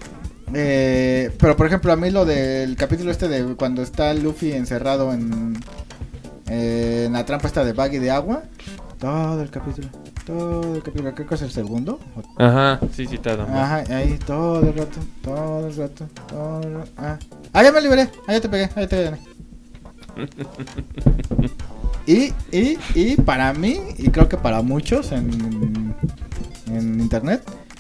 Eh, pero por ejemplo, a mí lo del capítulo este de cuando está Luffy encerrado en, eh, en la trampa esta de Baggy de agua. Todo el capítulo, todo el capítulo, creo que es el segundo. o- Ajá, sí, sí, está. Ajá, ahí todo el rato, todo el rato, todo el rato. Ah, ah ya me liberé, ah, ya te pegué, ah, ya te gané. y, y, y para mí, y creo que para muchos en, en internet,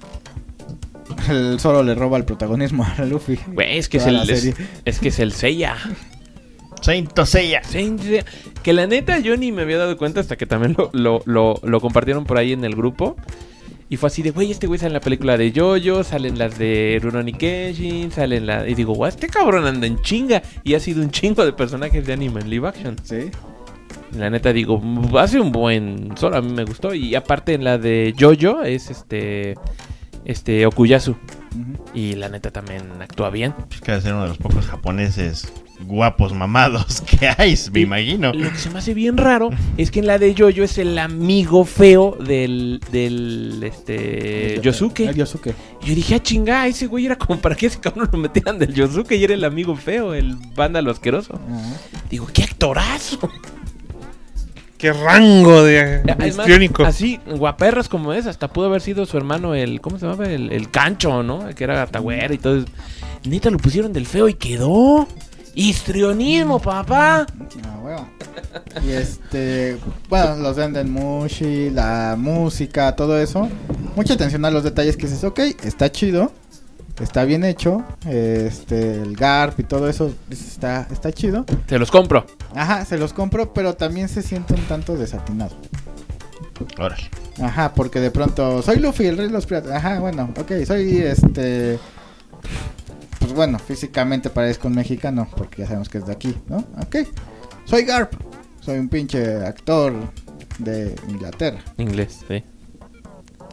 el Zoro le roba el protagonismo a Luffy. Güey, es que es Toda el, la es, serie. es que es el Seiya. Saint Seiya. Seiya. Que la neta yo ni me había dado cuenta hasta que también lo, lo, lo, lo compartieron por ahí en el grupo. Y fue así de, güey, este güey sale en la película de Jojo, salen las de Rurouni Kenshin, salen la... Y digo, güey, este cabrón anda en chinga. Y ha sido un chingo de personajes de anime en live action. Sí. La neta digo, hace un buen solo, a mí me gustó. Y aparte en la de Jojo es este... Este, Okuyasu. Ujú. Y la neta también actúa bien. Pues que debe ser uno de los pocos japoneses guapos mamados que hay, me Y imagino. Lo que se me hace bien raro es que en la de Jojo es el amigo feo del, del este, Yosuke. El Yosuke. Y yo dije, ah, chinga, ese güey era como para que ese cabrón lo metieran del Yosuke y era el amigo feo, el vándalo asqueroso. Ajá. Digo, qué actorazo. Qué rango de Además, histriónico. así, guaperras como es, hasta pudo haber sido su hermano, el, ¿cómo se llamaba? El, el Cancho, ¿no? El que era Tagüera y todo eso. Neta, lo pusieron del feo y quedó. Histrionismo, papá. Ah, huevo. Y este, bueno, los Denden Mushi, la música, todo eso. Mucha atención a los detalles que dices, ok, está chido, está bien hecho, este, el Garp y todo eso, dices, está, está chido. Se los compro. Ajá, se los compro, pero también se siente un tanto desatinado. Órale. Ajá, porque de pronto, soy Luffy, el rey de los piratas. Ajá, bueno, ok, soy este... Pues bueno, físicamente parezco un mexicano, porque ya sabemos que es de aquí, ¿no? Ok, soy Garp, soy un pinche actor de Inglaterra. Inglés, sí.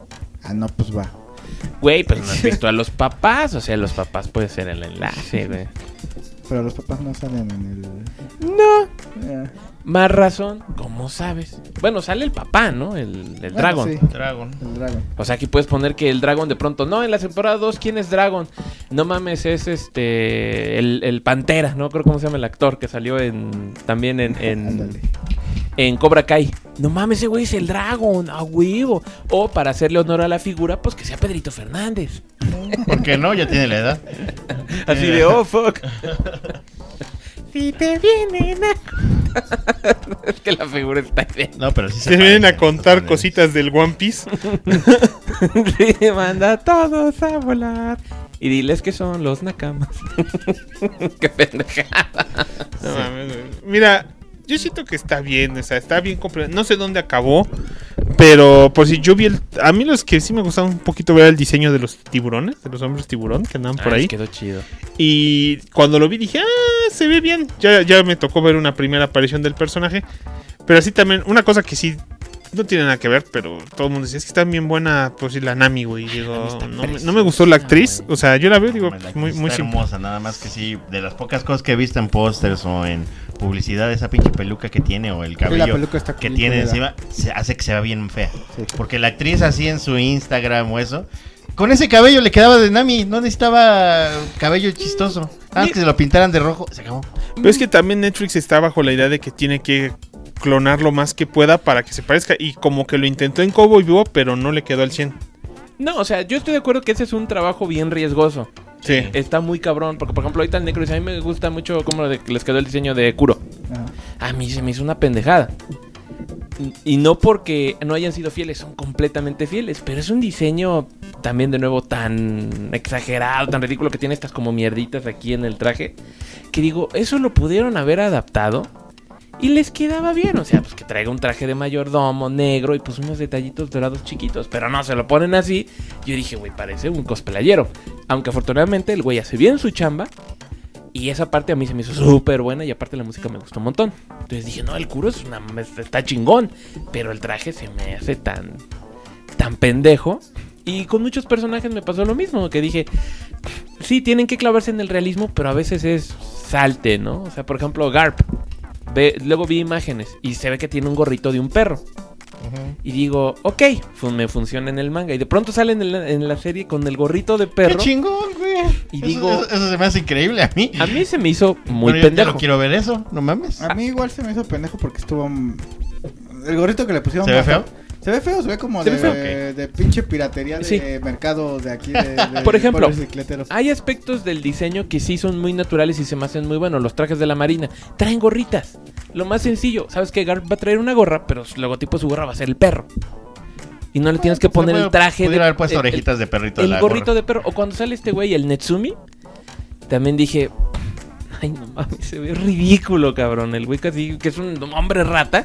Ah, no, pues va. Güey, pues no has visto a los papás. O sea, los papás puede ser el enlace, güey. Pero los papás no salen en el... No. Eh, Más razón, ¿cómo sabes? Bueno, sale el papá, ¿no? El, el bueno, Dragon. sí, Dragon. el Dragon. O sea, aquí puedes poner que el Dragon de pronto... No, en la temporada dos, ¿quién es Dragon? No mames, es este... El, el Pantera, no creo cómo se llama el actor que salió en... También en... en Ándale. En Cobra Kai. No mames, ese güey es el Dragon, a huevo. O para hacerle honor a la figura, pues que sea Pedrito Fernández. ¿Por qué no? Ya tiene la edad. Así de, oh, fuck. Si te vienen a... Es que la figura está bien. No, pero sí se Se vienen a parecen, contar son cositas del One Piece. Sí, manda a todos a volar. Y diles que son los nakamas. Qué pendejada. No mames, güey. Mira, yo siento que está bien, o sea, está bien completo. No sé dónde acabó, pero por si yo vi el... A mí los que sí me gustaba un poquito ver el diseño de los tiburones, de los hombres tiburón que andaban por Ah, ahí. les quedó chido. Y cuando lo vi dije, ah, se ve bien. Ya, ya me tocó ver una primera aparición del personaje. Pero así también, una cosa que sí no tiene nada que ver, pero todo el mundo decía, es que está bien buena, pues sí, la Nami, güey. Digo, no, me- no me gustó la actriz, o sea, yo la veo, digo, La actriz muy, muy está simple. hermosa, nada más que sí, de las pocas cosas que he visto en pósters o en publicidad, esa pinche peluca que tiene o el Sí, cabello la peluca está que bien tiene culera. encima, se hace que se vea bien fea. Sí. Porque la actriz así en su Instagram o eso, con ese cabello le quedaba de Nami, no necesitaba cabello chistoso. Antes que se lo pintaran de rojo, se acabó. Pero es que también Netflix está bajo la idea de que tiene que clonar lo más que pueda para que se parezca. Y como que lo intentó en Cowboy Bebop, pero no le quedó al cien. No, o sea, yo estoy de acuerdo que ese es un trabajo bien riesgoso. Sí. Está muy cabrón, porque por ejemplo ahorita el Necro dice, a mí me gusta mucho cómo le- les quedó el diseño de Kuro. Ajá. A mí se me hizo una pendejada. Y no porque no hayan sido fieles, son completamente fieles. Pero es un diseño también de nuevo tan exagerado, tan ridículo, que tiene estas como mierditas aquí en el traje. Que digo, eso lo pudieron haber adaptado y les quedaba bien. O sea, pues que traiga un traje de mayordomo negro y pues unos detallitos dorados chiquitos. Pero no, se lo ponen así. Yo dije, güey, parece un cosplayero. Aunque afortunadamente el güey hace bien su chamba. Y esa parte a mí se me hizo súper buena y aparte la música me gustó un montón. Entonces dije, no, el Kuro es una, está chingón, pero el traje se me hace tan, tan pendejo. Y con muchos personajes me pasó lo mismo, que dije, sí, tienen que clavarse en el realismo, pero a veces es salte, ¿no? O sea, por ejemplo, Garp. Ve, luego vi imágenes y se ve que tiene un gorrito de un perro. Y digo, ok, fun- me funciona en el manga. Y de pronto sale en, el- en la serie con el gorrito de perro. ¡Qué chingón, güey! Y Eso- digo- eso, eso se me hace increíble a mí. A mí se me hizo muy Bueno, yo ya pendejo. no quiero ver eso, no mames. A mí igual se me hizo pendejo porque estuvo... mm, El gorrito que le pusieron... ¿Se ve bajo- feo? Se ve feo, se ve como Se de, ve feo. de, de pinche piratería de Sí. mercado de aquí de, de Por ejemplo, pueblos bicicleteros. Hay aspectos del diseño que sí son muy naturales y se me hacen muy buenos. Los trajes de la marina traen gorritas. Lo más sencillo, sabes que Garp va a traer una gorra, pero el logotipo de su gorra va a ser el perro. Y no le tienes que poner el traje Pudiera de haber puesto el- orejitas de perrito de el la gorrito gorra. de perro. O cuando sale este güey, el Netsumi, también dije, ay no mames, se ve ridículo, cabrón. El güey casi que es un hombre rata.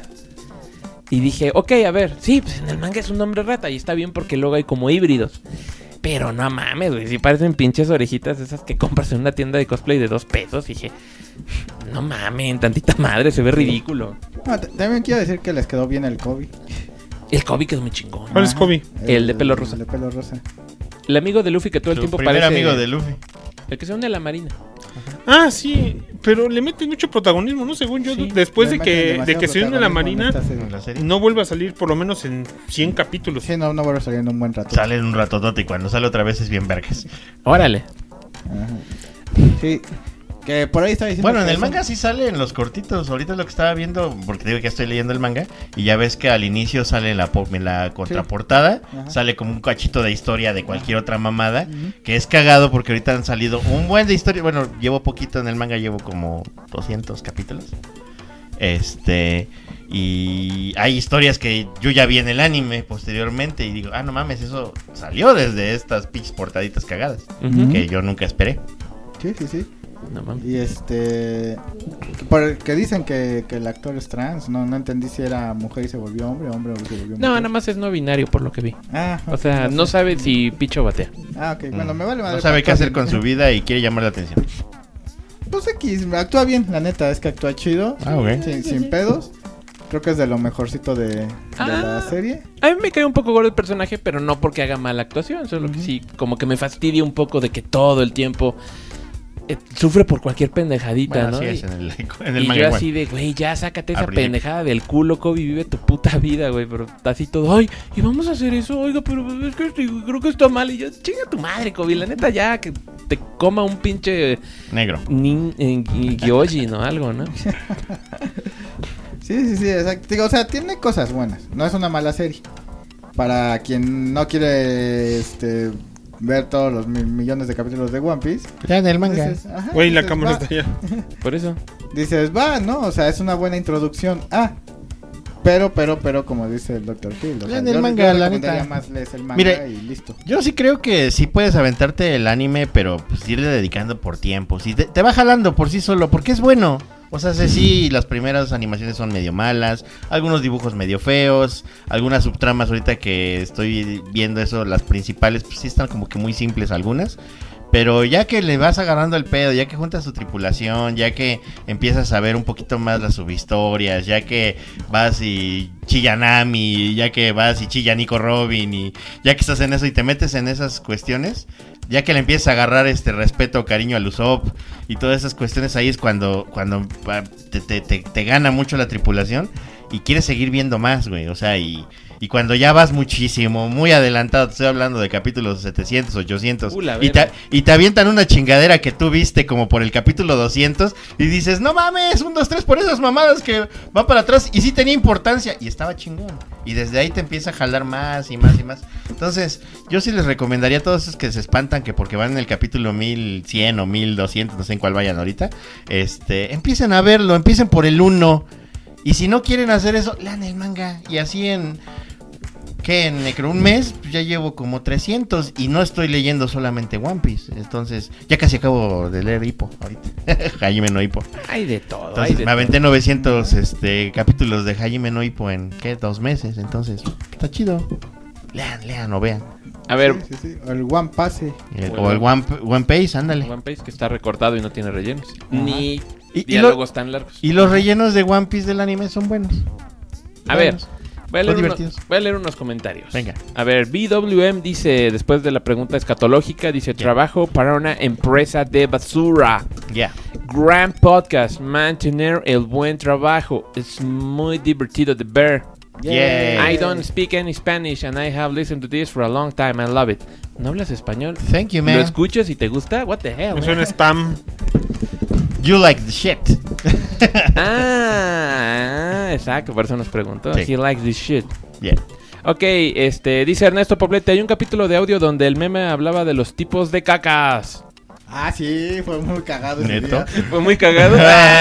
Y dije, ok, a ver, sí, pues en el manga es un hombre rata y está bien porque luego hay como híbridos. Pero no mames, güey, si parecen pinches orejitas esas que compras en una tienda de cosplay de dos pesos. Dije, no mames, tantita madre, se ve ridículo. Ah, t- también quiero decir que les quedó bien el Kobe. El Kobe quedó muy chingón. ¿Cuál es Ajá. Kobe? El de pelo rosa. El de pelo rosa. El amigo de Luffy que todo el Su tiempo primer parece... amigo de Luffy. El que se une a la marina. Ah, sí, pero le meten mucho protagonismo, ¿no? Según yo, Sí, después Le de meten que, de demasiado que se une a la protagonismo en marina, esta serie. En la serie. no vuelve a salir por lo menos en cien capítulos. Sí, no, no vuelve a salir en un buen rato. Sale en un ratotote y cuando sale otra vez es bien vergas. Órale. Ajá. Sí. Que por ahí está diciendo. Bueno, en que el es manga un- sí sale en los cortitos. Ahorita es lo que estaba viendo, porque te digo que estoy leyendo el manga. Y ya ves que al inicio sale en la, po- en la contraportada, Ajá. sale como un cachito de historia de cualquier otra mamada. Ujú. Que es cagado porque ahorita han salido un buen de historia. Bueno, llevo poquito en el manga, llevo como doscientos capítulos. Este. Y hay historias que yo ya vi en el anime posteriormente. Y digo, ah, no mames, eso salió desde estas pinches portaditas cagadas. Ujú. Que yo nunca esperé. Sí, sí, sí. No mames. Y este. Por, que dicen que, que el actor es trans. No, no entendí si era mujer y se volvió hombre, hombre o se volvió mujer. No, nada más es no binario por lo que vi. Ah, O sea, no sé. sabe si picho o batea. Ah, ok. Bueno, me vale madre. No sabe qué actúa hacer bien. con su vida y quiere llamar la atención. Pues X, actúa bien, la neta, es que actúa chido. Ah, ok. Sin, sin pedos. Creo que es de lo mejorcito de, de Ah. la serie. A mí me cae un poco gordo el personaje, pero no porque haga mala actuación, solo que Ujú. sí, como que me fastidia un poco de que todo el tiempo eh, sufre por cualquier pendejadita, Bueno, ¿no? así Y- es en el, en el y manga yo igual. así de, güey, ya sácate esa Al principio. pendejada del culo, Kobe, vive tu puta vida, güey. Pero así todo, ay, y vamos a hacer eso, oiga, pero es que sí, creo que está mal. Y yo, chinga tu madre, Kobe, la neta ya, que te coma un pinche Negro. nin, eh, gui- gyoji, ¿no? Algo, ¿no? Sí, sí, sí, exacto. Digo, o sea, tiene cosas buenas. No es una mala serie. Para quien no quiere este, ver todos los mil millones de capítulos de One Piece. Ya en el manga. Dices, ajá, Güey, la dices, cámara va. está allá. Por eso. Dices, va, ¿no? O sea, es una buena introducción. Ah, pero, pero, pero, como dice el doctor Phil. O sea, Lean el yo, manga, yo la recomendaría neta. más lees el manga Mire, y listo. Yo sí creo que sí puedes aventarte el anime, pero pues irle dedicando por tiempo. Si te, te va jalando por sí solo, porque es bueno. O sea, sí, sí, las primeras animaciones son medio malas, algunos dibujos medio feos, algunas subtramas ahorita que estoy viendo eso, las principales, pues sí están como que muy simples algunas. Pero ya que le vas agarrando el pedo, ya que juntas tu tripulación, ya que empiezas a ver un poquito más las subhistorias, ya que vas y chilla Nami, ya que vas y chilla Nico Robin, y ya que estás en eso y te metes en esas cuestiones, ya que le empiezas a agarrar este respeto, cariño al Usopp y todas esas cuestiones, ahí es cuando, cuando va, te, te, te, te gana mucho la tripulación y quieres seguir viendo más, güey, o sea, y... Y cuando ya vas muchísimo, muy adelantado, te estoy hablando de capítulos setecientos, ochocientos, Uh, la y, te, verga. y te avientan una chingadera que tú viste como por el capítulo doscientos, y dices, no mames, un, dos, tres por esas mamadas que van para atrás, y sí tenía importancia, y estaba chingón. Y desde ahí te empieza a jalar más y más y más. Entonces, yo sí les recomendaría a todos esos que se espantan que porque van en el capítulo mil cien o mil doscientos, no sé en cuál vayan ahorita, este, empiecen a verlo, empiecen por el uno. Y si no quieren hacer eso, lean el manga. Y así en... ¿Qué? En necro, un mes pues ya llevo como trescientos. Y no estoy leyendo solamente One Piece. Entonces, ya casi acabo de leer Hippo ahorita. Hajime no Ippo. Hay de todo, hay Entonces, de me aventé todo. novecientos este, capítulos de Hajime no Ippo en, ¿qué? Dos meses. Entonces, está chido. Lean, lean o vean. A ver, Sí, sí, sí. O el One Pase. El- Bueno. o el One, One Piece, ándale. One Piece que está recortado y no tiene rellenos. Ajá. Ni Y, y, lo- diálogos tan largos. y los rellenos de One Piece del anime son buenos. A ver, Buenos. voy a, leer Son uno- divertidos. voy a leer unos comentarios. Venga. A ver, B W M dice, después de la pregunta escatológica, dice, Ya. trabajo para una empresa de basura. Ya. Gran podcast, mantener el buen trabajo. Es muy divertido de ver. Yeah. I don't speak any Spanish and I have listened to this for a long time. I love it. ¿No hablas español? Thank you, ¿Lo man. escuchas y te gusta? What the hell? Me man? suena spam. You like the shit. Ah, ah, exacto, por eso nos preguntó. Sí. He likes this shit. Yeah. Ok, este, dice Ernesto Poblete, hay un capítulo de audio donde el meme hablaba de los tipos de cacas. Ah, sí, fue muy cagado ese ¿Neto? día. Fue muy cagado.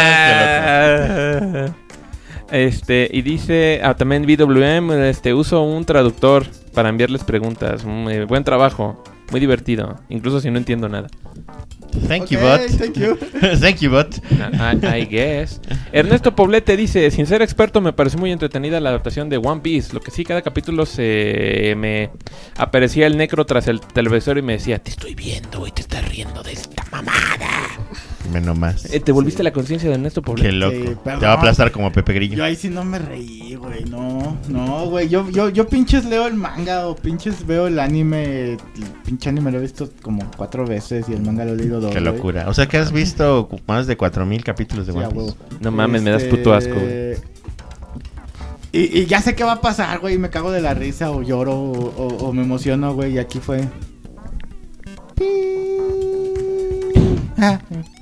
Ah, Este, y dice ah, también B W M, este, uso un traductor para enviarles preguntas. Muy buen trabajo, muy divertido, incluso si no entiendo nada. Thank you, Ok, bot. Thank you. Thank you, bot. I, I guess. Ernesto Poblete dice, sin ser experto me pareció muy entretenida la adaptación de One Piece. Lo que sí, cada capítulo se me aparecía el necro tras el televisor y me decía, te estoy viendo y te estás riendo de esta mamada. Menos más. Eh, ¿Te volviste la conciencia de Ernesto Poblete? Qué loco. Sí, perdón. Te va a aplastar como Pepe Grillo. Yo ahí sí no me reí, güey. No, no, güey. Yo, yo, yo pinches leo el manga o pinches veo el anime. El pinche anime lo he visto como cuatro veces y el manga lo he leído dos. Qué güey. locura. O sea que has visto cu- más de cuatro mil capítulos de Sí, One a Piece. huevo. No mames, me das Este, puto asco, güey. Y, y ya sé qué va a pasar, güey. Y me cago de la risa o lloro o, o- o me emociono, güey. Y aquí fue. Ah,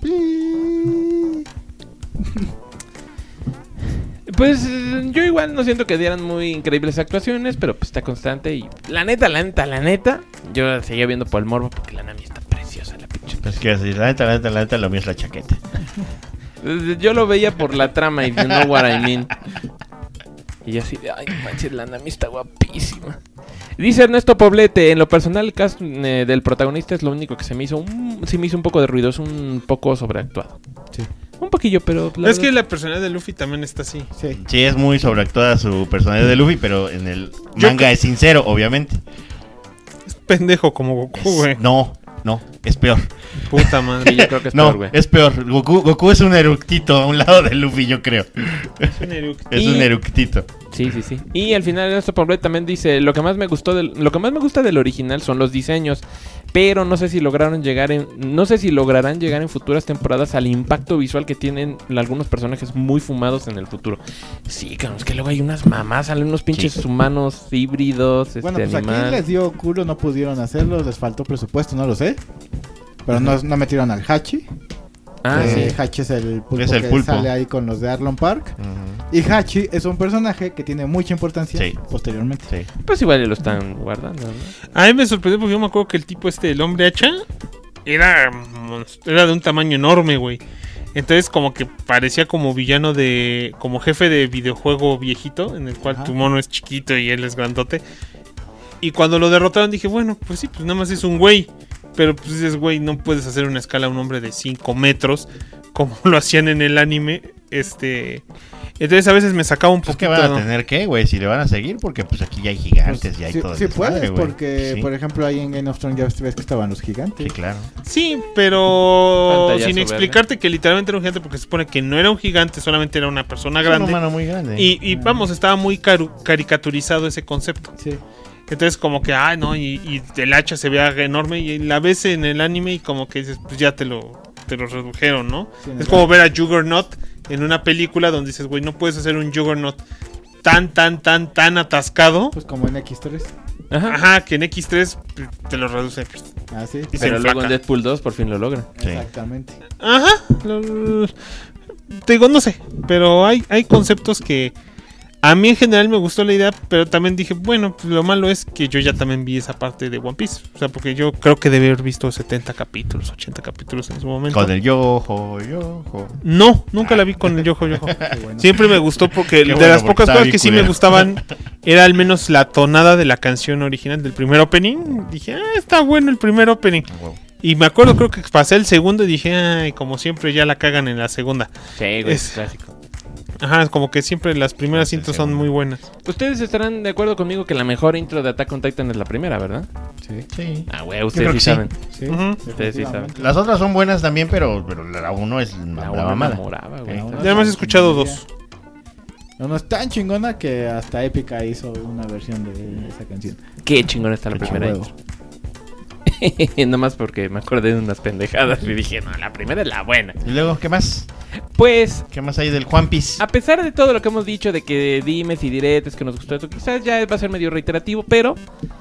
Pues eh, yo igual no siento que dieran muy increíbles actuaciones, pero pues está constante y la neta, la neta, la neta, yo seguía viendo por el morbo porque la Nami está preciosa, la pinche. Pues que así, la neta, la neta, la neta, lo mío es la chaqueta. Eh, Yo lo veía por la trama, if you know what I mean. Y yo así de, ay, manches, la Nami está guapísima. Dice Ernesto Poblete, en lo personal el cast eh, del protagonista es lo único que se me hizo un, sí me hizo un poco de ruido, es un poco sobreactuado. Sí. Un poquillo, pero... la Es que verdad- la personalidad de Luffy también está así. Sí. Sí, es muy sobreactuada su personalidad de Luffy, pero en el Yo manga cre- es sincero, obviamente. Es pendejo como Goku, güey. Es- no, no. es peor. Puta madre. Sí, yo creo que es No, peor, güey. es peor. Goku, Goku es un eructito a un lado de Luffy, yo creo. Es un eructo. Es Y- un eructito. Sí, sí, sí. Y al final esto por Blade también dice, lo que más me gustó del, lo que más me gusta del original son los diseños, pero no sé si lograron llegar en, no sé si lograrán llegar en futuras temporadas al impacto visual que tienen algunos personajes muy fumados en el futuro. Sí, cabrón, es que luego hay unas mamás, salen unos pinches Sí. humanos híbridos, este Bueno, pues animal. aquí les dio culo, no pudieron hacerlo, les faltó presupuesto, no lo sé. Pero no, no metieron al Hachi. Ah, Eh, sí. Hachi es el pulpo Es el que pulpo. sale ahí con los de Arlon Park. Ujú. Y Hachi es un personaje que tiene mucha importancia Sí. posteriormente. Sí. Pues igual ya lo están guardando, ¿no? A mí me sorprendió porque yo me acuerdo que el tipo este, el hombre hacha, era, monst- era de un tamaño enorme, güey. Entonces como que parecía como villano de... como jefe de videojuego viejito, en el cual Ajá. tu mono es chiquito y él es grandote. Y cuando lo derrotaron dije, bueno, pues sí, pues nada más es un güey. Pero pues dices, güey, no puedes hacer una escala a un hombre de cinco metros como lo hacían en el anime. Este... Entonces a veces me sacaba un Pues que poquito... van a tener que, güey, si le van a seguir, porque pues aquí ya hay gigantes, Pues, ya hay sí, todo. sí el desmadre, puedes, güey. porque Sí. por ejemplo ahí en Game of Thrones ya ves que estaban los gigantes. Sí, claro. Sí, pero Pantallazo sin verde. explicarte que literalmente era un gigante porque se supone que no era un gigante, solamente era una persona Es un grande. humano muy grande. Y, y vamos, estaba muy caru- caricaturizado ese concepto. Sí. Entonces como que, ay, no, y, y el hacha se vea enorme y la ves en el anime y como que dices, pues ya te lo, te lo redujeron, ¿no? Sí, en Es el- como ver a Juggernaut en una película donde dices, güey, no puedes hacer un Juggernaut tan, tan, tan, tan atascado. Pues como en X tres. Ajá. Ajá, que en equis tres pues, te lo reduce. pues, Ah, sí. y se Pero luego en enflaca. Deadpool dos por fin lo logra. Sí. Exactamente. Ajá. lo- lo- te digo, no sé. Pero hay, hay conceptos que a mí en general me gustó la idea. Pero también dije, bueno, pues lo malo es que yo ya también vi esa parte de One Piece. O sea, porque yo creo que debe haber visto setenta capítulos, ochenta capítulos en su momento. Con el yojo, yojo. No, nunca la vi con el Yojo Yojo. Qué bueno. Siempre me gustó porque Qué de bueno, las porque pocas estaba cosas bien que sí culero. me gustaban era al menos la tonada de la canción original del primer opening. Dije, ah, está bueno el primer opening. Ah, huevo. Y me acuerdo, creo que pasé el segundo y dije, ay, como siempre ya la cagan en la segunda. Sí, güey, Es- clásico. Ajá, como que siempre las primeras Sí, intros sí, son bueno. muy buenas. Ustedes estarán de acuerdo conmigo que la mejor intro de Attack on Titan es la primera, ¿verdad? Sí. Sí. Ah, güey, creo ustedes que sí sí. saben. Sí. Ujú. Ustedes sí efectivamente. Las otras son buenas también, pero, pero la uno es la, La la una mamada. enamoraba, güey. Sí. La una Ya más he es escuchado chingonería. dos. No, no es tan chingona que hasta Epica hizo una versión de esa canción. Qué chingón está la Qué primera Huevo. intro. Nomás porque me acordé de unas pendejadas y dije, no, la primera es la buena. Y luego, ¿qué más? Pues, ¿Qué más hay del One Piece? a pesar de todo lo que hemos dicho de que dimes y diretes que nos gustó esto, quizás ya va a ser medio reiterativo, pero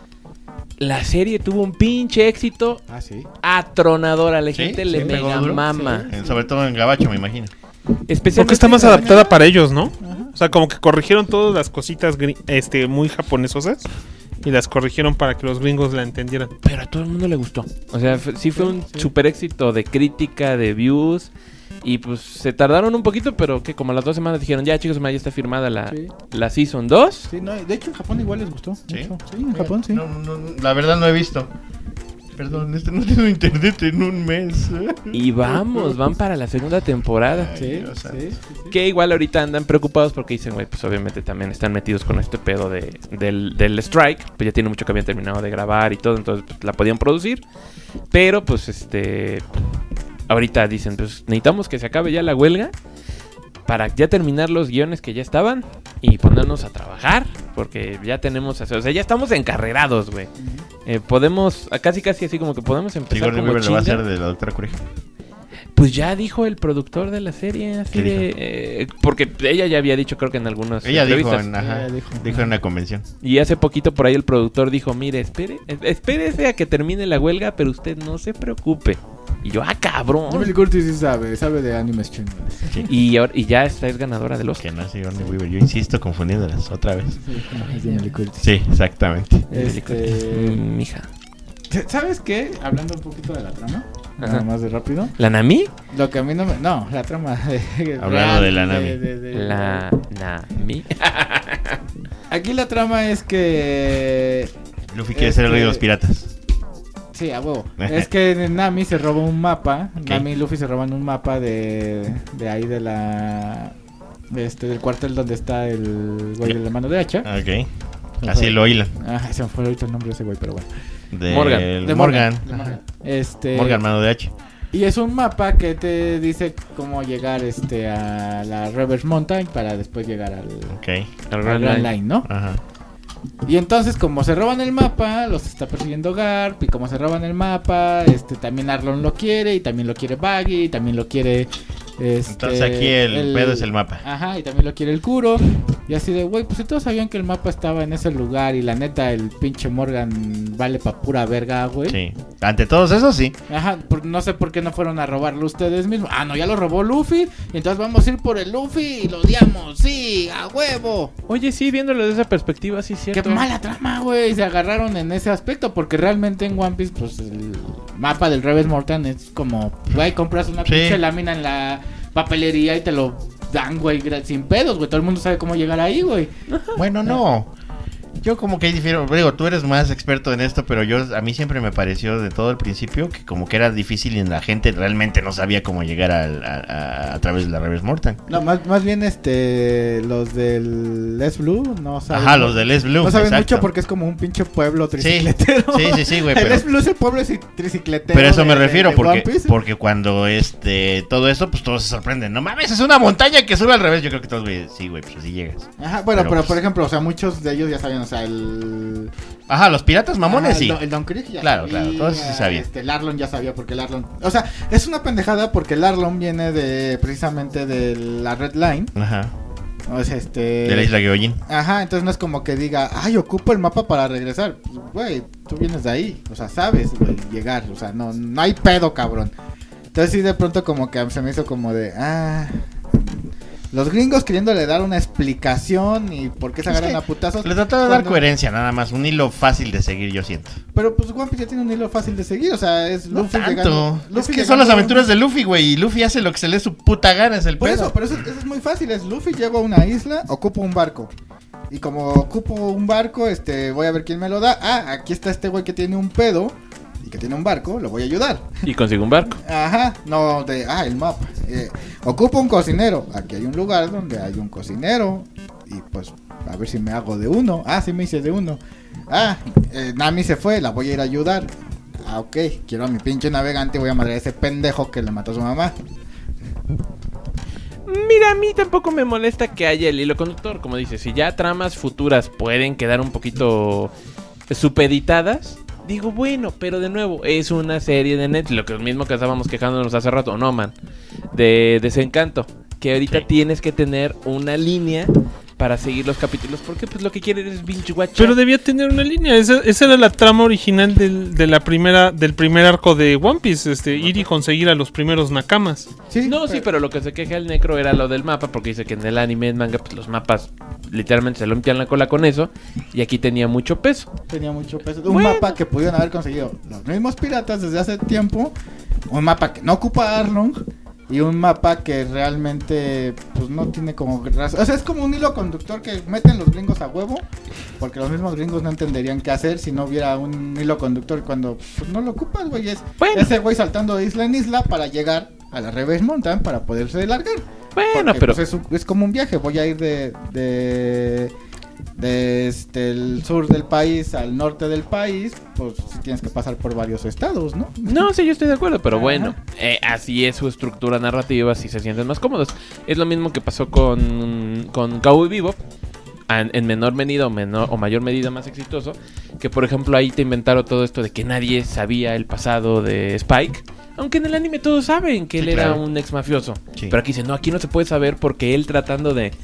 la serie tuvo un pinche éxito Ah, sí. atronador. A la Sí, gente sí, le pegó mega duro. mama. Eh, Sobre todo en Gabacho, me imagino. Especialmente Porque está más en la adaptada mañana. para ellos, ¿no? Ajá. O sea, como que corrigieron todas las cositas gri- este, muy japonesosas y las corrigieron para que los gringos la entendieran. Pero a todo el mundo le gustó. O sea, f- sí fue un Sí. super éxito de crítica, de views. Y pues se tardaron un poquito, pero que como a las dos semanas dijeron, ya chicos, ya está firmada la, Sí. la Season dos. Sí, no, de hecho en Japón igual les gustó. ¿Sí? mucho. Sí, en Japón sí. No, no, no, la verdad no he visto. Perdón, este no tengo internet en un mes. Y vamos, van para la segunda temporada. Ay, Sí, Dios sí, santo. sí, sí. Que igual ahorita andan preocupados porque dicen, güey, pues obviamente también están metidos con este pedo de, del, del strike. Pues ya tiene mucho que habían terminado de grabar y todo, entonces pues, la podían producir. Pero pues este... Ahorita dicen, pues necesitamos que se acabe ya la huelga para ya terminar los guiones que ya estaban y ponernos a trabajar, porque ya tenemos, o sea, ya estamos encarrerados, güey. Eh, podemos, a casi casi así como que podemos empezar Sigourney como Weaver lo va a chinga. hacer de la doctora Coneja. Pues ya dijo el productor de la serie, así ¿Qué de... eh, porque ella ya había dicho, creo que en algunas Ella dijo entrevistas. en, ajá, Ella dijo. dijo en una convención. Y hace poquito por ahí el productor dijo, mire, espere, es- espérese a que termine la huelga, pero usted no se preocupe. Y yo, ah, cabrón. Jamie Lee Curtis sí sabe, sabe de animes chingones. Sí. Y, ahora, y ya esta es ganadora de los... Que no es Sigourney Weaver. Yo insisto confundiéndolas otra vez. Sí, es Jamie Lee Curtis. Sí, exactamente. Este, Mm, mija. ¿Sabes qué? Hablando un poquito de la trama, nada Ajá. más de rápido. ¿La Nami? Lo que a mí no me... No, la trama de... Hablando de la Nami. de- de- La Nami. Aquí la trama es que... Luffy quiere ser el rey de los Este- piratas. Sí, a huevo. Es que Nami se roba un mapa. Ok. Nami y Luffy se roban un mapa de, de ahí de la... de este, del cuartel donde está el güey de la mano derecha. Ok. Así lo hilan. Ah, se me fue ahorita el nombre de ese güey, pero bueno. de Morgan. de Morgan. Morgan. Morgan, Este, Morgan mano de H. Y es un mapa que te dice cómo llegar este a la Reverse Mountain para después llegar al, Ok. Al al Grand Grand Line. Line, ¿no? Ajá. Y entonces como se roban el mapa, los está persiguiendo Garp, y como se roban el mapa, este también Arlon lo quiere, y también lo quiere Baggy, y también lo quiere este, Entonces aquí el, pedo es el mapa. Ajá, y también lo quiere el Kuro. Y así de, güey, pues si todos sabían que el mapa estaba en ese lugar, y la neta el pinche Morgan vale pa' pura verga, güey. Sí. Ante todos esos, sí. Ajá, por- no sé por qué no fueron a robarlo ustedes mismos. Ah, no, ya lo robó Luffy, y entonces vamos a ir por el Luffy y lo odiamos, sí, a huevo. Oye, sí, viéndolo desde esa perspectiva, sí, Qué cierto. mala trama, güey. Se agarraron en ese aspecto. Porque realmente en One Piece, pues el mapa del Reverse Morton es como, güey, compras una Sí. pinche lámina en la papelería y te lo dan, güey, gra- sin pedos, güey. Todo el mundo sabe cómo llegar ahí, güey. Bueno, no. Yo como que ahí difiero, digo, tú eres más experto en esto, pero yo a mí siempre me pareció de todo el principio que como que era difícil y la gente realmente no sabía cómo llegar al- a, a- a través de la Reverse Morton. No, más, más bien, este, los del Les Blue no saben. Ajá, los del Les Blue. No saben exacto. mucho porque es como un pinche pueblo Sí, tricicletero. sí, sí, sí, güey, El pero, Les Blue es el pueblo ci- tricicletero. pero a eso de- me de- refiero, de porque, One Piece. porque cuando este todo eso, pues todos se sorprenden. No mames, es una montaña que sube al revés. Yo creo que todos, güey, sí, güey, pues así llegas. Ajá, bueno, pero, pero, pues- por ejemplo, o sea, muchos de ellos ya sabían, o sea, el... Ajá, los piratas mamones, Ajá, sí. El, Don- el Don Krieg ya Claro, sabía, claro, todos sí sabían. Este, el Arlon ya sabía porque el Arlon... O sea, es una pendejada porque el Arlon viene de precisamente de la Red Line. Ajá, O sea, este... de la isla Gyojin. Ajá, entonces no es como que diga, ay, ocupo el mapa para regresar. Pues, güey, tú vienes de ahí. O sea, sabes, güey, llegar. O sea, no, no hay pedo, cabrón. Entonces sí, de pronto como que se me hizo como de, ah... Los gringos queriéndole dar una explicación y por qué se Es agarran que a putazos. Le trató de dar cuando- coherencia, nada más. Un hilo fácil de seguir, yo siento. Pero pues One Piece ya tiene un hilo fácil de seguir, o sea, es No Luffy tanto. llegando... Es Luffy que son las llegando- aventuras de Luffy, güey. Y Luffy hace lo que se le dé su puta gana, es el Por pedo. eso, pero eso, eso es muy fácil, es Luffy llegó a una isla, ocupo un barco. Y como ocupo un barco, este, voy a ver quién me lo da. Ah, aquí está este güey que tiene un pedo y que tiene un barco, lo voy a ayudar. Y consigo un barco. Ajá, no de, ah, el mapa. Eh, ocupo un cocinero, aquí hay un lugar donde hay un cocinero. Y pues, a ver si me hago de uno. Ah, sí me hice de uno. Ah, eh, Nami se fue, la voy a ir a ayudar. Ah, ok, quiero a mi pinche navegante y voy a madrear a ese pendejo que le mató a su mamá. Mira, a mí tampoco me molesta que haya el hilo conductor. Como dices, si ya tramas futuras pueden quedar un poquito supeditadas, digo, bueno, pero de nuevo, es una serie de Netflix. Lo que mismo que estábamos quejándonos hace rato, no, man, de Desencanto. Que ahorita Sí. tienes que tener una línea para seguir los capítulos, porque pues lo que quieres es binge watch. Pero debía tener una línea. Esa, esa era la trama original del, de la primera, del primer arco de One Piece. Este, ir y conseguir a los primeros nakamas. Sí, No, sí, pero lo que se queja el Necro era lo del mapa, porque dice que en el anime, en manga, pues los mapas literalmente se limpian la cola con eso, y aquí tenía mucho peso. tenía mucho peso. Un Bueno. mapa que pudieron haber conseguido los mismos piratas desde hace tiempo. Un mapa que no ocupa Arlong. Y un mapa que realmente pues no tiene como razón. O sea, es como un hilo conductor que meten los gringos a huevo. Porque los mismos gringos no entenderían qué hacer si no hubiera un hilo conductor cuando pues, no lo ocupas, güey. Es Bueno. ese güey saltando de isla en isla para llegar a la Reverse Mountain para poderse largar. Bueno, Porque, pero pues, es, un- es como un viaje. Voy a ir de, de, de este, el sur del país al norte del país. Pues si tienes que pasar por varios estados, ¿no? no, sí, yo estoy de acuerdo, pero Ajá. bueno, eh, así es su estructura narrativa, así se sienten más cómodos. Es lo mismo que pasó con, con Cowboy Bebop, en, en menor medida o, menor, o mayor medida más exitoso, que por ejemplo ahí te inventaron todo esto de que nadie sabía el pasado de Spike. Aunque en el anime todos saben que Sí, él era claro. un ex mafioso. Sí. Pero aquí dicen, no, aquí no se puede saber porque él tratando de,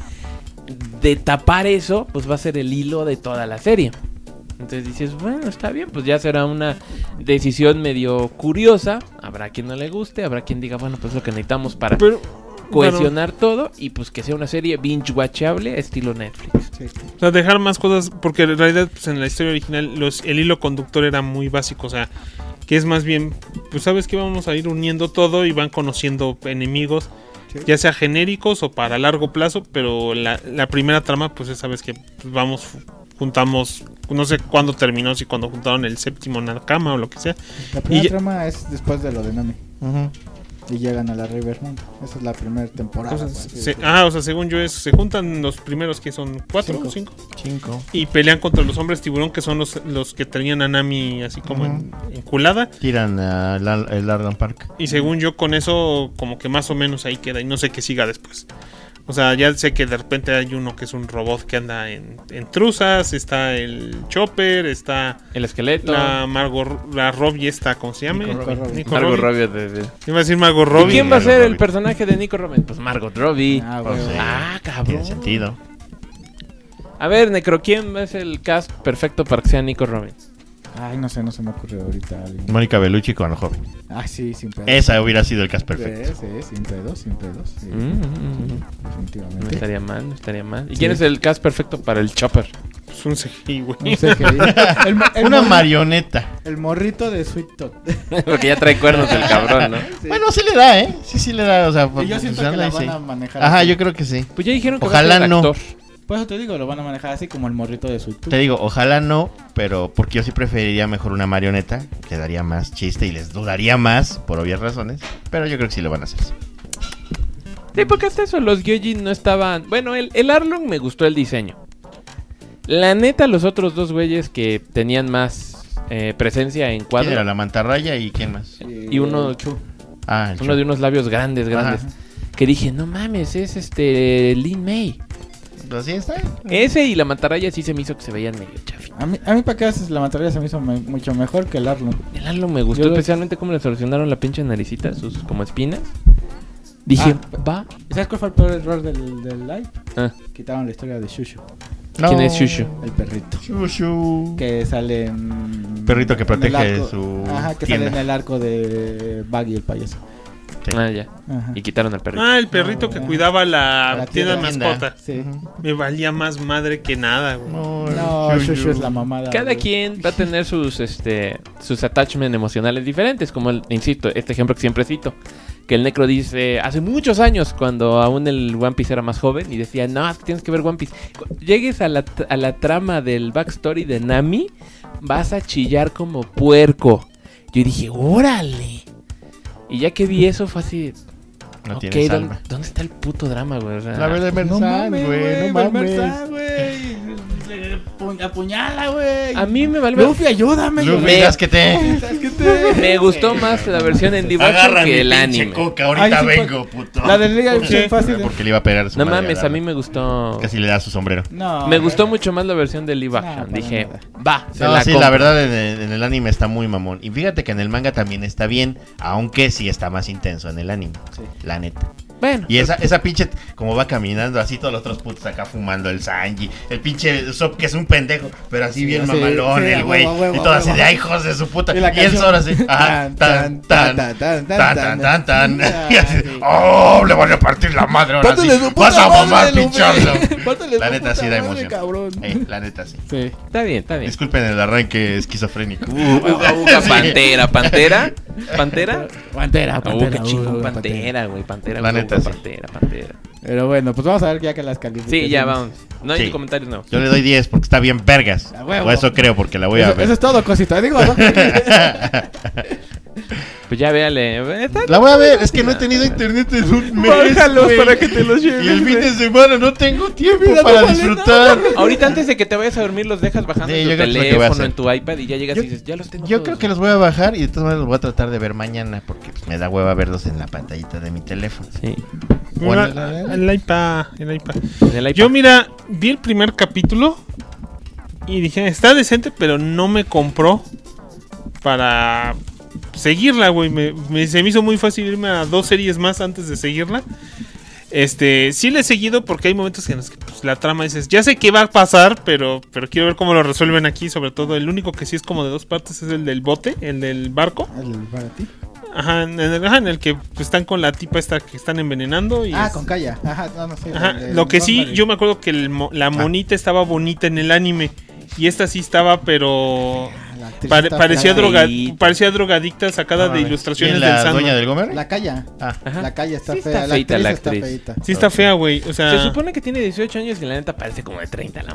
de tapar eso, pues va a ser el hilo de toda la serie. Entonces dices, bueno, está bien, pues ya será una decisión medio curiosa. Habrá quien no le guste, habrá quien diga, bueno, pues lo que necesitamos para Pero, cohesionar todo y pues que sea una serie binge watchable estilo Netflix. Sí. o sea, dejar más cosas, porque en realidad pues, en la historia original los, el hilo conductor era muy básico, o sea, que es más bien, pues sabes que vamos a ir uniendo todo y van conociendo enemigos, Sí. ya sea genéricos o para largo plazo, pero la, la primera trama, pues esa vez que pues, vamos, juntamos, no sé cuándo terminó, si cuando juntaron el séptimo Nakama o lo que sea. La primera Y ya- trama es después de lo de Nami. Ujú. y llegan a la River Moon. Esa es la primera temporada. O sea, por así se- decirlo. ah, o sea, según yo, es, se juntan los primeros que son cuatro o cinco. Cinco. Y pelean contra los hombres tiburón, que son los, los que tenían a Nami así como en, enculada. Tiran a la- el Arden Park. Y según yo, con eso, como que más o menos ahí queda. Y no sé qué siga después. O sea, ya sé que de repente hay uno que es un robot que anda en, en truzas. Está el Chopper. Está El esqueleto. la Margot, la Robbie esta, ¿cómo se llama? Nico Robbie. Nico Margot Robbie. Robbie. de- de- Iba a decir Margot ¿Y Robbie. quién va a ser Margot el Robbie. personaje de Nico Robbie? Pues Margot Robbie. Ah, Pues, güey. sí. Ah, cabrón. Tiene sentido. A ver, Necro, ¿quién es el cast perfecto para que sea Nico Robbins? Ay, no sé, no se me ocurrió ahorita alguien. Mónica Bellucci con joven. Ah, sí, sin pedos. Esa hubiera sido el cast perfecto. Sí, sí, sin pedos, sin pedos. Sí, Mm, mm, mm. No definitivamente. estaría mal, no estaría mal. ¿Y Sí. quién es el cast perfecto para el Chopper? Es un C G I, güey. Un C G I. El, mo- el Una morri- marioneta. El morrito de Sweet Tot. Porque ya trae cuernos el cabrón, ¿no? Sí. Bueno, sí le da, ¿eh? Sí, sí le da. O sea, Y yo siento que anda la ahí, van sí. a manejar Ajá, así. yo creo que sí. Pues ya dijeron que Ojalá va a ser no. actor. Por eso te digo, lo van a manejar así como el morrito de Sweet Tot. Te digo, ojalá no, pero porque yo sí preferiría mejor una marioneta, que daría más chiste y les dudaría más, por obvias razones, pero yo creo que sí lo van a hacer. Sí, porque hasta eso los Gyojin no estaban... Bueno, el, el Arlong me gustó el diseño. La neta, los otros dos güeyes que tenían más eh, presencia en ¿Quién cuadro... era? La mantarraya y quién más. Y uno- Chu. Ah, el Uno de Chu. unos labios grandes, grandes. Ajá. Que dije, no mames, es este Lin May. Así está. Ese y la mantarraya sí se me hizo que se veían medio chafi. A mí, a mí para qué haces la materia se me hizo me- mucho mejor que el Arlong. El Arlong me gustó, Yo lo- especialmente cómo le solucionaron la pinche naricita, sus como espinas. Dije, Ah, va. ¿Sabes cuál fue el peor error del, del live? Ah, Quitaron la historia de Shushu, ¿Quién es Shushu? el perrito. Shushu. Que sale en... Perrito que en el protege arco- su Ajá, que tienda. sale en el arco de Baggy el payaso. Sí. ah, ya. Ajá. Y quitaron al perrito. Ah, el perrito que No, cuidaba la, la tienda de tienda. mascota. Sí. Ujú. Me valía más madre que nada, güey. No, Shushu es la mamada. Cada güey. quien va a tener sus este sus attachments emocionales diferentes, como el, insisto, este ejemplo que siempre cito, que el Necro dice hace muchos años cuando aún el One Piece era más joven y decía, "No, es que tienes que ver One Piece." Cu- Llegues a la, t- a la trama del backstory de Nami, vas a chillar como puerco. Yo dije, "Órale." Y ya que vi eso fue así, No ok, tiene ¿dónde, alma. dónde está el puto drama, güey? O sea, La verdad, No Mersan, mames, güey, güey. no mames. Mersan, güey. Le pu- Apuñala, güey. a mí me vale. Luffy, ayúdame. Luffy, güey. ¿sásquete? Sásquete. Me gustó más la versión en live action Agarra que mi el pinche anime. coca, ahorita Ay, sí, vengo, puto. La de Liga ¿Por qué? es fácil. de- Porque le iba a pegar a su No madre, mames, a agarra. mí me gustó. Casi le da su sombrero. No. Me gustó güey. mucho más la versión de live No, action. para Dije, nada. va, se No, la sí, compro. la verdad en el, en el anime está muy mamón. Y fíjate que en el manga también está bien, aunque sí está más intenso en el anime. Sí. La neta. Bueno, Y esa, esa pinche, como va caminando así, todos los otros putos acá fumando el Sanji. El pinche Usopp que es un pendejo, pero así Sí, bien sí, mamalón, sí, el a güey. huevo, a huevo, Y todo a así huevo. de, ay, hijos de su puta. Y Y, la él canción. solo así, ajá, tan, tan, tan, tan, tan, tan. Y así, oh, le van a partir la madre ahora sí. Pártale su puta Vas a mamar, madre, Luffy. pincharlo. Pártale La su neta puta sí da madre, emoción. cabrón. Eh, la neta sí. Sí. está bien, está bien. Disculpen el arranque esquizofrénico. Uga, uga, Sí. pantera, pantera, pantera. Pantera, Oh, pantera. qué chingón, uh, pantera, güey, pantera. La uga, neta, uga, sí. Pantera, pantera. Pero bueno, pues vamos a ver ya que las calificaciones. Sí, ya vamos. No hay Sí. comentarios nuevos. Yo le doy diez porque está bien vergas. A huevo. O eso creo porque la voy a Eso, ver. eso es todo, cosita. Digo, ¿no? Pues ya véale. Está- La voy a ver, es que no he tenido internet en un mes. Bájalos güey. para que te los lleves, Y el fin güey. de semana no tengo tiempo Mira, no para vale disfrutar. Ahorita antes de que te vayas a dormir los dejas bajando Sí, en yo tu creo que es lo que voy a teléfono, hacer. en tu iPad y ya llegas Yo- y dices, ya los tengo Yo todos. creo que los voy a bajar y de todas maneras los voy a tratar de ver mañana porque pues, me da hueva verlos en la pantallita de mi teléfono. Sí. Bueno, Mira, el iPad, el iPad. En el iPad. Yo, mira, vi el primer capítulo y dije, está decente, pero no me compró para seguirla, güey. Me, me- se me hizo muy fácil irme a dos series más antes de seguirla. Este, sí le he seguido porque hay momentos en los que pues, la trama dices, ya sé qué va a pasar, pero, pero quiero ver cómo lo resuelven aquí. Sobre todo, el único que sí es como de dos partes es el del bote, el del barco. El para ti. Ajá, en el, ajá, en el que pues, están con la tipa esta que están envenenando. Y Ah, es- con Kaya. Ajá, no, no sé. Ajá, el- el- lo que sí, Montgomery. yo me acuerdo que el mo- la monita estaba bonita en el anime. Y esta sí estaba, pero La actriz pare- está parecía, fea. droga, feíta. parecía drogadicta sacada No de mames. ilustraciones ¿Quién, del la Sandman. dueña del Gomer? La Kaya. Ah, Ajá. La Kaya está Sí fea. está la feita actriz la está actriz. feita. Sí está fea, güey. O sea, Se supone que tiene dieciocho años y la neta parece como de treinta la morra.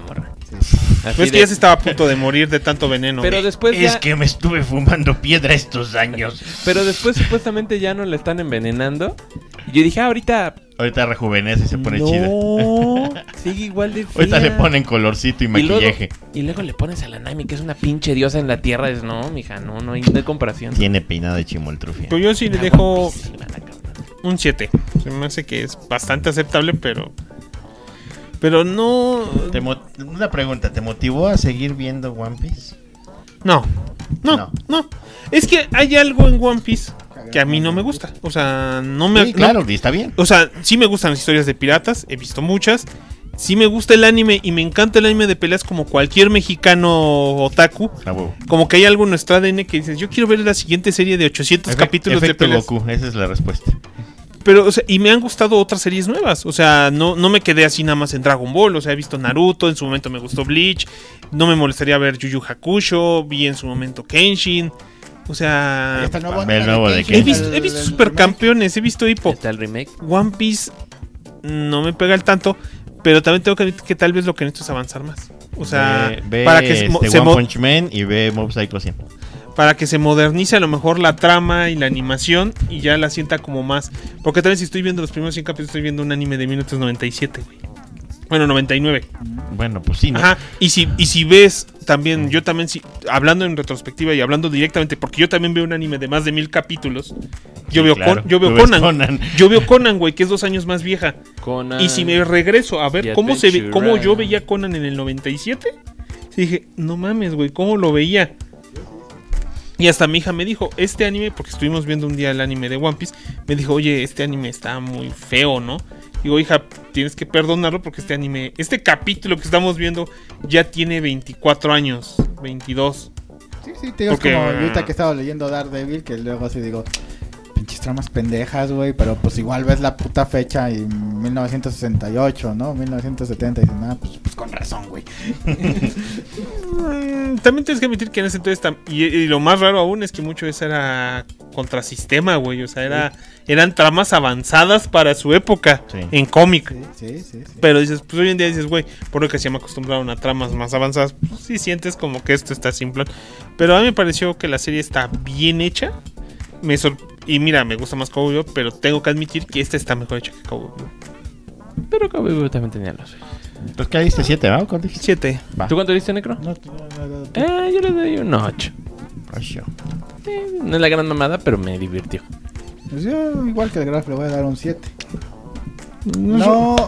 Así Ves que de- ya se estaba a punto de morir de tanto veneno. Pero güey. después Es ya, que me estuve fumando piedra estos años. pero después supuestamente ya no le están envenenando. Y yo dije, ah, ahorita Ahorita rejuvenece y se pone no, chida. sigue igual de fea. Ahorita le ponen colorcito y Y luego, maquillaje. y luego le pones a la Nami, que es una pinche diosa en la tierra. Es no, mija, no, no hay, no hay comparación. Tiene peinado de chimoltrufia. Pero yo sí le Está dejo guapísima la cabrona. un siete. Se me hace que es bastante aceptable, pero... Pero no... Te mo- Una pregunta, ¿te motivó a seguir viendo One Piece? No, no, No. no. Es que hay algo en One Piece que a mí no me gusta. O sea, no me... Sí, no- claro, y está bien. O sea, sí me gustan las historias de piratas, he visto muchas. Sí me gusta el anime y me encanta el anime de peleas como cualquier mexicano otaku. A huevo. Como que hay algo en nuestro A D N que dices, yo quiero ver la siguiente serie de ochocientos Efe- capítulos de efecto peleas. Goku, esa es la respuesta. Pero, o sea, y me han gustado otras series nuevas. O sea, no, no me quedé así nada más en Dragon Ball. O sea, he visto Naruto, en su momento me gustó Bleach. No me molestaría ver Yu Yu Hakusho. Vi en su momento Kenshin. O sea, Ahí está el nuevo El anime nuevo de he Kenshin. visto, he el- visto el supercampeones, he visto Hippo. Está el remake. One Piece no me pega el tanto. Pero también tengo que admitir que tal vez lo que necesito es avanzar más. O sea, ve, ve para que se, mo- este se One mo- Punch Man y ve Mob Psycho cien. para que se modernice a lo mejor la trama y la animación y ya la sienta como más. Porque también si estoy viendo los primeros cien capítulos estoy viendo un anime de mil novecientos noventa y siete, güey. Bueno, noventa y nueve. Bueno, pues sí, ¿no? Ajá. Y si y si ves también yo también si hablando en retrospectiva y hablando directamente porque yo también veo un anime de más de mil capítulos. Yo Sí, veo claro. Con- yo veo Tú ves Conan. Conan. Yo veo Conan, güey, que es dos años más vieja. Conan. Y si me regreso a ver The cómo se ve, Adventure cómo yo Island. veía Conan en el noventa y siete, sí dije, no mames, güey, cómo lo veía. Y hasta mi hija me dijo, este anime, porque estuvimos viendo un día el anime de One Piece, me dijo, oye, este anime está muy feo, ¿no? Digo, hija, tienes que perdonarlo porque este anime, este capítulo que estamos viendo ya tiene veinticuatro años, veintidós. Sí, sí, te digo, es Porque- como ahorita que estaba leyendo Daredevil, que luego así digo, pinches tramas pendejas, güey, pero pues igual ves la puta fecha y mil novecientos sesenta y ocho, ¿no? mil novecientos setenta y dices, nada, pues, pues con razón, güey. Mm, también tienes que admitir que en ese entonces tam- y, y lo más raro aún es que mucho de eso era contrasistema, güey, o sea, era eran tramas avanzadas para su época Sí. en cómic. Sí, sí, sí. sí. Pero dices, pues hoy en día dices, güey, por lo que se me acostumbraron a tramas más avanzadas, pues sí sientes como que esto está simple. Pero a mí me pareció que la serie está bien hecha. Me sor- y mira, me gusta más Cowboy Bebop, pero tengo que admitir que esta está mejor hecha que Cowboy Bebop. Pero Cowboy Bebop también tenía los suyos. Entonces, ¿qué diste? ¿Siete, va? ¿Cuánto dijiste? Siete. Va. ¿Tú cuánto diste, Necro? No, no, no, no, Eh, yo le doy un ocho. Ocho. Eh, no es la gran mamada, pero me divirtió. pues yo, igual que el Graf, le voy a dar un siete. No,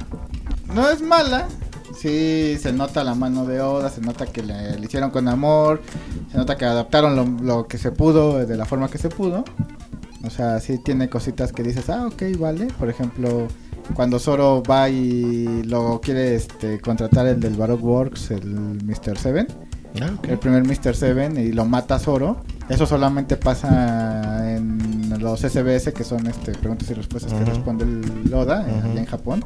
no es mala. Sí, se nota la mano de Oda, se nota que le, le hicieron con amor, se nota que adaptaron lo, lo que se pudo de la forma que se pudo. O sea, sí tiene cositas que dices, ah, ok, vale. Por ejemplo, cuando Zoro va y lo quiere este, contratar el del Baroque Works, el mister Seven, Ah, ok. el primer mister Seven, y lo mata Zoro. Eso solamente pasa en los S B S, que son este, preguntas y respuestas que Ujú. responde el Oda, eh, Ujú. allá en Japón.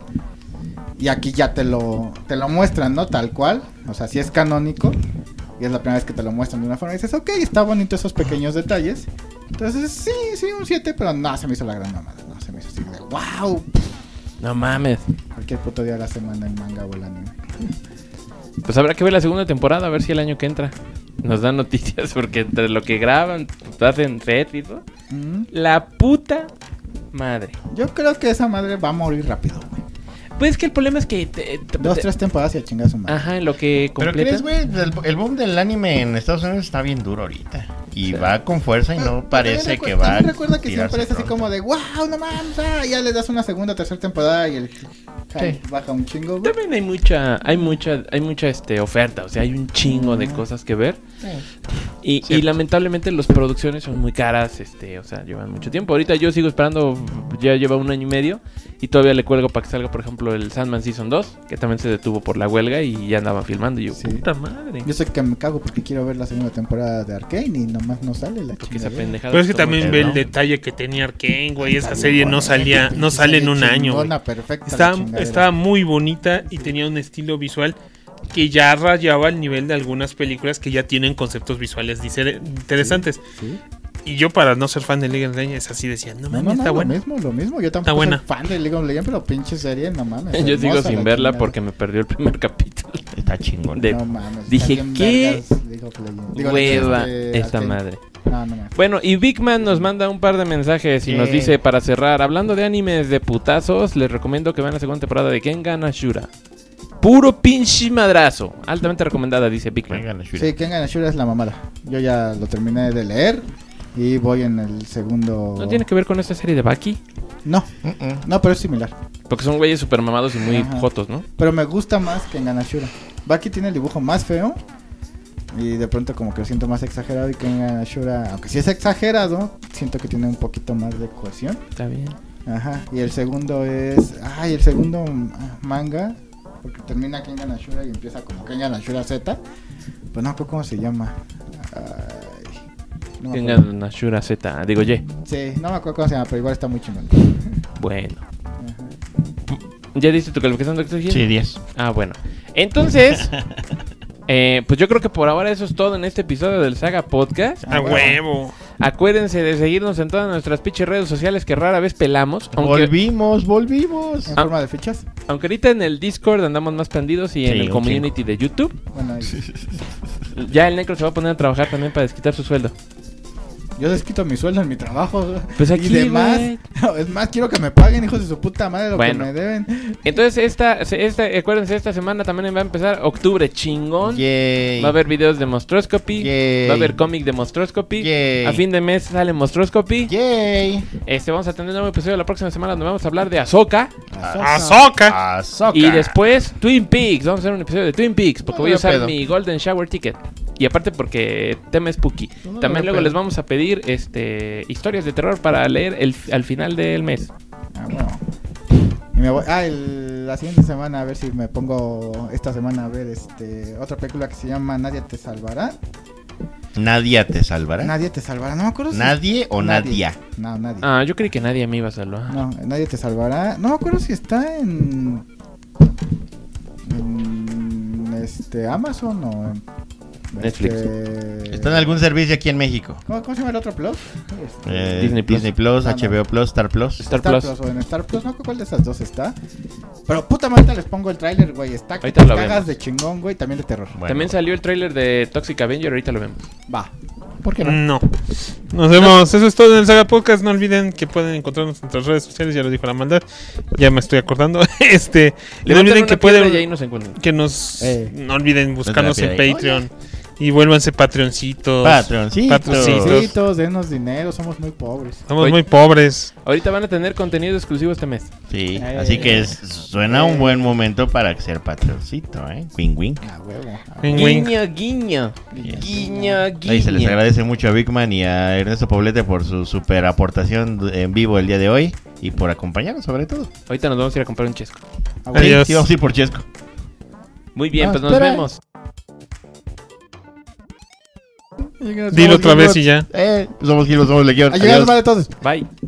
Y aquí ya te lo, te lo muestran, ¿no? Tal cual. O sea, sí es canónico. Y es la primera vez que te lo muestran de una forma. Y dices, ok, está bonito esos pequeños detalles. Entonces, sí, sí, un siete, pero no, se me hizo la gran mamada. No, se me hizo así de, wow. No mames. Cualquier puto día de la semana el manga o el anime. Pues habrá que ver la segunda temporada, a ver si el año que entra nos dan noticias, porque entre lo que graban, hacen set y todo. Mm, La puta madre. Yo creo que esa madre va a morir rápido, güey. Pues es que el problema es que... te- te- Dos, te- tres temporadas y a chingar a su madre. Ajá, en lo que ¿Pero completa. crees, güey? El, el boom del anime en Estados Unidos está bien duro ahorita. Y Sí. va con fuerza y Pero- no pero parece también que recu- va también a recuerda que tirarse siempre es así pronto. como de, wow, no mames, ah, ya le das una segunda, tercera temporada y el hype baja un chingo, güey. También hay mucha, hay mucha, hay mucha este oferta, o sea, hay un chingo de Mm. cosas que ver. Y, y Cierto. lamentablemente las producciones son muy caras, este, o sea, llevan mucho tiempo. Ahorita yo sigo esperando, ya lleva un año y medio, y todavía le cuelgo para que salga, por ejemplo, el Sandman Season dos, que también se detuvo por la huelga y ya andaban filmando. Y yo, Sí. puta madre. Yo sé que me cago porque quiero ver la segunda temporada de Arcane y nomás no sale la Porque esa chingadera. pendejada. Pero es que toma también el ve el ¿no? detalle que tenía Arkane, güey. Esa Está serie bien no bonita, salía, pinche no sale en serie un año, güey. chingona, perfecta la Estaba, chingadera. estaba muy bonita y tenía un estilo visual que ya rayaba el nivel de algunas películas que ya tienen conceptos visuales dice- interesantes. Sí. Y yo, para no ser fan de League of Legends, así decía, no No, mames, no, no, está lo buena. mismo, lo mismo. Yo tampoco buena. soy fan de League of Legends, pero pinche serie, no mames. Yo sigo hermosa sin la verla chingadera. porque me perdió el primer capítulo. Está Está chingón. De No mames. dije, está bien ¿qué vergas, League of Legends. Digo, hueva este, esta Arcane. madre. No, no mames. Bueno, y Big Man nos manda un par de mensajes y nos Yeah. dice para cerrar, hablando de animes de putazos, les recomiendo que vean la segunda temporada de Kengan Ashura. Puro pinche madrazo. Altamente recomendada, dice Big Man. Venga, la Shura. Sí, Kengan Ashura es la mamada. Yo ya lo terminé de leer y voy en el segundo. ¿No tiene que ver con esta serie de Baki? No, Mm-mm. no, pero es similar. Porque son güeyes super mamados y muy Ajá. jotos, ¿no? Pero me gusta más Kengan Ashura. Baki tiene el dibujo más feo y de pronto como que lo siento más exagerado y Kengan Ashura, aunque sí es exagerado, siento que tiene un poquito más de cohesión. Está bien. Ajá, y el segundo es... Ay, el segundo ah, manga, porque termina Kengan Ashura y empieza como Kengan Ashura Z. Pues no me acuerdo cómo se llama. Ay, no me acuerdo. Kengan Ashura Z, digo ye. Sí, no me acuerdo cómo se llama, pero igual está muy chingón. Bueno. Ajá. ¿Ya diste tu calificación, doctor Gil? Sí, diez. Ah, bueno. Entonces, eh, pues yo creo que por ahora eso es todo en este episodio del Saga Podcast. A huevo. Acuérdense de seguirnos en todas nuestras pinches redes sociales que rara vez pelamos. Aunque, Volvimos, volvimos. En Ah. forma de fichas. aunque ahorita en el Discord andamos más prendidos y en Sí, el un community de YouTube. Bueno, y- Ya el Necro se va a poner a trabajar también para desquitar su sueldo. yo les quito mi sueldo en mi trabajo. Pues aquí, y demás. güey. No, es más, quiero que me paguen, hijos de su puta madre, lo Bueno. que me deben. Entonces, esta, esta, acuérdense, esta semana también va a empezar octubre chingón. Yay. Va a haber videos de Monstroscopy. Yay. Va a haber cómic de Monstroscopy. Yay. A fin de mes sale Monstroscopy. Yay. Este, vamos a tener un nuevo episodio la próxima semana donde vamos a hablar de Ahsoka. Ahsoka. Ahsoka. Y después Twin Peaks. Vamos a hacer un episodio de Twin Peaks porque No voy a me usar pedo. mi Golden Shower Ticket. Y aparte porque tema spooky. No me También luego pedo. les vamos a pedir este historias de terror para leer el, al final del mes. Ah, bueno. Y me voy, ah, el- la siguiente semana a ver si me pongo esta semana a ver este otra película que se llama Nadie te salvará. Nadie te salvará. Nadie te salvará, no me acuerdo si... ¿Nadie o Nadia? No, nadie. Ah, yo creí que nadie me iba a salvar. No, Nadie te salvará. No me acuerdo si está en, en este Amazon o en Netflix. este- ¿Está en algún servicio aquí en México? ¿Cómo, cómo se llama el otro Plus? Este, Eh, Disney Plus. Disney Plus, Ah, no. H B O Plus, Star Plus. Star Star Plus. Plus. O en Star Plus, no sé cuál de esas dos está. Pero puta madre, les pongo el tráiler, güey. Está que Ahorita te lo cagas vemos. de chingón, güey. También de terror. Bueno. También salió el tráiler de Toxic Avenger, ahorita lo vemos. Va. ¿Por qué no? No. Nos vemos. Eso es todo en el Saga Podcast. No olviden que pueden encontrarnos en nuestras redes sociales. Ya lo dijo la maldad. Ya me estoy acordando. Este. Le No olviden una que piedra pueden. y ahí nos encuentran. Que nos. Eh. No olviden buscarnos en Pues la Patreon. Y vuélvanse Patreoncitos. Patroncitos. Patroncitos. Patrocitos, denos dinero, somos muy pobres. Somos Oye. muy pobres. Ahorita van a tener contenido exclusivo este mes. Sí, Eh. así que es- suena un buen momento para ser patroncito, ¿eh? Wing wing. A huevo. a Wing, huevo. wing. Guiño, guiño. Guiño, Ahí se les guiño. agradece mucho a Bigman y a Ernesto Poblete por su super aportación en vivo el día de hoy y por acompañarnos sobre todo. Ahorita nos vamos a ir a comprar un chesco. A huevo. Adiós. Sí, vamos a ir por Chesco. Muy bien, No, pues nos espera. vemos. Dilo otra vez y ya. Eh, somos Gilbert, somos Legión. A llegar, Adiós. vale todos. Bye.